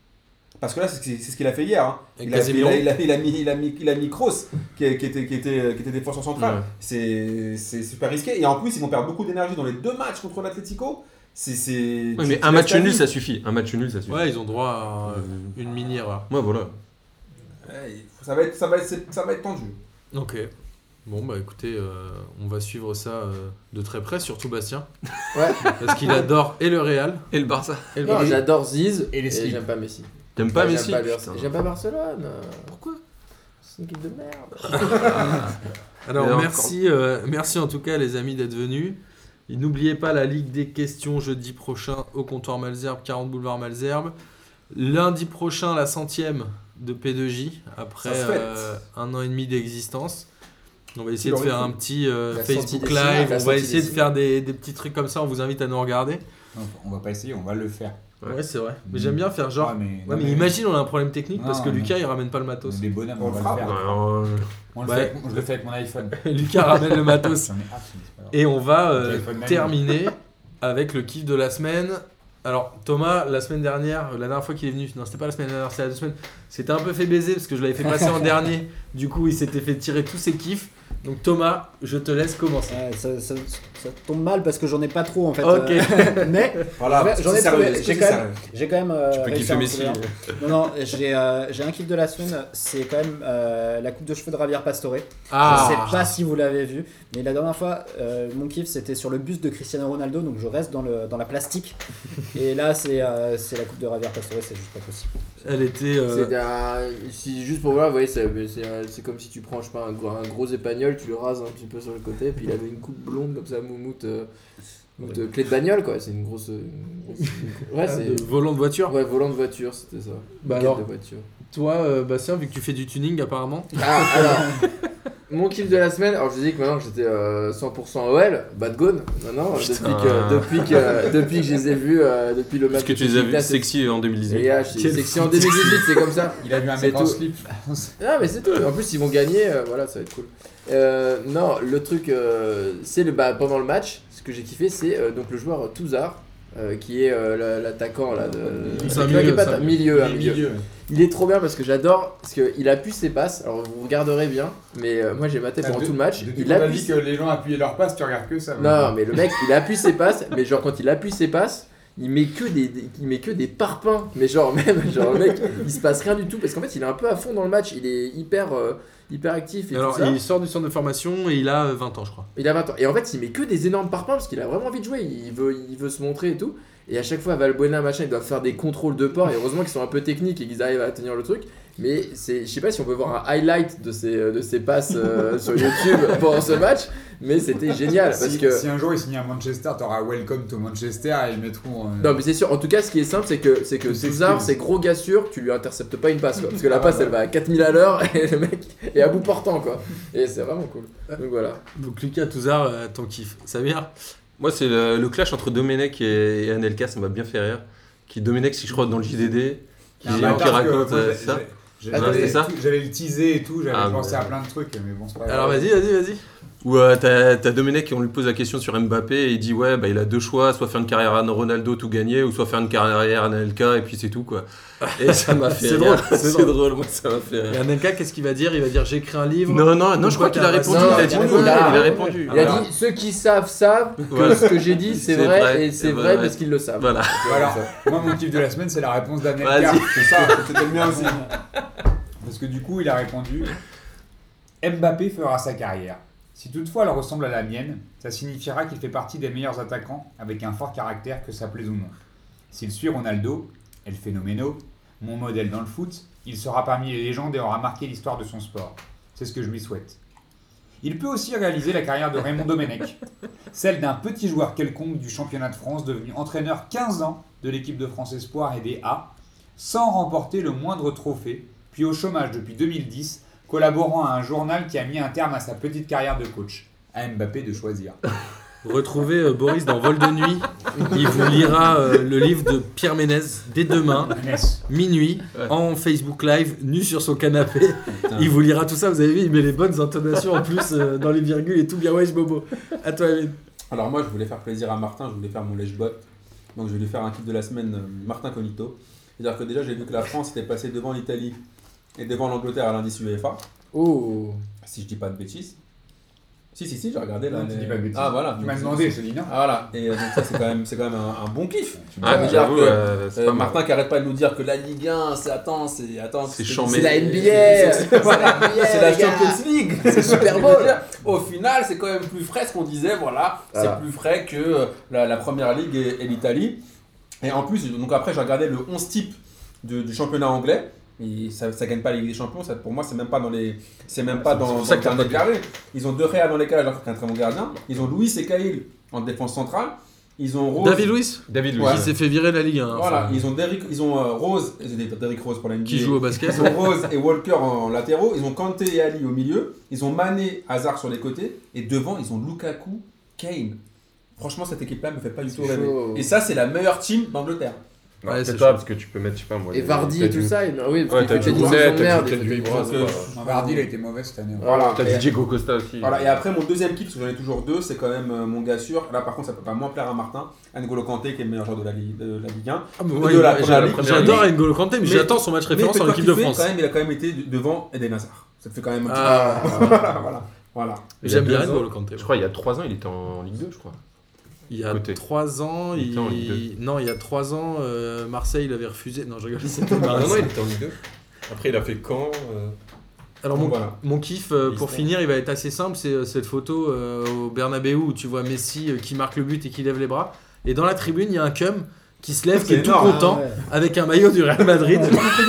Parce que là, c'est ce qu'il c'est ce qu'il a fait hier. Hein. Avec Il, a, il, Casemiro. a, il, a, il, a mis, il, a mis, il a mis Kroos, qui, qui, était, qui, était, qui était défenseur central. Ouais. C'est c'est super risqué. Et en plus, ils vont perdre beaucoup d'énergie dans les deux matchs contre l'Atlético. C'est, c'est, Ouais, tu- mais tu un laisses match ta nul, vie. ça suffit. Un match nul, ça suffit. Ouais, ils ont droit à euh, une mini-erreur. Ouais, voilà. Ouais, ça, va être, ça, va être, ça va être tendu. Ok. Bon, bah écoutez, euh, on va suivre ça euh, de très près, surtout Bastien. Ouais. Parce qu'il adore et le Real Et le Barça. et le Non, Barça. j'adore Ziz et les et slips. j'aime pas Messi. T'aimes pas Ouais, Messi J'aime pas, Putain. j'aime pas Barcelone. Pourquoi C'est une équipe de merde. Alors Mais encore- merci, euh, merci en tout cas les amis d'être venus. Et n'oubliez pas la Ligue des questions jeudi prochain au comptoir Malzerbe, quarante boulevard Malzerbe. Lundi prochain la centième de P deux J après Ça se fête. euh, un an et demi d'existence. On va essayer Qui de faire l'aurait un petit euh, La sortie Facebook des cinémas, Live. la On va sortie essayer des de faire des, des petits trucs comme ça. On vous invite à nous regarder. Non, on va pas essayer, on va le faire. Ouais. Ouais, c'est vrai. Mais j'aime bien faire genre. Ouais, mais, Ouais, non, mais imagine, on a un problème technique parce Non, que mais- Lucas il ramène pas le on matos. est des bonhommes, On on, le va fera. le faire. Ouais, ouais. On le Ouais. fait avec- je le fais avec mon iPhone. Lucas ramène le matos. J'en ai hâte, mais c'est pas grave. Et on va euh, Téléphone même. terminer avec le kiff de la semaine. Alors Thomas, la semaine dernière, la dernière fois qu'il est venu, non c'était pas la semaine dernière, c'était la deux semaines, c'était un peu fait baiser parce que je l'avais fait passer en dernier. Du coup il s'était fait tirer tous ses kiffs. Donc Thomas, je te laisse commencer. Ouais, ça, ça- ça tombe mal parce que j'en ai pas trop en fait. Ok. euh, mais Voilà, Ouais, j'en ai c'est sérieux, trouvé- c'est j'ai c'est quand même- sérieux. j'ai quand même. euh, Tu peux réussi kiffer à en Messi. trouver un. Non, non, j'ai euh, j'ai un kiff de la semaine, c'est quand même euh, la coupe de cheveux de Javier Pastore. Ah. Je sais pas si vous l'avez vu, mais la dernière fois, euh, mon kiff c'était sur le buste de Cristiano Ronaldo, donc je reste dans, le, dans la plastique. Et là, c'est euh, c'est la coupe de Javier Pastore, c'est juste pas possible. Elle était. euh, C'est un- si, juste pour voir, vous voyez, c'est c'est un- c'est comme si tu prends je sais pas, un, gros, un gros épagnol, tu le rases un petit peu sur le côté, puis il avait une coupe blonde comme ça, moumoute, euh, moumoute, euh, clé de bagnole quoi. C'est une grosse. Une grosse une- ouais, c'est. de volant de voiture. Ouais, volant de voiture, c'était ça. Bah Quête alors, de voiture. toi euh, Bastien, vu que tu fais du tuning apparemment. Ah, alors, mon kiff de la semaine, alors je disais que maintenant que j'étais euh, cent pour cent O L, Bad Gone, maintenant, depuis Putain. que, depuis, que, depuis que je les ai vus, euh, depuis le match. Parce que tu les as vus sexy en deux mille Et dix-huit. là, je suis Quel sexy en deux mille dix-huit, c'est comme ça. Il a vu un C'est mec en tout. slip, je pense. Non mais c'est tout, en plus ils vont gagner, euh, voilà ça va être cool. Euh, non, le truc, euh, c'est le, bah, pendant le match, ce que j'ai kiffé c'est euh, donc le joueur Touzard, euh, qui est euh, la- l'attaquant là de... C'est un qui est milieu, pas- c'est un milieu, un Milieu. milieu. Il est trop bien parce que j'adore, parce qu'il appuie ses passes, alors vous regarderez bien, mais euh, moi j'ai maté pendant De- tout le match, Depuis il qu'on a appuie... dit que les gens appuyaient leur passe, tu regardes que ça. Non mais le mec il appuie ses passes, mais genre quand il appuie ses passes, il met que des, des- il met que des parpaings, mais genre même genre le mec il se passe rien du tout parce qu'en fait il est un peu à fond dans le match, il est hyper euh, hyper actif et Alors tout ça. il sort du centre de formation et il a euh, vingt ans je crois. Il a vingt ans. Et en fait, il met que des énormes parpaings parce qu'il a vraiment envie de jouer. Il veut, il veut se montrer et tout. Et à chaque fois, Valbuena, machin, ils doivent faire des contrôles de port. Et heureusement qu'ils sont un peu techniques et qu'ils arrivent à tenir le truc. Mais c'est, je sais pas si on peut voir un highlight de ces, de ces passes euh, sur YouTube pendant ce match. Mais c'était génial parce si, que. si un jour il signe à Manchester, t'auras Welcome to Manchester et ils mettront. euh, Non mais c'est sûr, en tout cas ce qui est simple c'est que c'est que Tout Touzard s'excuse. c'est gros gars sûr, tu lui interceptes pas une passe quoi, parce que la Ah, passe ouais. elle va à quatre mille à l'heure et le mec est à bout portant quoi. Et c'est vraiment cool. Donc voilà. Donc Lucas Touzard, euh, ton kiff. Samir. Moi, c'est le, le clash entre Domenech et, et Anelka, ça m'a bien fait rire. Qui Domenech, si je crois, dans le J D D, qui, un qui bâtard, parce que raconte moi, euh, j'ai- ça. j'ai- Ah, J'allais c'est ça tout- j'allais le teaser et tout, j'avais Ah, pensé mais- à plein de trucs, mais bon, c'est pas grave. Alors vas-y, vas-y, vas-y. Où euh, t'as, t'as Domenech et on lui pose la question sur Mbappé et il dit ouais, bah, il a deux choix, soit faire une carrière à Ronaldo, tout gagner, ou soit faire une carrière à Anelka et puis c'est tout quoi. Et ça m'a fait C'est rire. drôle, c'est c'est drôle. drôle. Moi ça m'a fait Et rire. Anelka, qu'est-ce qu'il va dire? Il va dire j'ai écrit un livre. Non, non, non, je crois Pourquoi qu'il a t'as répondu. raison Il a dit Non, oui, il il a- a répondu. Il a Alors, dit ceux qui savent savent que Voilà. ce que j'ai dit c'est C'est vrai, vrai, et c'est c'est vrai vrai. parce qu'ils le savent. Voilà. Voilà, moi mon kiff de la semaine c'est la réponse d'Anelka. Vas-y. C'est ça, c'était le mien aussi. Parce que du coup il a répondu Mbappé fera sa carrière. Si toutefois elle ressemble à la mienne, ça signifiera qu'il fait partie des meilleurs attaquants avec un fort caractère que ça plaise ou non. S'il suit Ronaldo, El Phénoméno, mon modèle dans le foot, il sera parmi les légendes et aura marqué l'histoire de son sport. C'est ce que je lui souhaite. Il peut aussi réaliser la carrière de Raymond Domenech, celle d'un petit joueur quelconque du championnat de France devenu entraîneur quinze ans de l'équipe de France Espoir et des A, sans remporter le moindre trophée, puis au chômage depuis deux mille dix, collaborant à un journal qui a mis un terme à sa petite carrière de coach. À Mbappé de choisir. Retrouvez euh, Boris dans Vol de nuit. Il vous lira euh, le livre de Pierre Ménez dès demain, Yes. minuit, Ouais. en Facebook Live, nu sur son canapé. Il vous lira tout ça. Vous avez vu, il met les bonnes intonations en plus euh, dans les virgules et tout bien. Wesh Bobo. À toi, Amine. Alors moi, je voulais faire plaisir à Martin, je voulais faire mon lèche-bot. Donc je vais lui faire un kiff de la semaine, euh, Martin Cognito. C'est-à-dire que déjà, j'ai vu que la France était passée devant l'Italie et devant l'Angleterre à l'indice UEFA. Oh. Si je dis pas de bêtises. Si, si, si, j'ai regardé là. Non, tu les- dis pas de bêtises. Ah, voilà. Tu m'as Donc, demandé, c'est- je te dis non. Ah, voilà. Et euh, donc, ça, c'est quand même, c'est quand même un, un bon kiff. Ah, mais dire j'avoue, que, euh, c'est Euh, pas mal. Martin qui arrête pas de nous dire que la Ligue un, c'est attends, c'est attends, C'est c'est- chambé. C'est la N B A. c'est- C'est la N B A, c'est la les gars. Champions League. C'est Super Bowl. Au final, c'est quand même plus frais ce qu'on disait, voilà, Voilà. c'est plus frais que euh, la, la Première Ligue et, et l'Italie. Et en plus, donc après, j'ai regardé le onze type de- du championnat anglais. Et ça, ça gagne pas la Ligue des Champions, ça, pour moi c'est même pas dans les, c'est même pas c'est dans, pour dans ça le que t'as dernier pas carré. Ils ont deux Réal dans les cages, alors qu'il y a un très bon gardien. Ils ont Louis et Cahill en défense centrale. Ils ont Rose. David Luiz, David Luiz. Ouais. qui s'est fait virer de la Ligue un. hein, Voilà, enfin, ils ont Derrick, ils ont euh, Rose, ils ont Derrick Rose pour la N B A. qui joue au basket. Ils ont Rose et Walker en latéraux, ils ont Kanté et Ali au milieu, ils ont Mané, Hazard sur les côtés, et devant ils ont Lukaku, Kane. Franchement, cette équipe-là me fait pas du tout C'est rêver. chaud. Et ça, c'est la meilleure team d'Angleterre. Ouais, Ouais, c'est c'est toi, chaud. parce que tu peux mettre, je sais pas moi. Et des- Vardy t'as et tout du- ça. et- Oui, Ouais, parce t'as qu'il fait du des Gounet, saisons de t'as merde. du il fait des Kevin grosses- Durant, Donc, c'est pas- Non, Vardy, il a été mauvais cette année. hein. Voilà. T'as Et- du Diego Costa aussi. Voilà, et après mon deuxième kiff, parce que j'en ai toujours deux, c'est quand même euh, mon gars sûr. Là par contre, ça peut pas moins plaire à Martin. N'Golo Kanté, qui est le meilleur joueur de la Ligue. De la Ligue un. Ah, mais De moi, la il- Première j'a- Ligue. J'adore N'Golo Kanté, mais Mais- j'attends son match Mais référence en fais-toi équipe de kiffer, France. quand même, il a quand même été devant Eden Hazard. Ça te fait quand même un petit Ah, voilà, voilà. Il y a j'aime deux bien ans, N'Golo Kanté. Je crois il y a trois ans, il était en Ligue deux, je crois. Il y a Côté. trois ans, Il il... était en Ligue non, il y a trois ans, euh, Marseille l'avait refusé. Non, je rigole. C'était Non, non, Marseille. il était en Ligue deux. Après, il a fait Caen. euh, Alors Donc, mon, voilà. mon kiff euh, pour L'histoire. finir, il va être assez simple. C'est euh, cette photo euh, au Bernabeu où tu vois Messi euh, qui marque le but et qui lève les bras. Et dans la tribune, il y a un cum qui se lève, qui C'est est tout énorme. content, Ah ouais. avec un maillot du Real Madrid.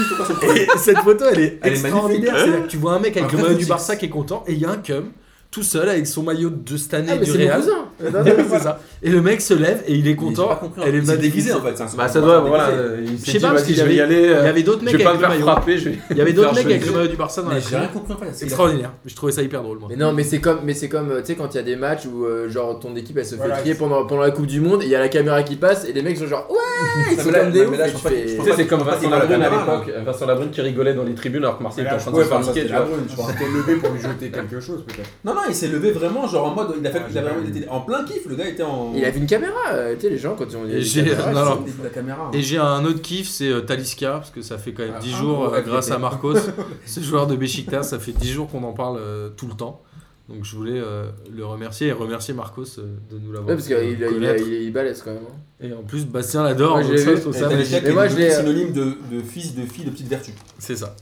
Et cette photo, elle est Elle est extraordinaire. magnifique. C'est-à-dire que tu vois un mec avec Un le vrai maillot du footix. Barça qui est content, et il y a un cum tout seul avec son maillot de cette année Ah, mais du c'est mon Real. cousin. C'est ça. Et le mec se lève et il est content. Elle est il s'est magnifique. déguisé en fait. c'est un Bah, super ça doit, déguisé. voilà. euh, Il Je s'est sais dit, pas, parce vas-y, qu'il je vais y y avait- aller. Il y euh, avait d'autres Je mecs vais pas avec me le faire maillot. frapper. je vais Il y avait me d'autres faire mecs avec le jeter. maillot du Barça dans Mais la j'ai tribune. rien compris en fait. C'est extraordinaire. Je trouvais ça hyper drôle, moi. Mais non, mais c'est comme, mais c'est comme, tu sais, quand il y a des matchs où euh, genre ton équipe elle se fait Voilà, trier c'est- pendant, pendant la Coupe du Monde, et il y a la caméra qui passe et les mecs sont genre ouais, ils Non, sont mais là- comme des non, mais ouf. là, et je tu pense pas fais- qu'il- Tu sais, c'est comme Je pense Vincent pas qu'il Labrune a à la caméra, l'époque. Vincent Labrune qui rigolait dans les tribunes alors que Marseille était en train de Ouais, se faire enfin, ça, niquer. c'était tu la vois. brune, je Il crois. s'était levé pour lui jeter quelque chose, peut-être. Non, non, il s'est levé vraiment, genre en mode. Il a fait, Ah, il avait j'ai pas vraiment vu. été en plein kiff, le gars était en. Il avait une caméra, euh, tu sais, les gens quand ils ont. il y a Et des j'ai- caméras, non, ils non. sont- la caméra. Et j'ai un autre kiff, c'est euh, Talisca, parce que ça fait quand même Ah, dix ah, jours, ouais, euh, grâce il à était- Marcos, ce joueur de Beşiktaş, ça fait dix jours qu'on en parle euh, tout le temps. Donc je voulais euh, le remercier et remercier Marcos euh, de nous l'avoir Ouais, parce qu'il fait il, il, connaître. il, il balèze quand même. hein. Et en plus, Bastien l'adore, Moi, donc je l'ai ça, vu. je trouve Et ça t'as les magnifique. gars qui Mais moi, est je l'ai- synonyme de, de fils, de fille, de petite vertu. C'est ça.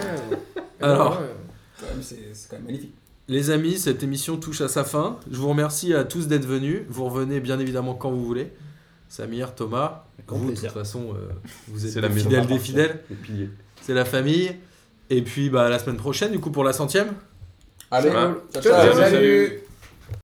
Ah. Alors. Ouais. Quand même, C'est c'est quand même magnifique. Les amis, cette émission touche à sa fin. Je vous remercie à tous d'être venus. Vous revenez bien évidemment quand vous voulez. Samir, Thomas, grand vous, de plaisir. toute façon, euh, vous êtes C'est la les maison fidèles d'appartement. des fidèles. Les piliers. C'est la famille. Et puis bah, la semaine prochaine, du coup, pour la centième. Allez, Ça va. ciao, Ciao, ciao. salut. Salut.